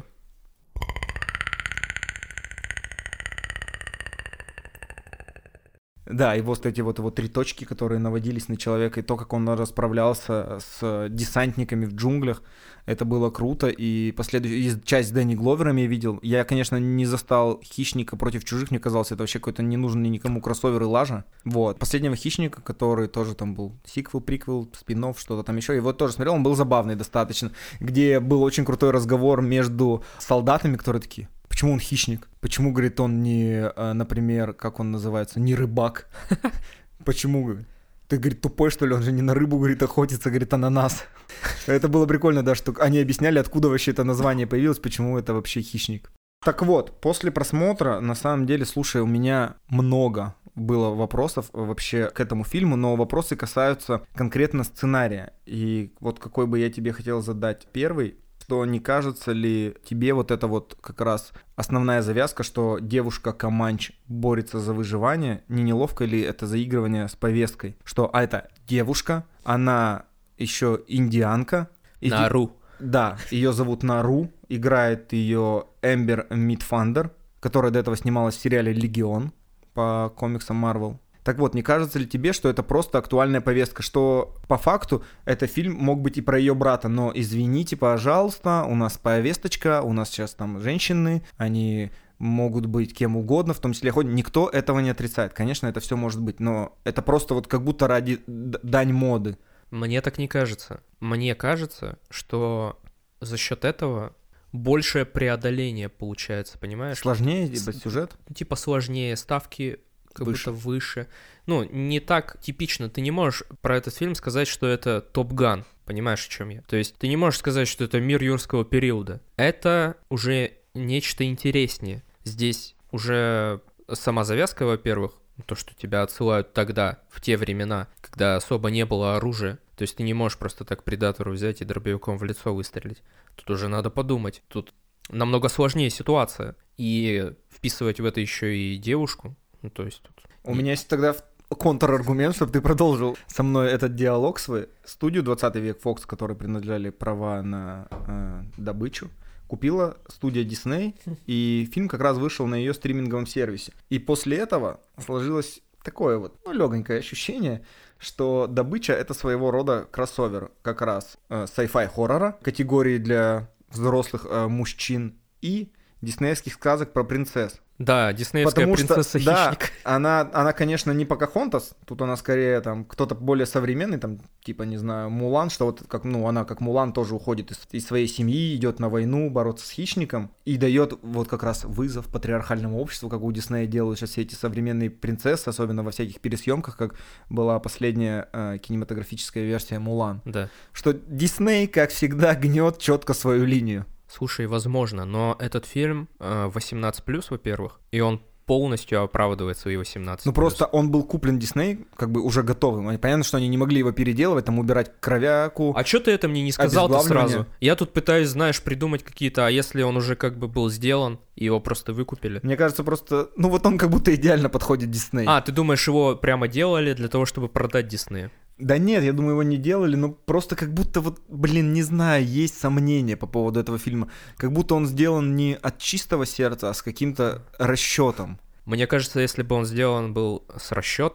Да, и вот эти вот его 3 точки, которые наводились на человека, и то, как он расправлялся с десантниками в джунглях, это было круто. И последующую часть с Дэнни Гловером я видел. Я, конечно, не застал «Хищника против чужих», мне казалось, это вообще какой-то ненужный никому кроссовер и лажа. Вот. Последнего «Хищника», который тоже там был сиквел, приквел, спин-офф, что-то там еще, его тоже смотрел, он был забавный достаточно, где был очень крутой разговор между солдатами, которые такие: почему он хищник? Почему, говорит, он не, например, как он называется, не рыбак? Почему, говорит? Ты, говорит, тупой, что ли? Он же не на рыбу, говорит, охотится, говорит, а на нас. Это было прикольно, да, что они объясняли, откуда вообще это название появилось, почему это вообще хищник. Так вот, после просмотра, на самом деле, слушай, у меня много было вопросов вообще к этому фильму, но вопросы касаются конкретно сценария. И вот какой бы я тебе хотел задать первый, что не кажется ли тебе вот это вот как раз основная завязка, что девушка Команч борется за выживание, не неловко ли это заигрывание с повесткой? Что это девушка, она еще индианка. Нару. Да, ее зовут Нару, играет ее Эмбер Мидфандер, которая до этого снималась в сериале «Легион» по комиксам Marvel. Так вот, не кажется ли тебе, что это просто актуальная повестка, что по факту этот фильм мог быть и про ее брата, но извините, пожалуйста, у нас повесточка, у нас сейчас там женщины, они могут быть кем угодно, в том числе никто этого не отрицает. Конечно, это все может быть, но это просто вот как будто ради дань моды. Мне так не кажется. Мне кажется, что за счет этого большее преодоление получается, понимаешь? Сложнее сюжет? Типа сложнее, ставки как будто выше. Ну, не так типично. Ты не можешь про этот фильм сказать, что это Топ Ган. Понимаешь, о чем я? То есть ты не можешь сказать, что это мир юрского периода. Это уже нечто интереснее. Здесь уже сама завязка, во-первых, то, что тебя отсылают тогда, в те времена, когда особо не было оружия. То есть ты не можешь просто так предатору взять и дробовиком в лицо выстрелить. Тут уже надо подумать. Тут намного сложнее ситуация. И вписывать в это еще и девушку. Ну, то есть тут... У меня есть тогда контраргумент, чтобы ты продолжил со мной этот диалог свой. Студию 20 век Fox, которой принадлежали права на добычу, купила студия Disney, и фильм как раз вышел на ее стриминговом сервисе. И после этого сложилось такое вот, легонькое ощущение, что добыча — это своего рода кроссовер как раз sci-fi хоррора, категории для взрослых мужчин и диснеевских сказок про принцесс. Да, диснеевская принцесса-хищник. Да, она, конечно, не Покахонтас, тут она скорее там кто-то более современный, там, типа, не знаю, Мулан, что вот как, она как Мулан тоже уходит из своей семьи, идет на войну бороться с хищником и дает вот как раз вызов патриархальному обществу, как у Диснея делают сейчас все эти современные принцессы, особенно во всяких пересъемках, как была последняя кинематографическая версия Мулан. Да. Что Дисней, как всегда, гнет четко свою линию. Слушай, возможно, но этот фильм 18+, во-первых, и он полностью оправдывает свои 18+. Ну просто он был куплен Дисней, как бы уже готовым. Понятно, что они не могли его переделывать, там убирать кровяку. А что ты это мне не сказал-то сразу? Я тут пытаюсь, знаешь, придумать какие-то, а если он уже как бы был сделан, и его просто выкупили? Мне кажется, просто, вот он как будто идеально подходит Дисней. А, ты думаешь, его прямо делали для того, чтобы продать Диснею? Да нет, я думаю, его не делали, но просто как будто не знаю, есть сомнения по поводу этого фильма. Как будто он сделан не от чистого сердца, а с каким-то расчетом. Мне кажется, если бы он сделан был с расчетом,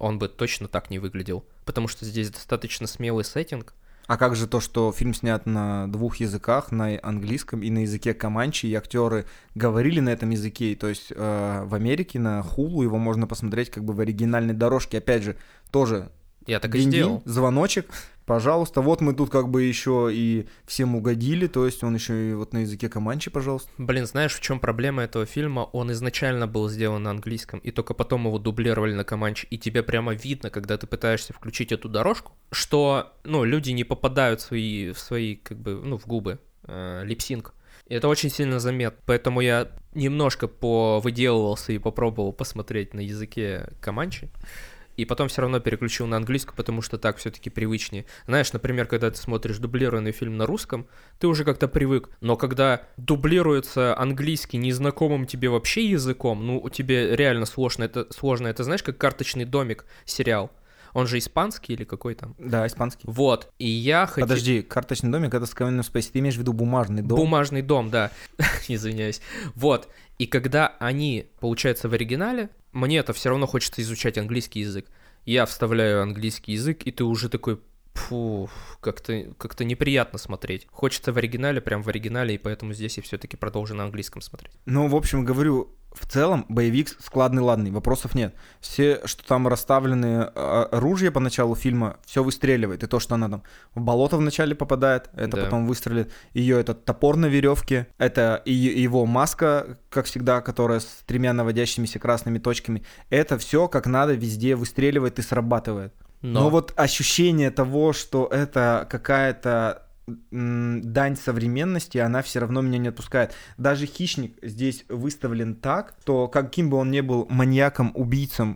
он бы точно так не выглядел, потому что здесь достаточно смелый сеттинг. А как же то, что фильм снят на 2 языках, на английском и на языке команчи, и актеры говорили на этом языке, то есть в Америке на Hulu его можно посмотреть как бы в оригинальной дорожке, опять же, тоже Я так и сделал. звоночек, пожалуйста, вот мы тут как бы еще и всем угодили, то есть он еще и вот на языке команчи, пожалуйста. Блин, знаешь, в чем проблема этого фильма? Он изначально был сделан на английском, и только потом его дублировали на команчи, и тебе прямо видно, когда ты пытаешься включить эту дорожку, что, ну, люди не попадают в свои как бы, ну, в губы, липсинг. И это очень сильно заметно, поэтому я немножко повыделывался и попробовал посмотреть на языке команчи. И потом все равно переключил на английский, потому что так все-таки привычнее. Знаешь, например, когда ты смотришь дублированный фильм на русском, ты уже как-то привык. Но когда дублируется английский незнакомым тебе вообще языком, ну, тебе реально сложно. Это знаешь, как «Карточный домик» сериал. Он же испанский или какой там? Да, испанский. Вот, и я хотел... Подожди, «Карточный домик» — это с Кевином Спейси, ты имеешь в виду «Бумажный дом»? «Бумажный дом», да, извиняюсь. Вот, и когда они, получается, в оригинале, мне это все равно хочется изучать английский язык. Я вставляю английский язык, и ты уже такой, фу, как-то неприятно смотреть. Хочется в оригинале, прям в оригинале, и поэтому здесь я все-таки продолжу на английском смотреть. Ну, в общем, говорю, в целом боевик складный, ладный, вопросов нет. Все, что там расставлены оружие по началу фильма, все выстреливает. И то, что она там в болото вначале попадает, это Да. потом выстрелит. Ее этот топор на веревке, это и его маска, как всегда, которая с 3 наводящимися красными точками. Это все как надо везде выстреливает и срабатывает. Но вот ощущение того, что это какая-то дань современности, она все равно меня не отпускает. Даже «Хищник» здесь выставлен так, что каким бы он ни был маньяком, убийцем,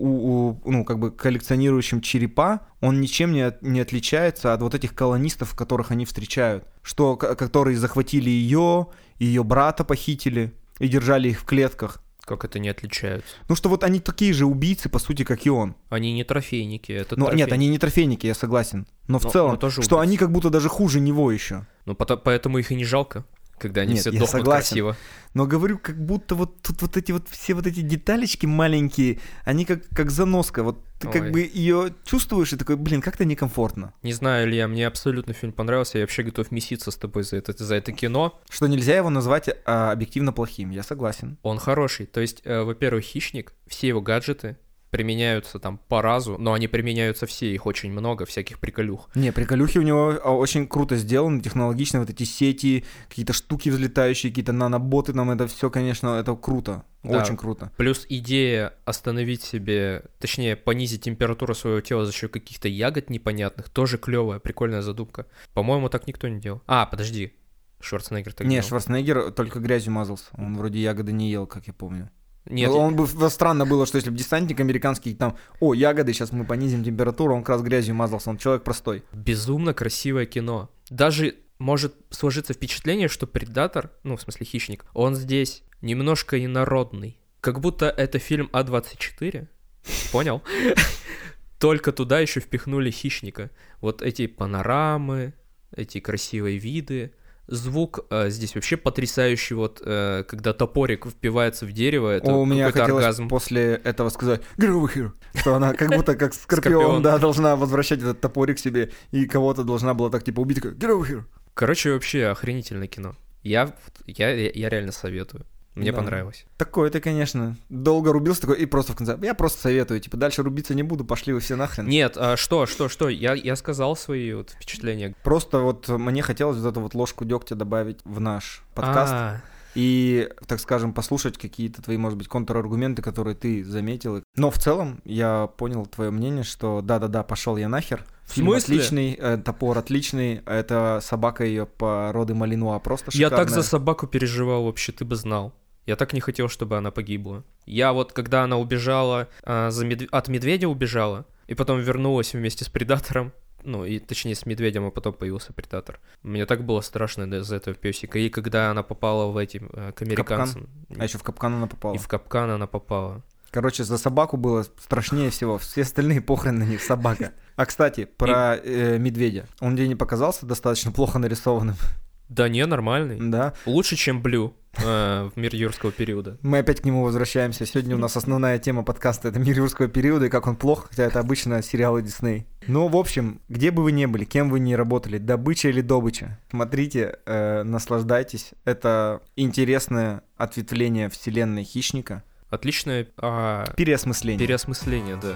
ну, как бы коллекционирующим черепа, он ничем не отличается от вот этих колонистов, которых они встречают, которые захватили ее брата похитили и держали их в клетках. Как это не отличаются? Ну, что вот они такие же убийцы, по сути, как и он. Они не трофейники, это Ну, трофейники. нет, они не трофейники, я согласен. Но в Но целом, тоже что убийцы. они как будто даже хуже него еще. Ну, поэтому их и не жалко, когда они Нет, все я дохнут согласен. красиво. Но говорю, как будто вот тут вот эти вот все вот эти деталечки маленькие, они как заноска. Вот ты Ой. как бы ее чувствуешь и такой, блин, как-то некомфортно. Не знаю, Илья, мне абсолютно фильм понравился, я вообще готов меситься с тобой за это кино. Что нельзя его назвать объективно плохим, я согласен. Он хороший, то есть, во-первых, «Хищник», все его гаджеты применяются там по разу, но они применяются все, их очень много, всяких приколюх. Не, приколюхи у него очень круто сделаны, технологично, вот эти сети, какие-то штуки взлетающие, какие-то наноботы, нам это все, конечно, это круто, Да. очень круто. Плюс идея остановить себе, точнее, понизить температуру своего тела за счет каких-то ягод непонятных, тоже клевая, прикольная задумка. По-моему, так никто не делал. А, подожди, Шварценеггер так Не, делал. Шварценеггер только грязью мазался, он вроде ягоды не ел, как я помню. Нет, Он бы странно было, что если бы десантник американский там, ягоды, сейчас мы понизим температуру, он как раз грязью мазался, он человек простой. безумно красивое кино. Даже может сложиться впечатление, что «Предатор», ну, в смысле «Хищник», он здесь немножко инородный. Как будто это фильм А24, понял? Только туда еще впихнули «Хищника». Вот эти панорамы, эти красивые виды. Звук здесь вообще потрясающий, вот когда топорик впивается в дерево, это У меня какой-то хотелось оргазм. после этого сказать «Get over here», что она как будто как Скорпион. скорпион, да, должна возвращать этот топорик себе, и кого-то должна была так типа убить, такой «Get over here». Короче, вообще охренительное кино. Я реально советую. Мне Да. понравилось. Такое ты, конечно, долго рубился такой, и просто в конце, я просто советую, типа, дальше рубиться не буду, пошли вы все нахрен. Нет, что? Я сказал свои вот впечатления. Просто вот мне хотелось вот эту вот ложку дегтя добавить в наш подкаст. А, И, так скажем, послушать какие-то твои, может быть, контраргументы, которые ты заметил. Но в целом я понял твое мнение, что да-да-да, пошел я нахер. В Фильм смысле? отличный, топор отличный, это собака ее породы Малинуа просто Я шикарная. так за собаку переживал вообще, ты бы знал. Я так не хотел, чтобы она погибла. Я вот, когда она убежала, от медведя убежала, и потом вернулась вместе с предатором, ну, и точнее с медведем, а потом появился предатор. Мне так было страшно из-за этого песика. И когда она попала в эти, к американцам. А еще в капкан она попала. И в капкан она попала. Короче, за собаку было страшнее всего. Все остальные похрен на них, собака. А, кстати, про медведя. Он тебе не показался достаточно плохо нарисованным? Да не, нормальный. Да. Лучше, чем Блю в мир юрского периода. Мы опять к нему возвращаемся. Сегодня у нас основная тема подкаста — это мир юрского периода и как он плох, хотя это обычно сериалы Дисней. Ну, в общем, где бы вы ни были, кем вы ни работали, добыча или добыча, смотрите, наслаждайтесь. Это интересное ответвление вселенной Хищника. Отличное Переосмысление. Переосмысление, да.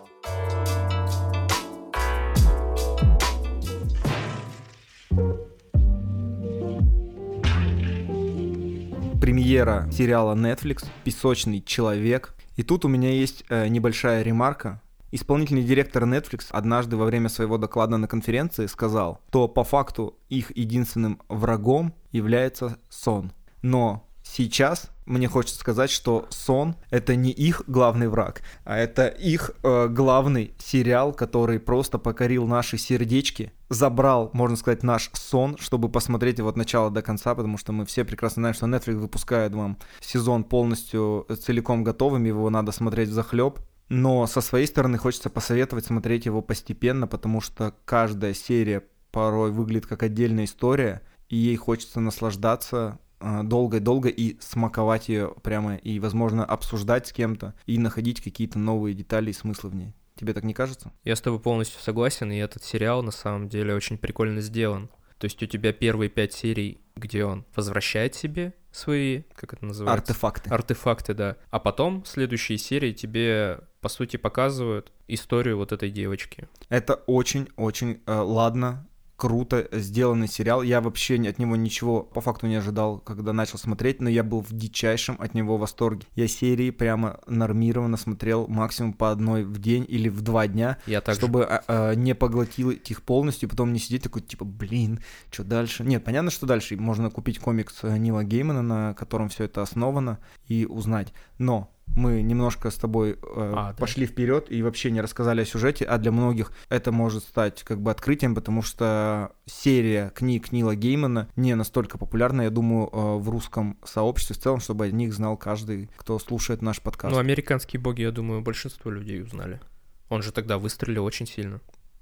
Премьера сериала Netflix «Песочный человек». И тут у меня есть небольшая ремарка. Исполнительный директор Netflix однажды во время своего доклада на конференции сказал, что по факту их единственным врагом является сон. Но сейчас мне хочется сказать, что сон — это не их главный враг, а это их главный сериал, который просто покорил наши сердечки, забрал, можно сказать, наш сон, чтобы посмотреть его от начала до конца, потому что мы все прекрасно знаем, что Netflix выпускает вам сезон полностью целиком готовым, его надо смотреть взахлеб. Но со своей стороны хочется посоветовать смотреть его постепенно, потому что каждая серия порой выглядит как отдельная история, и ей хочется наслаждаться долго-долго и смаковать ее прямо, и, возможно, обсуждать с кем-то, и находить какие-то новые детали и смыслы в ней. Тебе так не кажется? Я с тобой полностью согласен, и этот сериал на самом деле очень прикольно сделан. То есть у тебя первые 5 серий, где он возвращает себе свои, как это называется? Артефакты, да. А потом следующие серии тебе, по сути, показывают историю вот этой девочки. Это очень-очень ладно, круто сделанный сериал. Я вообще от него ничего по факту не ожидал, когда начал смотреть, но я был в дичайшем от него восторге. Я серии прямо нормированно смотрел максимум по одной в день или в 2 дня, чтобы не поглотил их полностью, и потом не сидеть такой, типа, блин, что дальше? Нет, понятно, что дальше. Можно купить комикс Нила Геймана, на котором все это основано, и узнать. Но мы немножко с тобой пошли вперед и вообще не рассказали о сюжете, а для многих это может стать как бы открытием, потому что серия книг Нила Геймана не настолько популярна, я думаю, в русском сообществе в целом, чтобы о них знал каждый, кто слушает наш подкаст. Ну, «Американские боги», я думаю, большинство людей узнали. Он же тогда выстрелил очень сильно.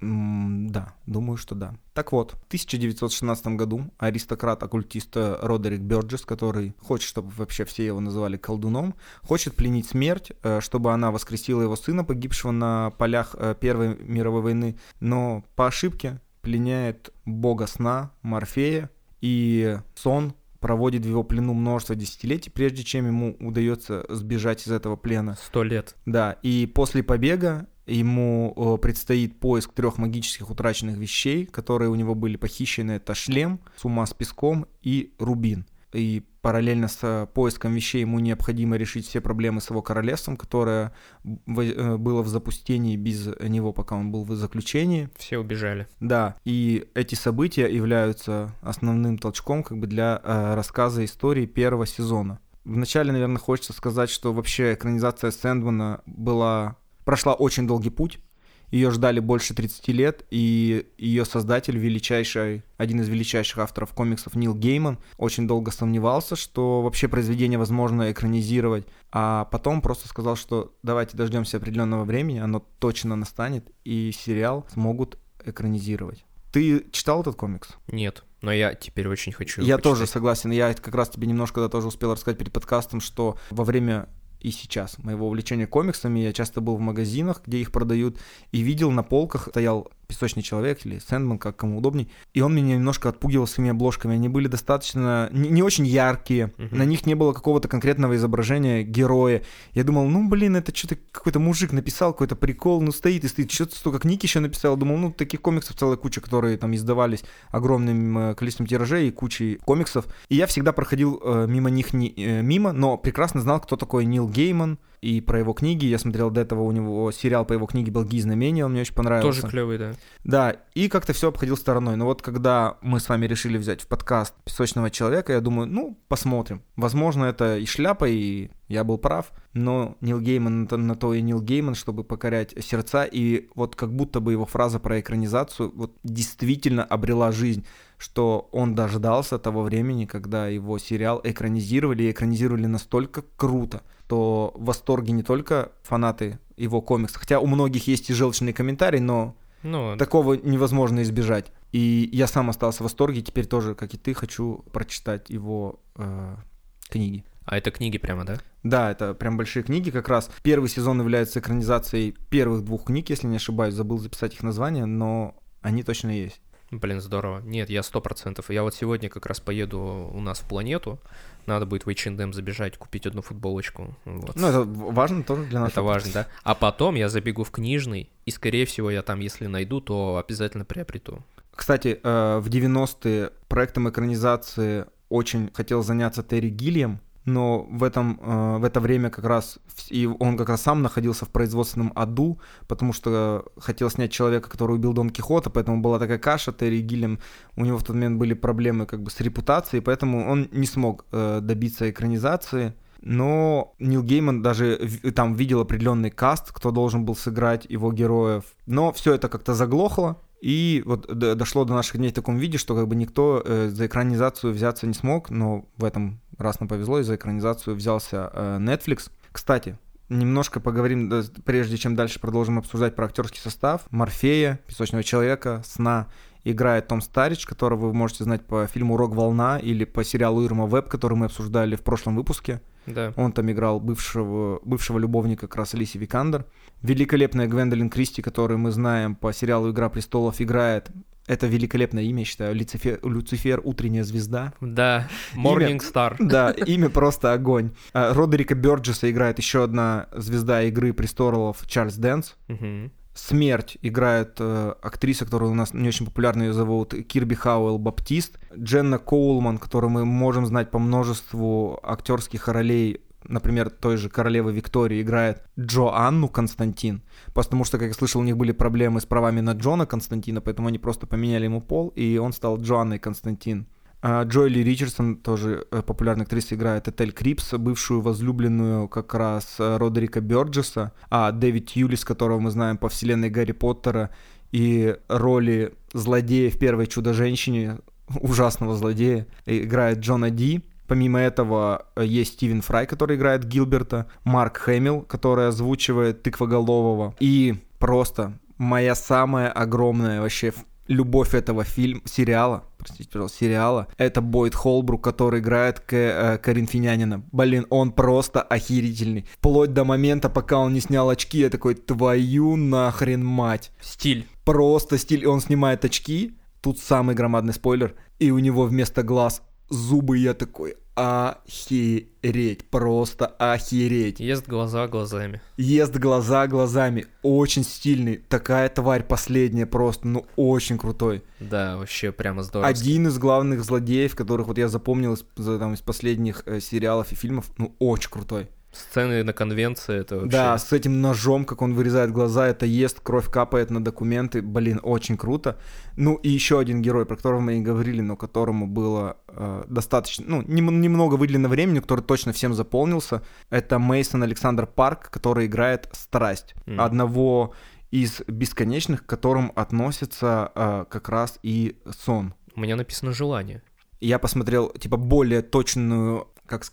Да, думаю, что да. Так вот, в 1916 году аристократ-оккультист Родерик Бёрджес, который хочет, чтобы вообще все его называли колдуном, хочет пленить смерть, чтобы она воскресила его сына, погибшего на полях Первой мировой войны, но по ошибке пленяет бога сна Морфея, и сон проводит в его плену множество десятилетий, прежде чем ему удается сбежать из этого плена. 100 лет. Да, и после побега ему предстоит поиск 3 магических утраченных вещей, которые у него были похищены. Это шлем, сума с песком и рубин. И параллельно с поиском вещей ему необходимо решить все проблемы с его королевством, которое было в запустении без него, пока он был в заключении. Все убежали. Да, и эти события являются основным толчком как бы для рассказа истории первого сезона. Вначале, наверное, хочется сказать, что вообще экранизация Сэндмана прошла очень долгий путь. Ее ждали больше 30 лет, и ее создатель, один из величайших авторов комиксов Нил Гейман, очень долго сомневался, что вообще произведение возможно экранизировать, а потом просто сказал, что давайте дождемся определенного времени, оно точно настанет, и сериал смогут экранизировать. Ты читал этот комикс? Нет, но я теперь очень хочу его почитать. Тоже согласен, я как раз тебе немножко тоже успел рассказать перед подкастом, что во время и сейчас моего увлечения комиксами я часто был в магазинах, где их продают, и видел на полках стоял «Песочный человек» или «Сэндман», как кому удобней, и он меня немножко отпугивал своими обложками. Они были достаточно не очень яркие, на них не было какого-то конкретного изображения героя. Я думал, это что-то какой-то мужик написал, какой-то прикол, стоит и стоит, что-то столько книг еще написал. Думал, таких комиксов целая куча, которые там издавались огромным количеством тиражей и кучей комиксов. И я всегда проходил мимо них но прекрасно знал, кто такой Нил Гейман, и про его книги. Я смотрел до этого, у него сериал по его книге «Благие знамения», он мне очень понравился. Тоже клевый, да. Да, и как-то все обходил стороной. Но вот когда мы с вами решили взять в подкаст «Песочного человека», я думаю, посмотрим. Возможно, это и шляпа, и я был прав, но Нил Гейман на то и Нил Гейман, чтобы покорять сердца, и вот как будто бы его фраза про экранизацию вот действительно обрела жизнь, что он дождался того времени, когда его сериал экранизировали, и экранизировали настолько круто, что в восторге не только фанаты его комиксов, хотя у многих есть и желчные комментарии, но такого невозможно избежать. И я сам остался в восторге, теперь тоже, как и ты, хочу прочитать его книги. А это книги прямо, да? Да, это прям большие книги, как раз первый сезон является экранизацией первых 2 книг, если не ошибаюсь, забыл записать их название, но они точно есть. Блин, здорово. Нет, я 100%. Я вот сегодня как раз поеду у нас в Планету, надо будет в H&M забежать, купить одну футболочку. Вот. Ну, это важно тоже для нас. Это важно, да? А потом я забегу в книжный, и, скорее всего, я там, если найду, то обязательно приобрету. Кстати, в 90-е проектом экранизации очень хотел заняться Терри Гиллиам, но в это время как раз и он как раз сам находился в производственном аду, потому что хотел снять человека, который убил Дон Кихота, поэтому была такая каша. Терри Гиллиам, у него в тот момент были проблемы как бы с репутацией, поэтому он не смог добиться экранизации. Но Нил Гейман даже там видел определенный каст, кто должен был сыграть его героев, но все это как-то заглохло. И вот дошло до наших дней в таком виде, что как бы никто за экранизацию взяться не смог, но в этом раз нам повезло, и за экранизацию взялся Netflix. Кстати, немножко поговорим, прежде чем дальше продолжим обсуждать про актерский состав. Морфея, Песочного человека, Сна играет Том Старридж, которого вы можете знать по фильму «Рок-волна» или по сериалу «Ирма Веб», который мы обсуждали в прошлом выпуске. Да. Он там играл бывшего любовника как раз Алисии Викандер. Великолепная Гвендолин Кристи, которую мы знаем по сериалу «Игра престолов», играет... Это великолепное имя, я считаю. Люцифер, утренняя звезда. Да, Morning Star. Да, имя просто огонь. Родерика Бёрджеса играет еще одна звезда «Игры престолов» Чарльз Дэнс. Угу. Смерть играет актриса, которая у нас не очень популярна, ее зовут Кирби Хауэлл Баптист. Дженна Коулман, которую мы можем знать по множеству актерских ролей, например, той же королевы Виктории, играет Джоанну Константин, потому что, как я слышал, у них были проблемы с правами на Джона Константина, поэтому они просто поменяли ему пол, и он стал Джоанной Константин. Джоэли Ричардсон, тоже популярная актриса, играет Этель Крипс, бывшую возлюбленную как раз Родерика Бёрджеса, а Дэвид Тьюлис, которого мы знаем по вселенной Гарри Поттера и роли злодея в «Первой Чудо-женщине», ужасного злодея, играет Джона Ди. Помимо этого есть Стивен Фрай, который играет Гилберта, Марк Хэмилл, который озвучивает Тыквоголового, и просто моя самая огромная вообще любовь этого сериала, это Бойд Холбрук, который играет Коринфянина. Блин, он просто охерительный. Вплоть до момента, пока он не снял очки, я такой, твою нахрен мать. Стиль. Просто стиль. Он снимает очки, тут самый громадный спойлер, и у него вместо глаз зубы, я такой, охереть, просто охереть. Ест глаза глазами. Ест глаза глазами, очень стильный, такая тварь последняя просто, ну очень крутой. Да, вообще прямо здорово. Один из главных злодеев, которых вот я запомнил из последних сериалов и фильмов, ну очень крутой. Сцены на конвенции, это вообще... Да, с этим ножом, как он вырезает глаза, это ест, кровь капает на документы, блин, очень круто. Ну и еще один герой, про которого мы и говорили, но которому было достаточно, ну, немного выделено времени, который точно всем заполнился, это Мейсон Александр Парк, который играет Страсть, одного из бесконечных, к которым относится как раз и Сон. У меня написано «Желание». Я посмотрел, типа, более точный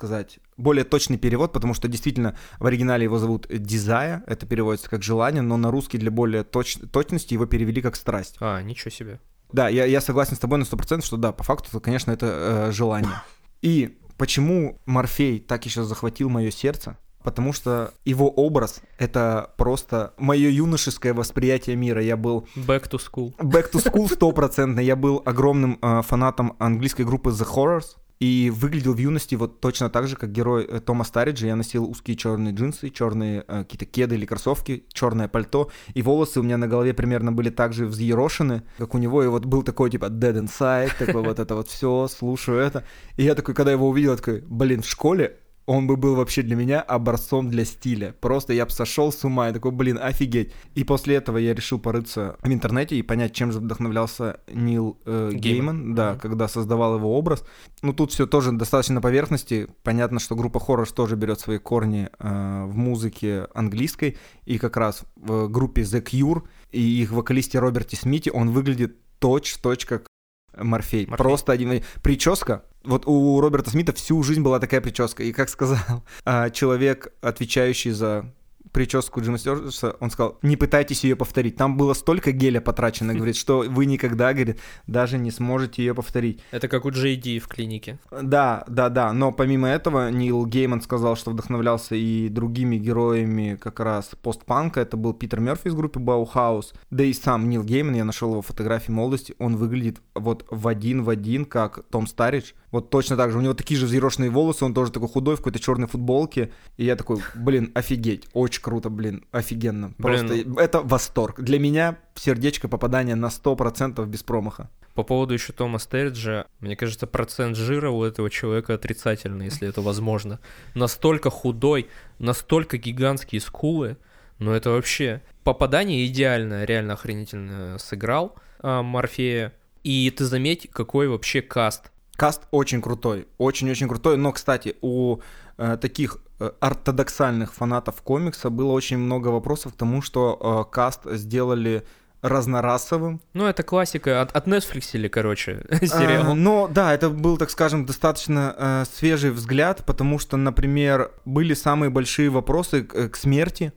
перевод, потому что действительно в оригинале его зовут Desire, это переводится как «желание», но на русский для более точности его перевели как «страсть». Ничего себе. Да, я согласен с тобой на 100%, что да, по факту, конечно, это желание. И почему Морфей так еще захватил мое сердце? Потому что его образ — это просто мое юношеское восприятие мира. Я был... Back to school. 100%. Я был огромным фанатом английской группы The Horrors. И выглядел в юности вот точно так же, как герой Тома Старриджа. Я носил узкие черные джинсы, черные какие-то кеды или кроссовки, черное пальто. И волосы у меня на голове примерно были так же взъерошены, как у него. И вот был такой типа Dead Inside, такой вот это вот все, слушаю это. И я такой, когда его увидел, такой, блин, в школе он бы был вообще для меня образцом для стиля. Просто я бы сошел с ума, я такой, блин, офигеть. И после этого я решил порыться в интернете и понять, чем же вдохновлялся Нил Гейман, да, когда создавал его образ. Ну, тут все тоже достаточно на поверхности. Понятно, что группа Horrors тоже берет свои корни в музыке английской. И как раз в группе The Cure и их вокалисте Роберте Смите он выглядит точь-в-точь как Морфей. Просто один... Прическа. Вот у Роберта Смита всю жизнь была такая прическа. И как сказал человек, отвечающий за прическу Джима Стюарта, он сказал, не пытайтесь ее повторить. Там было столько геля потрачено, говорит, что вы никогда, говорит, даже не сможете ее повторить. Это как у Джей Ди в клинике. Да, но помимо этого Нил Гейман сказал, что вдохновлялся и другими героями как раз постпанка. Это был Питер Мерфи из группы Баухаус. Да и сам Нил Гейман, я нашел его фотографии молодости, он выглядит вот в один, как Том Старридж. Вот точно так же. У него такие же взъерошенные волосы, он тоже такой худой, в какой-то черной футболке. И я такой, блин, офигеть, очень круто, блин, офигенно. Просто это восторг. Для меня сердечко попадание на 100% без промаха. По поводу еще Тома Стерриджа, мне кажется, процент жира у этого человека отрицательный, если это возможно. Настолько худой, настолько гигантские скулы, но это вообще... Попадание идеальное, реально охренительно сыграл Морфея. И ты заметь, какой вообще каст. Каст очень крутой, очень-очень крутой, но, кстати, у таких ортодоксальных фанатов комикса было очень много вопросов к тому, что каст сделали разнорасовым. Ну, это классика от Netflix или, короче, сериал. Но, да, это был, так скажем, достаточно свежий взгляд, потому что, например, были самые большие вопросы к смерти,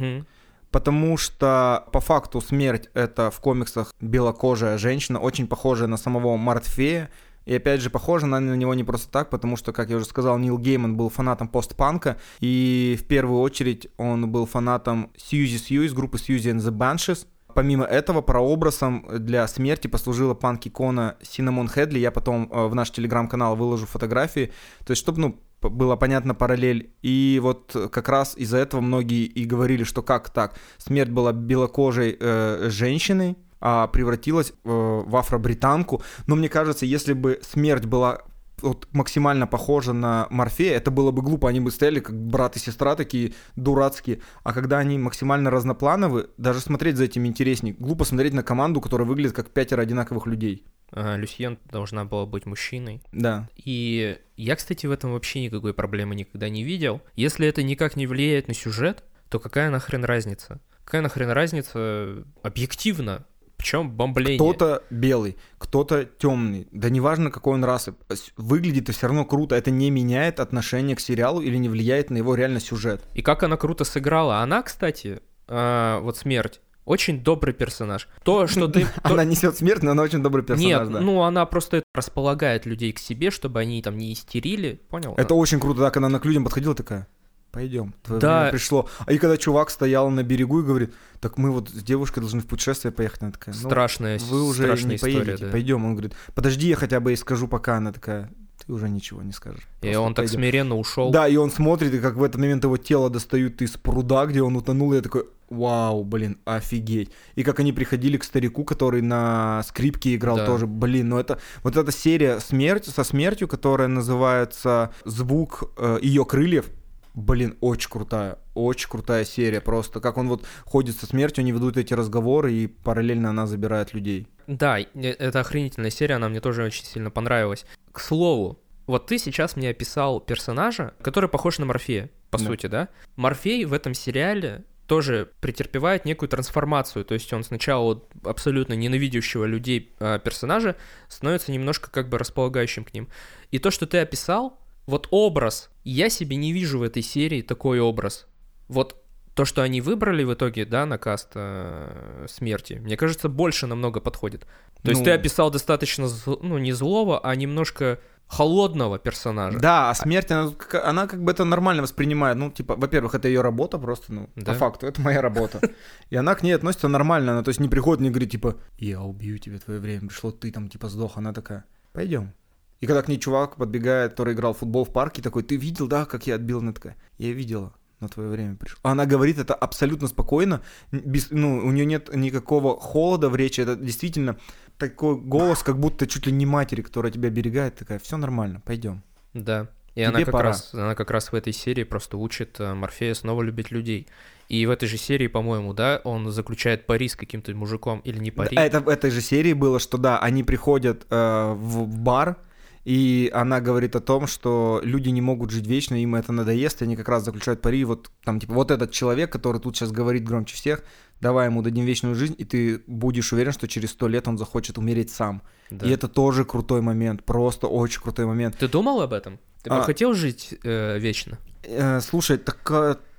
потому что, по факту, смерть — это в комиксах белокожая женщина, очень похожая на самого Морфея. И опять же, похожа она на него не просто так, потому что, как я уже сказал, Нил Гейман был фанатом постпанка, и в первую очередь он был фанатом Сьюзи Сью из группы Сьюзи and the Banshees. Помимо этого, прообразом для смерти послужила панк-икона Синнамон Хедли. Я потом в наш телеграм-канал выложу фотографии, то есть, чтобы, была понятна параллель. И вот как раз из-за этого многие и говорили, что как так, смерть была белокожей женщиной, а превратилась в афро-британку. Но мне кажется, если бы смерть была вот максимально похожа на Морфея, это было бы глупо, они бы стояли как брат и сестра такие дурацкие, а когда они максимально разноплановы, даже смотреть за этим интереснее. Глупо смотреть на команду, которая выглядит как 5 одинаковых людей. Люсьен должна была быть мужчиной. Да. И я, кстати, в этом вообще никакой проблемы никогда не видел. Если это никак не влияет на сюжет, то какая нахрен разница? Какая нахрен разница объективно? Причем бомбление. Кто-то белый, кто-то темный. Да неважно, какой он расы. Выглядит все равно круто. Это не меняет отношение к сериалу или не влияет на его реально сюжет. И как она круто сыграла. Она, кстати, вот смерть, очень добрый персонаж. То, что ты... Она несет смерть, но она очень добрый персонаж. Нет, ну она просто располагает людей к себе, чтобы они там не истерили. Понял? Это очень круто, да, когда она к людям подходила такая... Пойдем, твое время пришло. А и когда чувак стоял на берегу и говорит, так мы вот с девушкой должны в путешествие поехать, она такая, страшная вы уже страшная не поедете, история, да. Пойдем. Он говорит, подожди, я хотя бы и скажу пока. Она такая, ты уже ничего не скажешь. И он так смиренно ушел. Да, и он смотрит, и как в этот момент его тело достают из пруда, где он утонул, и я такой, вау, блин, офигеть. И как они приходили к старику, который на скрипке играл тоже, блин, ну это, вот эта серия со смертью, которая называется «Звук ее крыльев», блин, очень крутая серия, просто как он вот ходит со смертью, они ведут эти разговоры, и параллельно она забирает людей. Да, это охренительная серия, она мне тоже очень сильно понравилась. К слову, вот ты сейчас мне описал персонажа, который похож на Морфея, по сути, да? Морфей в этом сериале тоже претерпевает некую трансформацию, то есть он сначала вот абсолютно ненавидящего людей персонажа становится немножко как бы располагающим к ним. И то, что ты описал, вот образ, я себе не вижу в этой серии такой образ. Вот то, что они выбрали в итоге, да, на каст смерти, мне кажется, больше намного подходит. То есть ты описал достаточно, не злого, а немножко холодного персонажа. Да, а смерть, она как бы это нормально воспринимает. Ну, типа, во-первых, это ее работа просто, по факту, это моя работа. И она к ней относится нормально, она, то есть не приходит, не говорит, типа, я убью тебя, твое время пришло, ты там, типа, сдох. Она такая, пойдем. И когда к ней чувак подбегает, который играл в футбол в парке, такой, ты видел, да, как я отбил? Она такая, я видела, но твое время пришло. Она говорит это абсолютно спокойно, у нее нет никакого холода в речи, это действительно такой голос, как будто чуть ли не матери, которая тебя оберегает, такая, все нормально, пойдем. Да, и она как раз в этой серии просто учит Морфея снова любить людей. И в этой же серии, по-моему, да, он заключает пари с каким-то мужиком, или не пари? Это в этой же серии было, что да, они приходят в бар, и она говорит о том, что люди не могут жить вечно, им это надоест, и они как раз заключают пари, вот там типа вот этот человек, который тут сейчас говорит громче всех, давай ему дадим вечную жизнь, и ты будешь уверен, что через 100 лет он захочет умереть сам. Да. И это тоже крутой момент, просто очень крутой момент. Ты думал об этом? Ты бы хотел жить вечно? Слушай, так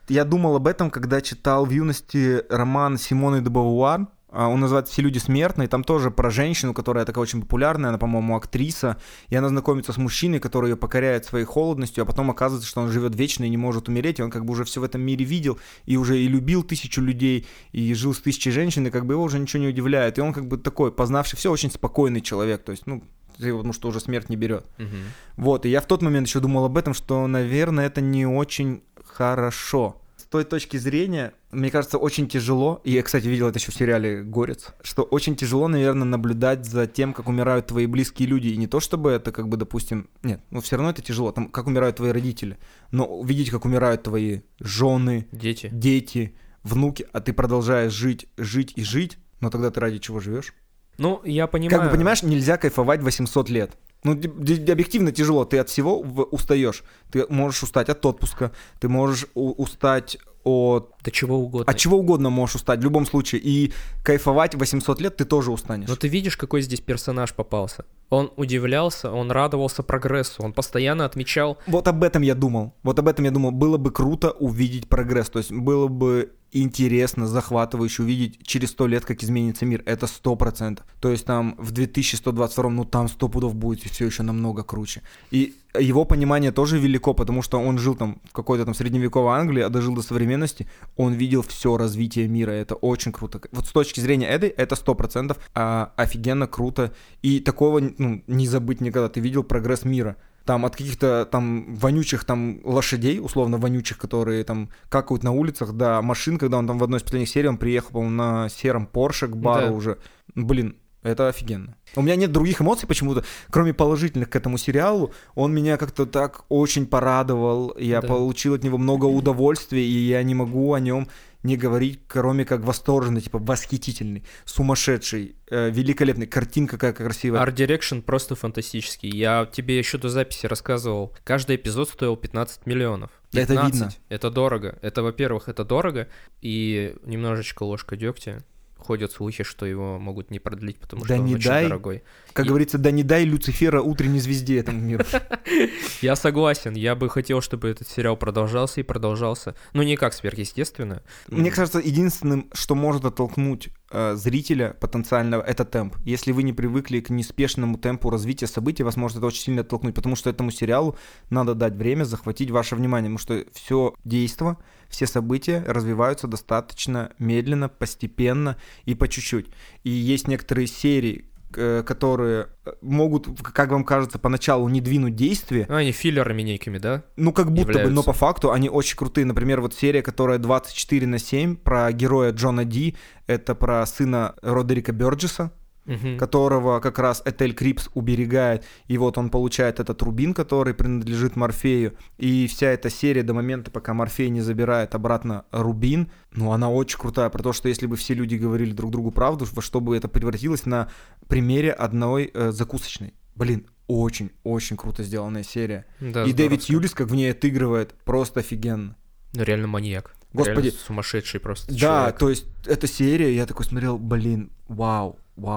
Я думал об этом, когда читал в юности роман Симоны де Бовуар. Он называется «Все люди смертные». Там тоже про женщину, которая такая очень популярная, она, по-моему, актриса. И она знакомится с мужчиной, который ее покоряет своей холодностью, а потом оказывается, что он живет вечно и не может умереть. И он как бы уже все в этом мире видел, и уже и любил 1000 людей, и жил с 1000 женщин, и как бы его уже ничего не удивляет. И он как бы такой, познавший все, очень спокойный человек. То есть, потому что уже смерть не берет. Вот, и я в тот момент еще думал об этом, что, наверное, это не очень хорошо. С той точки зрения, мне кажется, очень тяжело, и я, кстати, видел это еще в сериале «Горец», что очень тяжело, наверное, наблюдать за тем, как умирают твои близкие люди, и не то чтобы это, как бы, допустим, нет, все равно это тяжело, там, как умирают твои родители, но видеть, как умирают твои жены, дети, внуки, а ты продолжаешь жить и жить, но тогда ты ради чего живешь? Ну, я понимаю. Как бы, понимаешь, нельзя кайфовать 800 лет. Объективно тяжело, ты от всего устаешь. Ты можешь устать от отпуска, ты можешь устать от... Да чего угодно. От чего угодно можешь устать в любом случае. И кайфовать 800 лет ты тоже устанешь. Но ты видишь, какой здесь персонаж попался. Он удивлялся, он радовался прогрессу, он постоянно отмечал... Вот об этом я думал. Было бы круто увидеть прогресс. То есть было бы интересно, захватывающе увидеть через 100 лет, как изменится мир. Это 100%. То есть там в 2122, там 100 пудов будет все еще намного круче. И его понимание тоже велико, потому что он жил там в какой-то там средневековой Англии, а дожил до современности. Он видел все развитие мира. Это очень круто. Вот с точки зрения этой, это 100% офигенно круто. И такого не забыть никогда. Ты видел прогресс мира. Там от каких-то там вонючих там лошадей, условно вонючих, которые там какают на улицах, до машин, когда он там в одной из последних серий, он приехал, по-моему, на сером Порше к бару уже. Блин, это офигенно. У меня нет других эмоций почему-то, кроме положительных к этому сериалу. Он меня как-то так очень порадовал, я получил от него много удовольствия, и я не могу о нем не говорить, кроме как восторженный, типа восхитительный, сумасшедший, великолепный, картинка какая красивая. Art Direction просто фантастический. Я тебе еще до записи рассказывал, каждый эпизод стоил 15 миллионов. 15. Это видно. Это дорого. Это, во-первых, это дорого, и немножечко ложка дегтя. Ходят слухи, что его могут не продлить, потому что он очень дорогой. Как говорится, да не дай Люцифера утренней звезде этому миру. Я согласен, я бы хотел, чтобы этот сериал продолжался и продолжался. Ну, не как сверхъестественно. Мне кажется, единственным, что может оттолкнуть зрителя потенциального, это темп. Если вы не привыкли к неспешному темпу развития событий, вас может это очень сильно оттолкнуть, потому что этому сериалу надо дать время захватить ваше внимание, потому что все действо, все события развиваются достаточно медленно, постепенно и по чуть-чуть. И есть некоторые серии, которые могут, как вам кажется, поначалу не двинуть действие. Они филлерами некими, да? Ну, как будто являются. бы, но по факту они очень крутые. Например, вот серия, которая 24/7, про героя Джона Ди, это про сына Родерика Бёрджеса, которого как раз Этель Крипс уберегает, и вот он получает этот рубин, который принадлежит Морфею, и вся эта серия до момента, пока Морфей не забирает обратно рубин, она очень крутая, про то, что если бы все люди говорили друг другу правду, во что бы это превратилось на примере одной закусочной. Блин, очень-очень круто сделанная серия. Да, и Дэвид Тьюлис, как в ней отыгрывает, просто офигенно. Ну, реально маньяк. Господи. Реально сумасшедший просто человек. Да, то есть эта серия, я такой смотрел, блин, вау,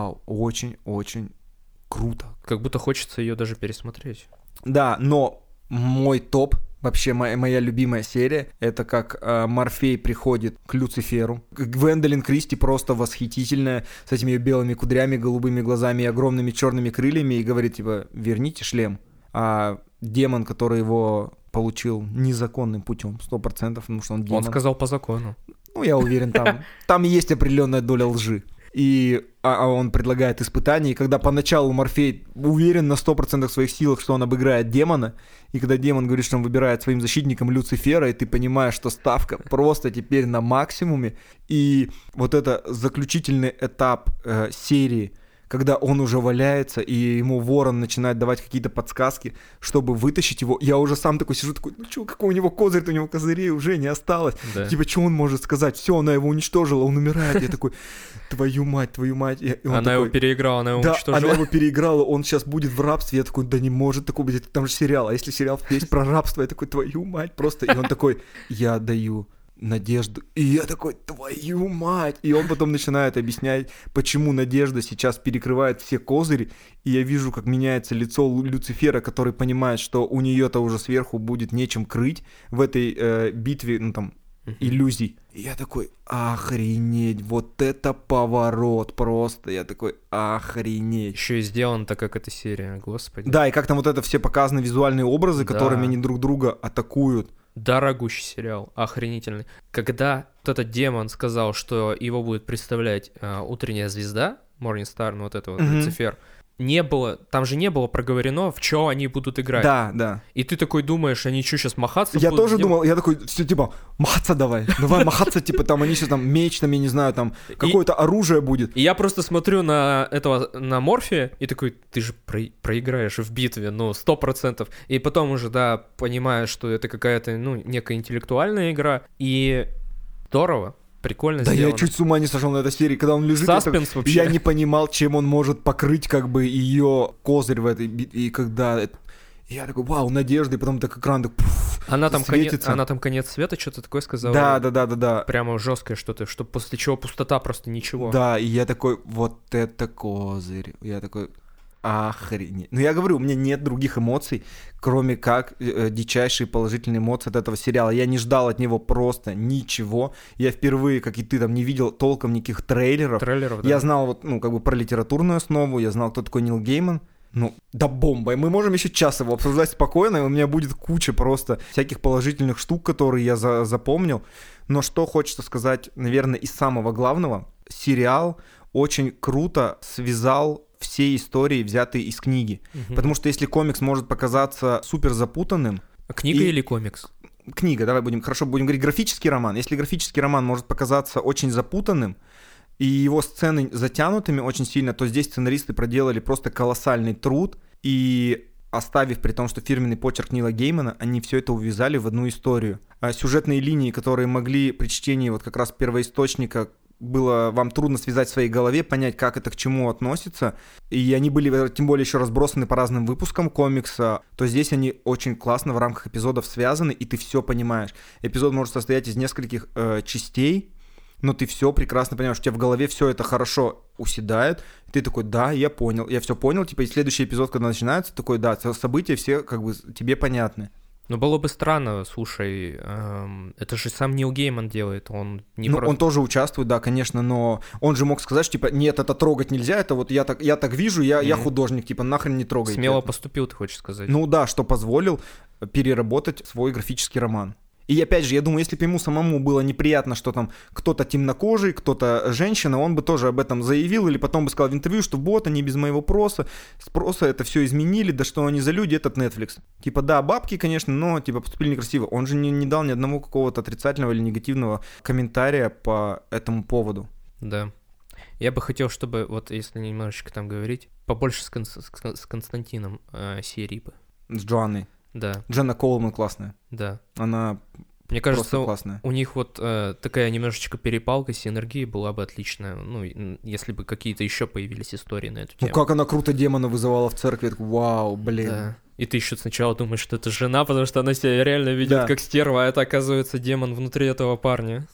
очень-очень круто. Как будто хочется ее даже пересмотреть. Да, но мой топ, вообще моя любимая серия, это как Морфей приходит к Люциферу. Гвендолин Кристи просто восхитительная, с этими ее белыми кудрями, голубыми глазами и огромными черными крыльями, и говорит, типа, верните шлем. А демон, который его получил незаконным путем, 100%, потому что он демон. Он сказал по закону. Ну, я уверен, там есть определенная доля лжи. И он предлагает испытание, и когда поначалу Морфей уверен на 100% в своих силах, что он обыграет демона, и когда демон говорит, что он выбирает своим защитником Люцифера, и ты понимаешь, что ставка просто теперь на максимуме, и вот это заключительный этап серии, когда он уже валяется, и ему ворон начинает давать какие-то подсказки, чтобы вытащить его. Я уже сам такой сижу, такой, ну что, какой у него козырь, у него козырей уже не осталось. Да. Типа, что он может сказать? Все, она его уничтожила, он умирает. Я такой, твою мать. Она его переиграла, она его уничтожила. Да, она его переиграла, он сейчас будет в рабстве. Я такой, да не может такого быть, там же сериал. А если сериал есть про рабство, я такой, твою мать, просто. И он такой, я даю надежду. И я такой, твою мать! И он потом начинает объяснять, почему надежда сейчас перекрывает все козыри. И я вижу, как меняется лицо Люцифера, который понимает, что у нее-то уже сверху будет нечем крыть в этой битве, иллюзий. И я такой, охренеть, вот это поворот просто. Я такой, охренеть. Еще и сделано так, как эта серия, господи. Да, и как там вот это все показаны визуальные образы, которыми они друг друга атакуют. Дорогущий сериал, охренительный. Когда вот этот демон сказал, что его будет представлять утренняя звезда, Morning Star, ну вот это вот, Люцифер, там же не было проговорено, в что они будут играть. Да. И ты такой думаешь, они что, сейчас махаться Я будут? тоже думал, я такой, все, типа, махаться давай махаться, типа, там, они сейчас там меч, там, я не знаю, там, какое-то оружие будет. И я просто смотрю на Морфия, и такой, ты же проиграешь в битве, 100%. И потом уже, понимаешь, что это какая-то, некая интеллектуальная игра, и здорово. Прикольно сделано. Да, я чуть с ума не сошел на этой серии, когда он лежит. Саспенс вообще. Я не понимал, чем он может покрыть, как бы, ее козырь в этой битве. И когда... Я такой, вау, надежда, и потом так экран так она там конец света, что-то такое сказала. Да. Прямо жесткое что-то, что после чего пустота, просто ничего. Да, и я такой, вот это козырь. Я такой... Охренеть. Ну, я говорю, у меня нет других эмоций, кроме как дичайшие положительные эмоции от этого сериала. Я не ждал от него просто ничего. Я впервые, как и ты, там не видел толком никаких трейлеров. Да. Я знал вот, как бы про литературную основу, я знал, кто такой Нил Гейман. Да бомба. И мы можем еще час его обсуждать спокойно, и у меня будет куча просто всяких положительных штук, которые я запомнил. Но что хочется сказать, наверное, из самого главного. Сериал очень круто связал все истории, взятые из книги. Потому что если комикс может показаться супер запутанным... Книга или комикс? Книга, давай будем говорить графический роман. Если графический роман может показаться очень запутанным, и его сцены затянутыми очень сильно, то здесь сценаристы проделали просто колоссальный труд, и оставив при том, что фирменный почерк Нила Геймана, они все это увязали в одну историю. А сюжетные линии, которые могли при чтении вот как раз первоисточника было вам трудно связать в своей голове, понять, как это к чему относится, и они были, тем более, еще разбросаны по разным выпускам комикса, то здесь они очень классно в рамках эпизодов связаны, и ты все понимаешь. Эпизод может состоять из нескольких частей, но ты все прекрасно понимаешь, у тебя в голове все это хорошо уседает, и ты такой, да, я понял, я все понял, типа, и следующий эпизод, когда начинается, такой, да, события все как бы тебе понятны. Ну, было бы странно, слушай, это же сам Нил Гейман делает, он не просто... Он тоже участвует, да, конечно, но он же мог сказать, что, типа, нет, это трогать нельзя, это вот я так вижу, я художник, типа, нахрен не трогайте. Смело это. Поступил, ты хочешь сказать? Ну да, что позволил переработать свой графический роман. И опять же, я думаю, если бы ему самому было неприятно, что там кто-то темнокожий, кто-то женщина, он бы тоже об этом заявил, или потом бы сказал в интервью, что вот они без моего спроса это все изменили, да что они за люди, этот Netflix. Типа, да, бабки, конечно, но типа поступили некрасиво. Он же не дал ни одного какого-то отрицательного или негативного комментария по этому поводу. Да. Я бы хотел, чтобы, вот если немножечко там говорить, побольше с Константином серии бы. С Джоанной. Да. Дженна Коулман классная. Да. Она мне кажется, классная. У них вот такая немножечко перепалка, синергия была бы отличная, ну, если бы какие-то еще появились истории на эту тему. Ну, как она круто демона вызывала в церкви, такой, вау, блин. Да. И ты еще сначала думаешь, что это жена, потому что она себя реально ведет как стерва, а это, оказывается, демон внутри этого парня.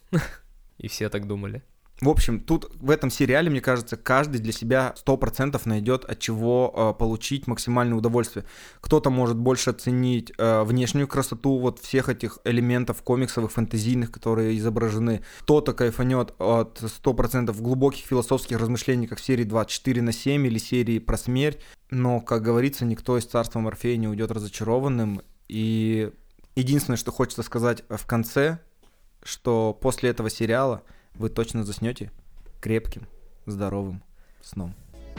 И все так думали. В общем, тут в этом сериале, мне кажется, каждый для себя 100% найдет, от чего получить максимальное удовольствие. Кто-то может больше оценить внешнюю красоту вот всех этих элементов комиксовых, фэнтезийных, которые изображены. Кто-то кайфанет от 100% глубоких философских размышлений, как в серии 24/7 или серии про смерть. Но, как говорится, никто из царства Морфея не уйдет разочарованным. И единственное, что хочется сказать в конце, что после этого сериала вы точно заснете крепким, здоровым сном.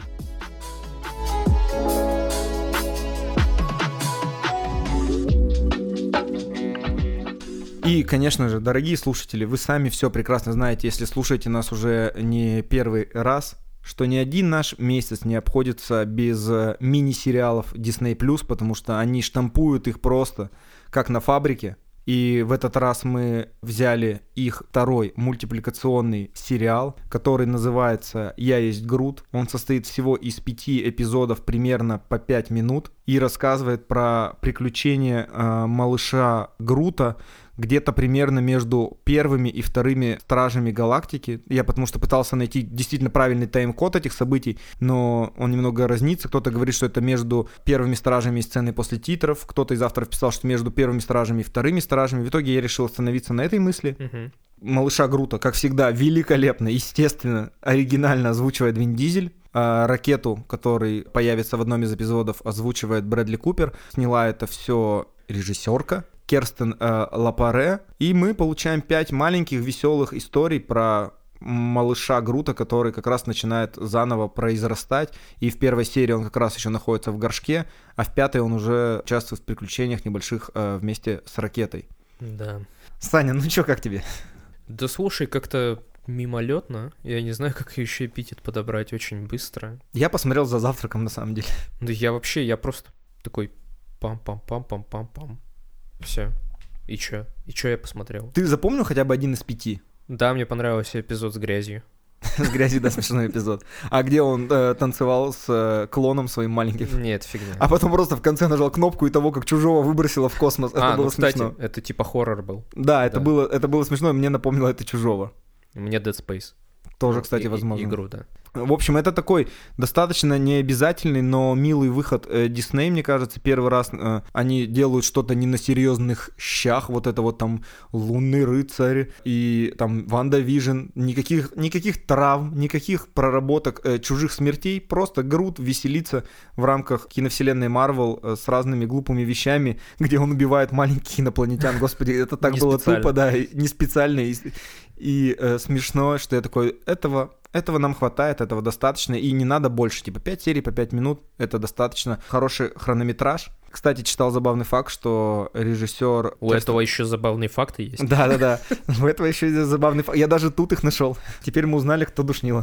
И, конечно же, дорогие слушатели, вы сами все прекрасно знаете, если слушаете нас уже не первый раз, что ни один наш месяц не обходится без мини-сериалов Disney+, потому что они штампуют их просто как на фабрике. И в этот раз мы взяли их второй мультипликационный сериал, который называется «Я есть Грут». Он состоит всего из 5 эпизодов примерно по 5 минут и рассказывает про приключения малыша Грута, где-то примерно между первыми и вторыми Стражами Галактики. Я потому что пытался найти действительно правильный тайм-код этих событий, но он немного разнится. Кто-то говорит, что это между первыми Стражами и сценой после титров, кто-то из авторов писал, что между первыми Стражами и вторыми Стражами. В итоге я решил остановиться на этой мысли. Малыша Грута, как всегда, великолепно, естественно, оригинально озвучивает Вин Дизель. Ракету, который появится в одном из эпизодов, озвучивает Брэдли Купер. Сняла это все режиссерка Керстен Лапаре. И мы получаем 5 маленьких веселых историй про малыша Грута, который как раз начинает заново произрастать. И в первой серии он как раз еще находится в горшке, а в пятой он уже участвует в приключениях небольших вместе с ракетой. Да. Саня, ну чё, как тебе? Да слушай, как-то мимолетно. Я не знаю, как еще эпитет подобрать очень быстро. Я посмотрел за завтраком, на самом деле. Да я просто такой пам-пам-пам-пам-пам-пам. Все. И чё? И чё я посмотрел? Ты запомнил хотя бы один из 5? Да, мне понравился эпизод с грязью. С грязью, да, смешной эпизод. А где он танцевал с клоном своим маленьким? Нет, фигня. А потом просто в конце нажал кнопку и того, как Чужого выбросило в космос. Это было кстати, смешно. это типа хоррор был. Да, это было смешно, мне напомнило это Чужого. Мне Dead Space. Тоже, кстати, возможно. Игру, да. В общем, это такой достаточно необязательный, но милый выход Дисней, мне кажется. Первый раз они делают что-то не на серьезных щах. Вот это вот там Лунный рыцарь и там Ванда Вижн. Никаких травм, никаких проработок чужих смертей. Просто Грут веселится в рамках киновселенной Марвел с разными глупыми вещами, где он убивает маленьких инопланетян. Господи, это так было тупо, да, не специально и смешно, что я такой, этого нам хватает, этого достаточно, и не надо больше, типа 5 серий по 5 минут, это достаточно хороший хронометраж. Кстати, читал забавный факт, что режиссер... У этого еще забавные факты есть. Да-да-да, у этого еще есть забавный факт. Я даже тут их нашел. Теперь мы узнали, кто душнила.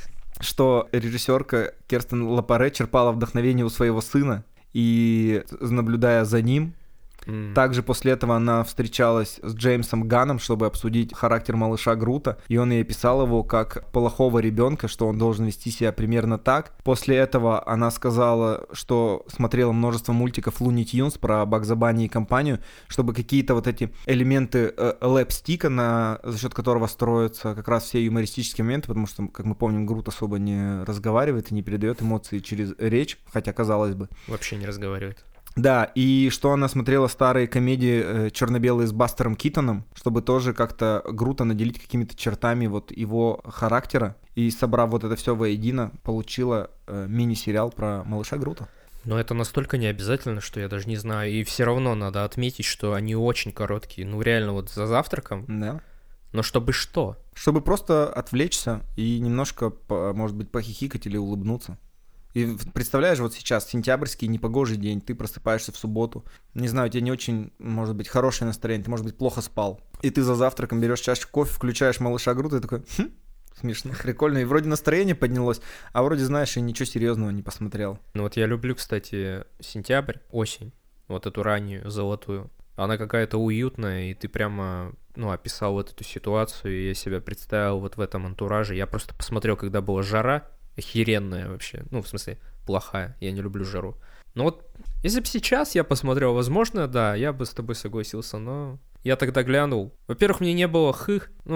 Что режиссерка Керстен Лапаре черпала вдохновение у своего сына, и, наблюдая за ним, также после этого она встречалась с Джеймсом Ганном, чтобы обсудить характер малыша Грута, и он ей описал его как плохого ребенка, что он должен вести себя примерно так. После этого она сказала, что смотрела множество мультиков Луни Тюнс про Багза Банни и компанию, чтобы какие-то вот эти элементы лэпстика, за счет которого строятся как раз все юмористические моменты, потому что, как мы помним, Грут особо не разговаривает и не передает эмоции через речь, хотя казалось бы. Вообще не разговаривает. Да, и что она смотрела старые комедии черно-белые с Бастером Китоном, чтобы тоже как-то Грута наделить какими-то чертами вот его характера, и, собрав вот это все воедино, получила мини-сериал про малыша Грута. Но это настолько не обязательно, что я даже не знаю, и все равно надо отметить, что они очень короткие, ну реально вот за завтраком. Да. Но чтобы что? Чтобы просто отвлечься и немножко, может быть, похихикать или улыбнуться. И представляешь, вот сейчас сентябрьский непогожий день, ты просыпаешься в субботу, не знаю, у тебя не очень, может быть, хорошее настроение, ты, может быть, плохо спал, и ты за завтраком берешь чашку кофе, включаешь малыша Грута и такой, смешно, прикольно, и вроде настроение поднялось, а вроде, знаешь, и ничего серьезного не посмотрел. Ну вот я люблю, кстати, сентябрь, осень, вот эту раннюю, золотую. Она какая-то уютная, и ты прямо, описал вот эту ситуацию, и я себя представил вот в этом антураже. Я просто посмотрел, когда была жара, охеренная вообще, в смысле, плохая, я не люблю жару. Но вот, если бы сейчас я посмотрел, возможно, да, я бы с тобой согласился, но я тогда глянул. Во-первых, мне не было хах, у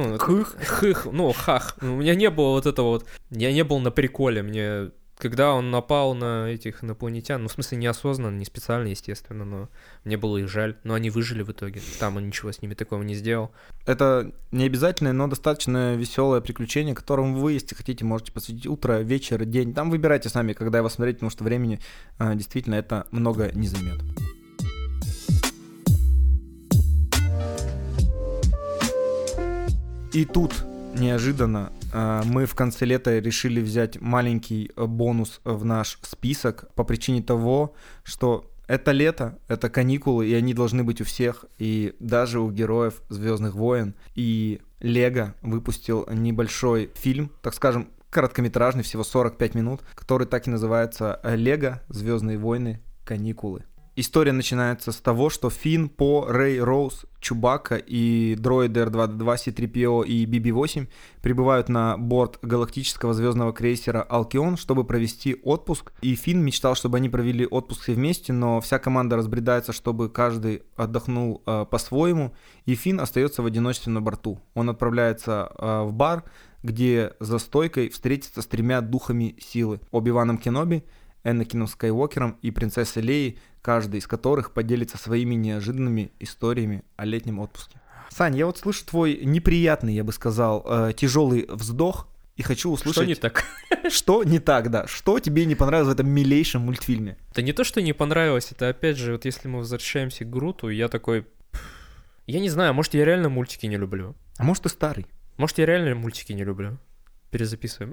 меня не было вот этого вот, я не был на приколе, мне... Когда он напал на этих инопланетян, в смысле, неосознанно, не специально, естественно, но мне было их жаль. Но они выжили в итоге, там он ничего с ними такого не сделал. Это не обязательное, но достаточно веселое приключение, которому вы, если хотите, можете посвятить утро, вечер, день. Там выбирайте сами, когда его смотреть, потому что времени действительно это много не займет. И тут неожиданно мы в конце лета решили взять маленький бонус в наш список по причине того, что это лето, это каникулы, и они должны быть у всех, и даже у героев «Звездных войн». И Лего выпустил небольшой фильм, так скажем, короткометражный, всего 45 минут, который так и называется «Лего. Звездные войны. Каникулы». История начинается с того, что Финн, По, Рэй, Роуз, Чубакка и дроиды R2-D2, C-3PO и BB-8 прибывают на борт галактического звездного крейсера Алкион, чтобы провести отпуск. И Финн мечтал, чтобы они провели отпуск все вместе, но вся команда разбредается, чтобы каждый отдохнул по-своему, и Финн остается в одиночестве на борту. Он отправляется в бар, где за стойкой встретится с 3 духами силы: Оби-Ваном Кеноби, Энакином Скайуокером и принцессой Леей, каждый из которых поделится своими неожиданными историями о летнем отпуске. Сань, я вот слышу твой неприятный, я бы сказал, тяжелый вздох, и хочу услышать... Что не так? Что не так, да. Что тебе не понравилось в этом милейшем мультфильме? Это не то, что не понравилось, это опять же, вот если мы возвращаемся к Груту, я такой... Я не знаю, может, я реально мультики не люблю. А может, ты старый? Может, я реально мультики не люблю. Перезаписываем.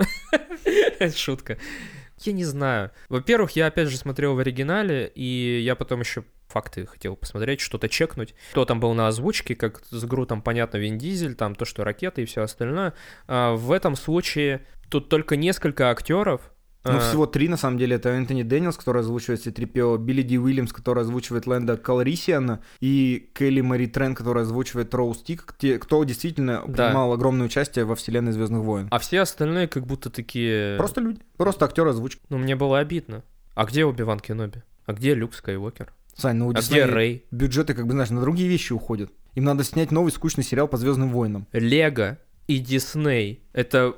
Шутка. Я не знаю. Во-первых, я опять же смотрел в оригинале, и я потом еще факты хотел посмотреть, что-то чекнуть. Кто там был на озвучке, как с Грутом, понятно, Вин Дизель, там то, что ракеты и все остальное. В этом случае тут только несколько актеров. Ну, всего 3, на самом деле. Это Энтони Дэниелс, который озвучивает C-3PO, Билли Ди Уильямс, который озвучивает Лэнда Калрисиана, и Келли Мари Трен, которая озвучивает Роуз Тик, кто действительно принимал огромное участие во вселенной «Звездных войн». А все остальные как будто такие... Просто люди. Просто актеры озвучки. Ну, мне было обидно. А где Оби-Ван Кеноби? А где Люк Скайуокер? Сань, ну у Диснея где Рэй? Бюджеты, как бы, знаешь, на другие вещи уходят. Им надо снять новый скучный сериал по «Звездным войнам». Лего и Дисней — это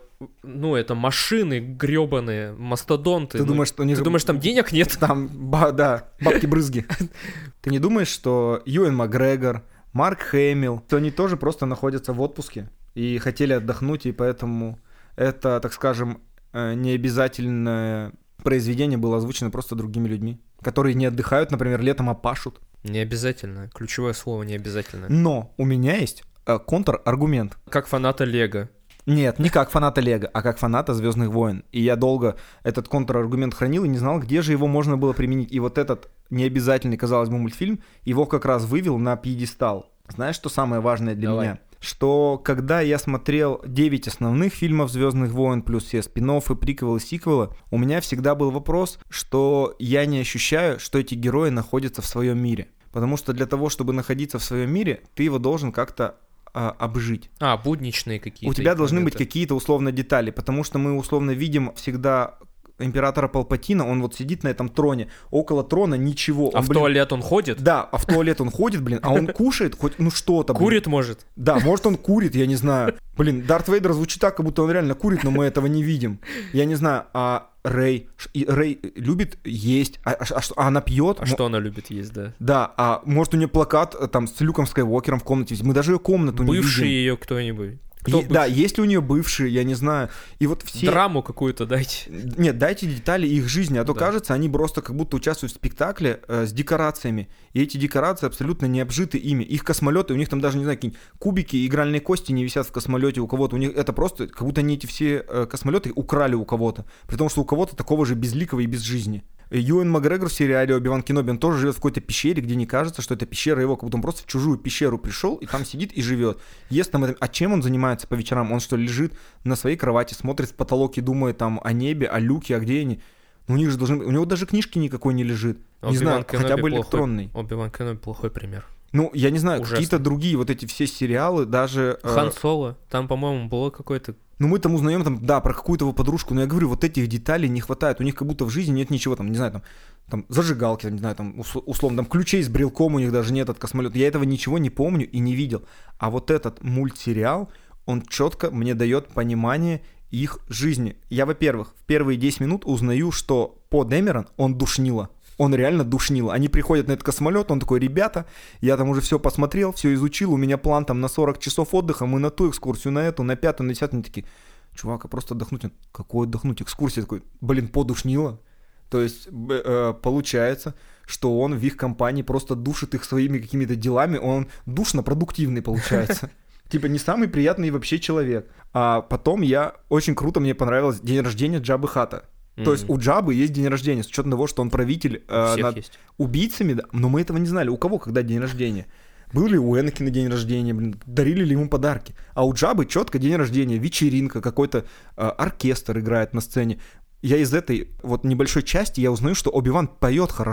машины грёбаные, мастодонты. Ты думаешь, что у них... Ты думаешь, там денег нет? Там, да, бабки-брызги. Ты не думаешь, что Юэн Макгрегор, Марк Хэмилл, что они тоже просто находятся в отпуске и хотели отдохнуть, и поэтому это, так скажем, необязательное произведение было озвучено просто другими людьми, которые не отдыхают, например, летом, а пашут. Не обязательно. Ключевое слово не обязательно. Но у меня есть контраргумент. Как фаната Лего. Нет, не как фаната Лего, а как фаната «Звездных войн». И я долго этот контраргумент хранил и не знал, где же его можно было применить. И вот этот необязательный, казалось бы, мультфильм его как раз вывел на пьедестал. Знаешь, что самое важное для меня? Что когда я смотрел 9 основных фильмов «Звездных войн», плюс все спин-оффы, приквелы, сиквелы, у меня всегда был вопрос, что я не ощущаю, что эти герои находятся в своем мире. Потому что для того, чтобы находиться в своем мире, ты его должен как-то обжить. Будничные какие-то. У тебя должны быть какие-то условно детали, потому что мы условно видим всегда императора Палпатина, он вот сидит на этом троне, около трона ничего. А в туалет он ходит? Да, а в туалет он ходит, а он кушает хоть, что-то. Курит, может? Да, может он курит, я не знаю. Дарт Вейдер звучит так, как будто он реально курит, но мы этого не видим. Я не знаю, а Рэй любит есть, а она пьет. А что она любит есть, да? Да, а может у нее плакат там с Люком Скайуокером в комнате, мы даже ее комнату не видим. Бывший ее кто-нибудь. Да, есть ли у нее бывшие, я не знаю. И вот все... Драму какую-то дайте. Нет, дайте детали их жизни, а то кажется, они просто как будто участвуют в спектакле с декорациями. И эти декорации абсолютно не обжиты ими. Их космолеты, у них там даже, не знаю, какие-нибудь кубики, игральные кости не висят в космолете у кого-то. У них это просто, как будто они эти все космолеты украли у кого-то. При том, что у кого-то такого же безликого и без жизни. Юэн Макгрегор в сериале Оби-Ван Кеноби, он тоже живет в какой-то пещере, где не кажется, что это пещера его, как будто он просто в чужую пещеру пришел и там сидит и живет. Ест там это... А чем он занимается по вечерам? Он что, лежит на своей кровати, смотрит в потолок и думает там о небе, о Люке, а где они? Ну, у них же должны... У него даже книжки никакой не лежит. Не знаю, хотя бы электронный. Оби-Ван Кеноби плохой пример. Ну, я не знаю, какие-то другие вот эти все сериалы, даже... Хан Соло, там, по-моему, было какое-то... Ну, мы там узнаем, там, да, про какую-то его подружку, но я говорю, вот этих деталей не хватает, у них как будто в жизни нет ничего, там, не знаю, там зажигалки, там, не знаю, там, условно, там, ключей с брелком у них даже нет от космолета, я этого ничего не помню и не видел, а вот этот мультсериал, он четко мне дает понимание их жизни. Я, во-первых, в первые 10 минут узнаю, что По Дэмерон, он душнило. Он реально душнил. Они приходят на этот космолет, он такой: ребята, я там уже все посмотрел, все изучил, у меня план там на 40 часов отдыха, мы на ту экскурсию, на эту, на пятую, на десятую. Они такие: чувак, а просто отдохнуть? Какой отдохнуть? Экскурсия. Такой: подушнило. То есть получается, что он в их компании просто душит их своими какими-то делами, он душно-продуктивный получается. Типа не самый приятный вообще человек. А потом очень круто, мне понравилось день рождения Джаббы Хатта. То есть у Джаббы есть день рождения, с учетом того, что он правитель над убийцами, да? Но мы этого не знали. У кого когда день рождения? Был ли у Энакина день рождения, дарили ли ему подарки? А у Джаббы четко день рождения, вечеринка, какой-то оркестр играет на сцене. Я из этой вот небольшой части я узнаю, что Оби-Ван поет хорошо.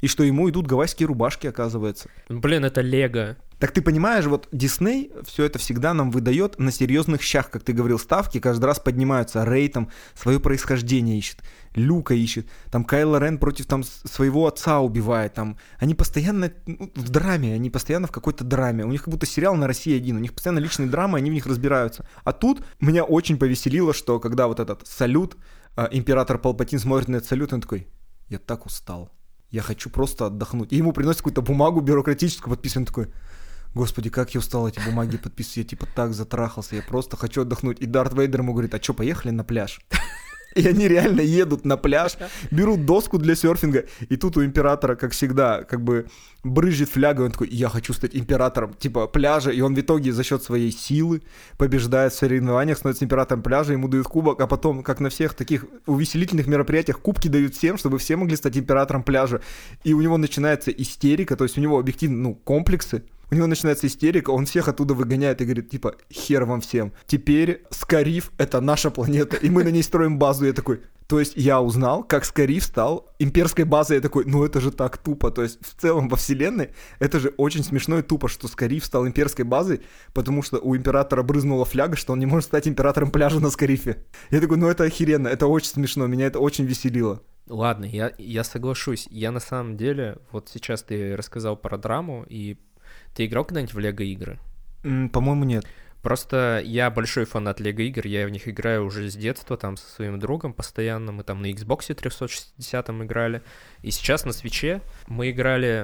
и что ему идут гавайские рубашки, оказывается. Блин, это Лего. Так ты понимаешь, вот Дисней все это всегда нам выдает на серьезных щах, как ты говорил, ставки каждый раз поднимаются, Рэй там свое происхождение ищет, Люка ищет, там Кайло Рен против там своего отца убивает, там они постоянно в драме, они постоянно в какой-то драме, у них как будто сериал на России 1, у них постоянно личные драмы, они в них разбираются. А тут меня очень повеселило, что когда вот этот салют, император Палпатин смотрит на этот салют, он такой: я так устал, я хочу просто отдохнуть. И ему приносят какую-то бумагу бюрократическую, подписанную, такой: господи, как я устал эти бумаги подписывать, я типа так затрахался, я просто хочу отдохнуть. И Дарт Вейдер ему говорит: а чё, поехали на пляж? И они реально едут на пляж, берут доску для серфинга, и тут у императора, как всегда, как бы брызжет фляга, он такой: я хочу стать императором, типа, пляжа, и он в итоге за счет своей силы побеждает в соревнованиях, становится императором пляжа, ему дают кубок, а потом, как на всех таких увеселительных мероприятиях, кубки дают всем, чтобы все могли стать императором пляжа, и у него начинается истерика, то есть у него объективно, комплексы. У него начинается истерика, он всех оттуда выгоняет и говорит, типа: хер вам всем. Теперь Скариф — это наша планета, и мы на ней строим базу. Я такой: то есть я узнал, как Скариф стал имперской базой. Я такой: ну это же так тупо. То есть в целом во вселенной это же очень смешно и тупо, что Скариф стал имперской базой, потому что у императора брызнула фляга, что он не может стать императором пляжа на Скарифе. Я такой: ну это охеренно, это очень смешно, меня это очень веселило. Ладно, я соглашусь. Я на самом деле, вот сейчас ты рассказал про драму, и ты играл когда-нибудь в Лего-игры? По-моему, нет. Просто я большой фанат Лего-игр, я в них играю уже с детства, там, со своим другом постоянно, мы там на Xbox 360 играли, и сейчас на Свитче мы играли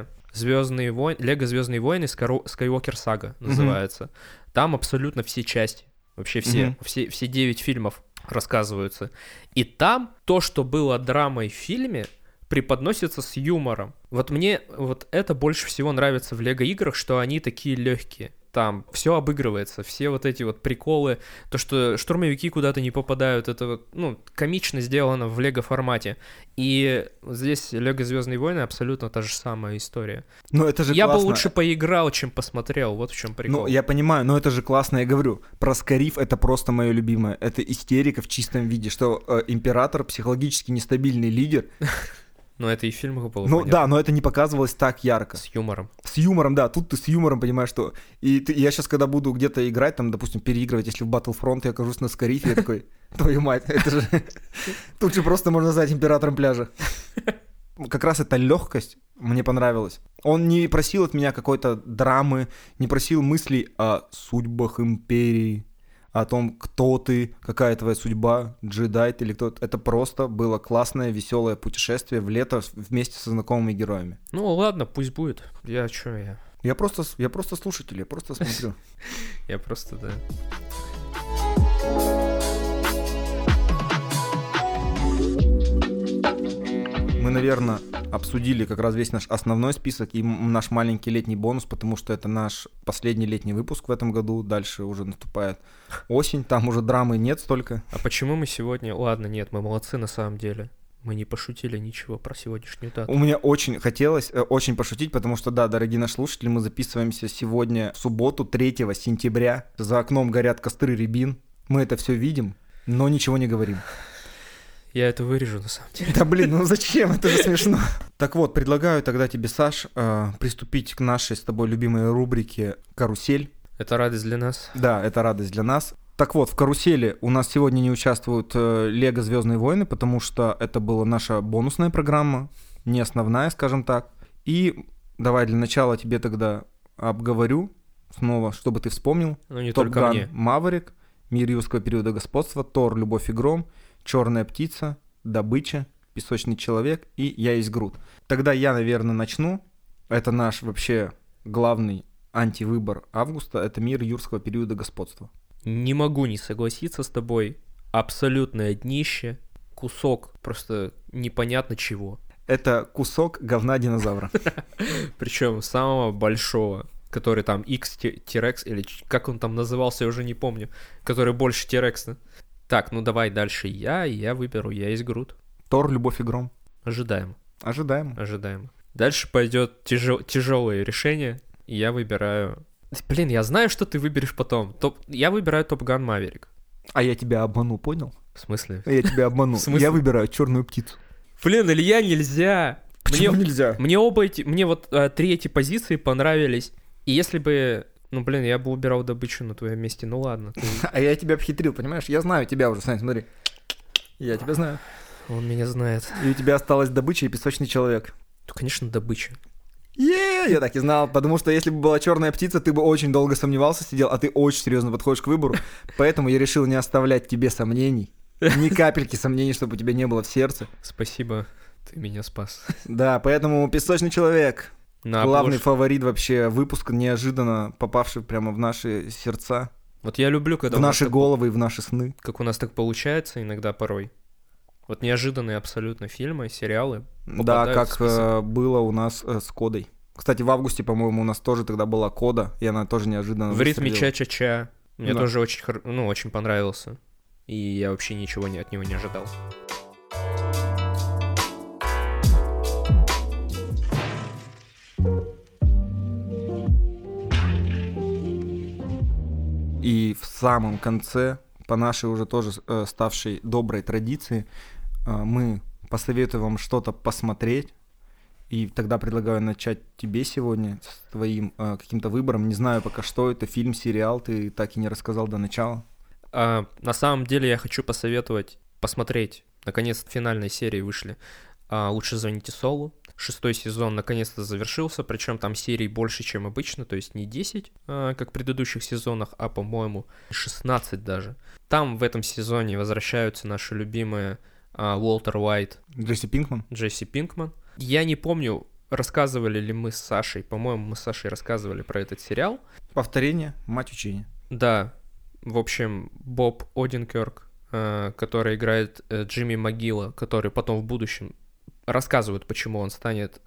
Лего Звездные войны Skywalker Saga называется. Там абсолютно все части, вообще все 9 фильмов рассказываются. И там то, что было драмой в фильме, преподносится с юмором. Вот мне вот это больше всего нравится в Лего-играх, что они такие легкие. Там все обыгрывается, все вот эти вот приколы, то, что штурмовики куда-то не попадают, это вот, комично сделано в Лего-формате. И здесь Лего Звездные войны абсолютно та же самая история. Но это же я классно. бы лучше поиграл, чем посмотрел, вот в чем прикол. Ну, я понимаю, но это же классно, я говорю. Про Скариф это просто мое любимое. Это истерика в чистом виде, что император психологически нестабильный лидер. Но это и в фильмах было. Ну понятно. да, но это не показывалось так ярко. С юмором. С юмором, да. Тут ты с юмором понимаешь, что... Я сейчас, когда буду где-то играть, там, допустим, переигрывать, если в Battlefront я окажусь на Скарифе, я такой: твою мать, это же... Тут же просто можно стать императором пляжа. Как раз эта легкость мне понравилась. Он не просил от меня какой-то драмы, не просил мыслей о судьбах империи, о том, кто ты, какая твоя судьба, джедай ты или кто-то. Это просто было классное, веселое путешествие в лето вместе со знакомыми героями. Ну ладно, пусть будет. Я просто слушатель, я просто смотрю. Я просто, да. Мы, наверное, обсудили как раз весь наш основной список и наш маленький летний бонус, потому что это наш последний летний выпуск в этом году. Дальше уже наступает осень, там уже драмы нет столько. А почему мы сегодня... Ладно, нет, мы молодцы на самом деле. Мы не пошутили ничего про сегодняшнюю дату. У меня очень хотелось очень пошутить, потому что, да, дорогие наши слушатели, мы записываемся сегодня в субботу, 3 сентября. За окном горят костры рябин. Мы это все видим, но ничего не говорим. Я это вырежу, на самом деле. Да блин, ну зачем? Это же смешно. Так вот, предлагаю тогда тебе, Саш, приступить к нашей с тобой любимой рубрике «Карусель». Это радость для нас. Да, это радость для нас. Так вот, в «Карусели» у нас сегодня не участвуют Лего Звездные войны, потому что это была наша бонусная программа, не основная, скажем так. И давай для начала тебе тогда обговорю снова, чтобы ты вспомнил. Ну не Топ только Ган мне. Маврик, Мир юрского периода господства, Тор, Любовь и гром, Черная птица, Добыча, Песочный человек и Я есть Грут. Тогда я, наверное, начну. Это наш вообще главный антивыбор августа. Это Мир юрского периода господства. Не могу не согласиться с тобой. Абсолютное днище. Кусок просто непонятно чего. Это кусок говна динозавра. Причем самого большого, который там X-T-Rex, или как он там назывался, я уже не помню, который больше T-Rex. Так, ну давай дальше я выберу Я есть Грут. Тор, Любовь и гром. Ожидаем. Ожидаем. Дальше пойдет тяжелое решение, и я выбираю... Блин, я знаю, что ты выберешь потом. Я выбираю Топ Ган Маверик. А я тебя обману, понял? В смысле? Я тебя обману. В смысле? Я выбираю Черную птицу. Блин, Илья, нельзя! Почему нельзя? Мне вот 3 эти позиции понравились. И если бы... Ну, блин, я бы убирал добычу на твоем месте. Ну ладно. А я тебя обхитрил, понимаешь? Я знаю тебя уже, Сань, смотри. Я тебя знаю. Он меня знает. И у тебя осталась добыча и песочный человек. Ну, конечно, добыча. Я так и знал, потому что если бы была черная птица, ты бы очень долго сомневался, сидел, а ты очень серьезно подходишь к выбору. Поэтому я решил не оставлять тебе сомнений. Ни капельки сомнений, чтобы у тебя не было в сердце. Спасибо, ты меня спас. Да, поэтому песочный человек. Главный обложке. фаворит вообще выпуска, неожиданно попавший прямо в наши сердца. Вот я люблю, когда в наши головы и в наши сны. Как у нас так получается иногда порой. Вот неожиданные абсолютно фильмы, сериалы. Да, как было у нас с Кодой. Кстати, в августе, по-моему, у нас тоже тогда была Кода, и она тоже неожиданно В ритме выстрелила. ча-ча-ча. Мне тоже очень понравился. И я вообще ничего от него не ожидал. И в самом конце, по нашей уже тоже ставшей доброй традиции, мы посоветуем вам что-то посмотреть. И тогда предлагаю начать тебе сегодня с твоим каким-то выбором. Не знаю пока, что это, фильм, сериал, ты так и не рассказал до начала. На самом деле я хочу посоветовать посмотреть. Наконец-то финальные серии вышли. «Лучше звоните Солу». 6-й сезон наконец-то завершился, причем там серий больше, чем обычно, то есть не 10, как в предыдущих сезонах, а, по-моему, 16 даже. Там в этом сезоне возвращаются наши любимые Уолтер Уайт, Джесси Пинкман. Я не помню, рассказывали ли мы с Сашей, по-моему, мы с Сашей рассказывали про этот сериал. Повторение, мать учения. Да, в общем, Боб Оденкерк, который играет Джимми Могила, который потом в будущем рассказывают, почему он станет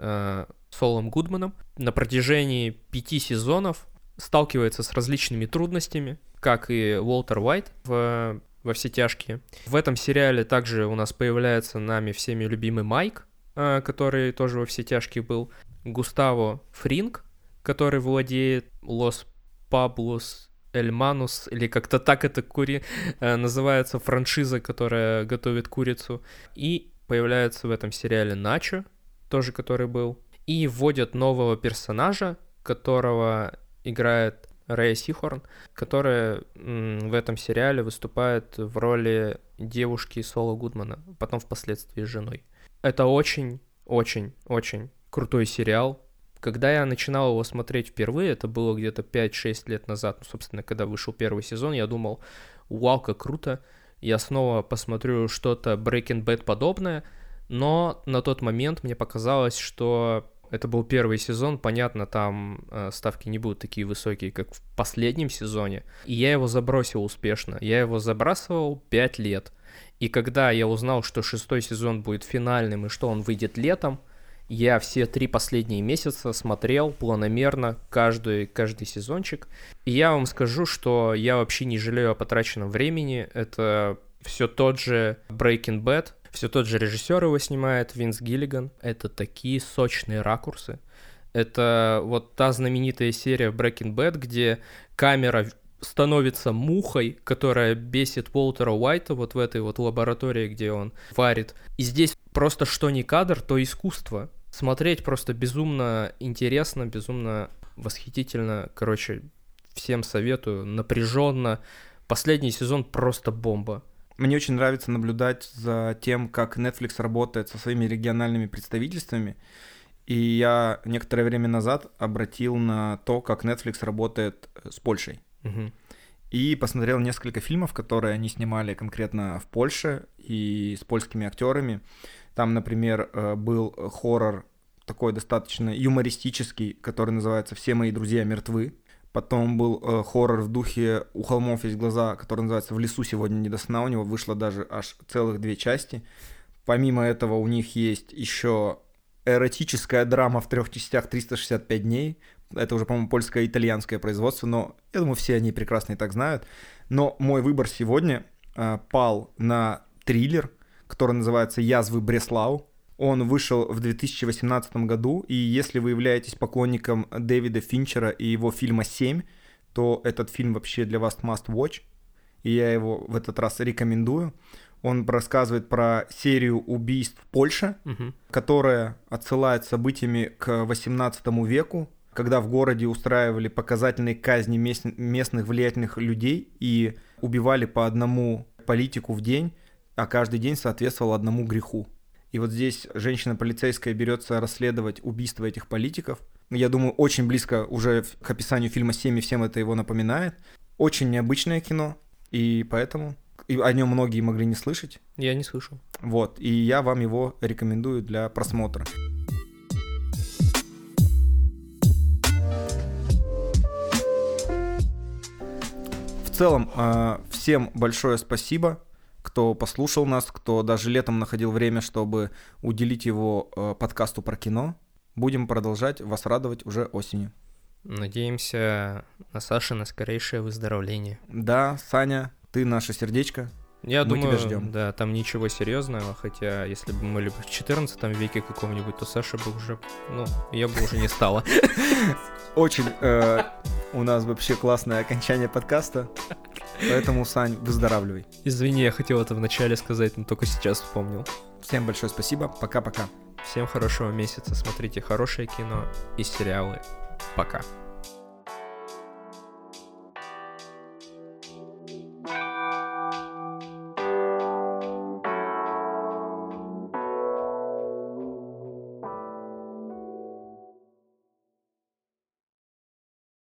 Солом Гудманом. На протяжении 5 сезонов сталкивается с различными трудностями, как и Уолтер Уайт во «Все тяжкие». В этом сериале также у нас появляется нами всеми любимый Майк, который тоже во «Все тяжкие» был, Густаво Фринг, который владеет Лос Паблос Эльманус, или как-то так это называется франшиза, которая готовит курицу, и появляется в этом сериале Начо, тоже который был, и вводят нового персонажа, которого играет Рея Сихорн, которая в этом сериале выступает в роли девушки Сола Гудмана, потом впоследствии женой. Это очень-очень-очень крутой сериал. Когда я начинал его смотреть впервые, это было где-то 5-6 лет назад, собственно, когда вышел первый сезон, я думал, вау, как круто, я снова посмотрю что-то Breaking Bad подобное, но на тот момент мне показалось, что это был первый сезон, понятно, там ставки не будут такие высокие, как в последнем сезоне, и я его забросил успешно, я его забрасывал 5 лет, и когда я узнал, что 6-й сезон будет финальным и что он выйдет летом, я все 3 последние месяца смотрел планомерно каждый сезончик. И я вам скажу, что я вообще не жалею о потраченном времени. Это все тот же Breaking Bad, все тот же режиссер его снимает, Винс Гиллиган. Это такие сочные ракурсы. Это вот та знаменитая серия в Breaking Bad, где камера становится мухой, которая бесит Уолтера Уайта вот в этой вот лаборатории, где он варит. И здесь просто что ни кадр, то искусство. Смотреть просто безумно интересно, безумно восхитительно. Короче, всем советую. Напряженно. Последний сезон просто бомба. Мне очень нравится наблюдать за тем, как Netflix работает со своими региональными представительствами. И я некоторое время назад обратил на то, как Netflix работает с Польшей. Угу. И посмотрел несколько фильмов, которые они снимали конкретно в Польше и с польскими актерами. Там, например, был хоррор такой достаточно юмористический, который называется «Все мои друзья мертвы». Потом был хоррор в духе «У холмов есть глаза», который называется «В лесу сегодня не до сна». У него вышло даже аж целых 2 части. Помимо этого у них есть еще эротическая драма в 3 частях «365 дней». Это уже, по-моему, польско-итальянское производство, но я думаю, все они прекрасно и так знают. Но мой выбор сегодня пал на триллер, который называется «Язвы Бреслау». Он вышел в 2018 году, и если вы являетесь поклонником Дэвида Финчера и его фильма «7», то этот фильм вообще для вас must watch, и я его в этот раз рекомендую. Он рассказывает про серию убийств в Польше, которая отсылает событиями к 18 веку, когда в городе устраивали показательные казни местных влиятельных людей и убивали по одному политику в день, а каждый день соответствовал одному греху. И вот здесь женщина-полицейская берется расследовать убийство этих политиков. Я думаю, очень близко уже к описанию фильма «Семь», и всем это его напоминает. Очень необычное кино, и поэтому о нем многие могли не слышать. Я не слышал. Вот, и я вам его рекомендую для просмотра. В целом, всем большое спасибо, кто послушал нас, кто даже летом находил время, чтобы уделить его подкасту про кино. Будем продолжать вас радовать уже осенью. Надеемся на Сашино скорейшее выздоровление. Да, Саня, ты наше сердечко. Я Мы думаю, тебя ждем. Да, там ничего серьезного, хотя если бы мы были в 14 веке каком-нибудь, то Саша бы уже, я бы уже не стала. Очень у нас вообще классное окончание подкаста, поэтому, Сань, выздоравливай. Извини, я хотел это вначале сказать, но только сейчас вспомнил. Всем большое спасибо, пока-пока. Всем хорошего месяца, смотрите хорошее кино и сериалы. Пока.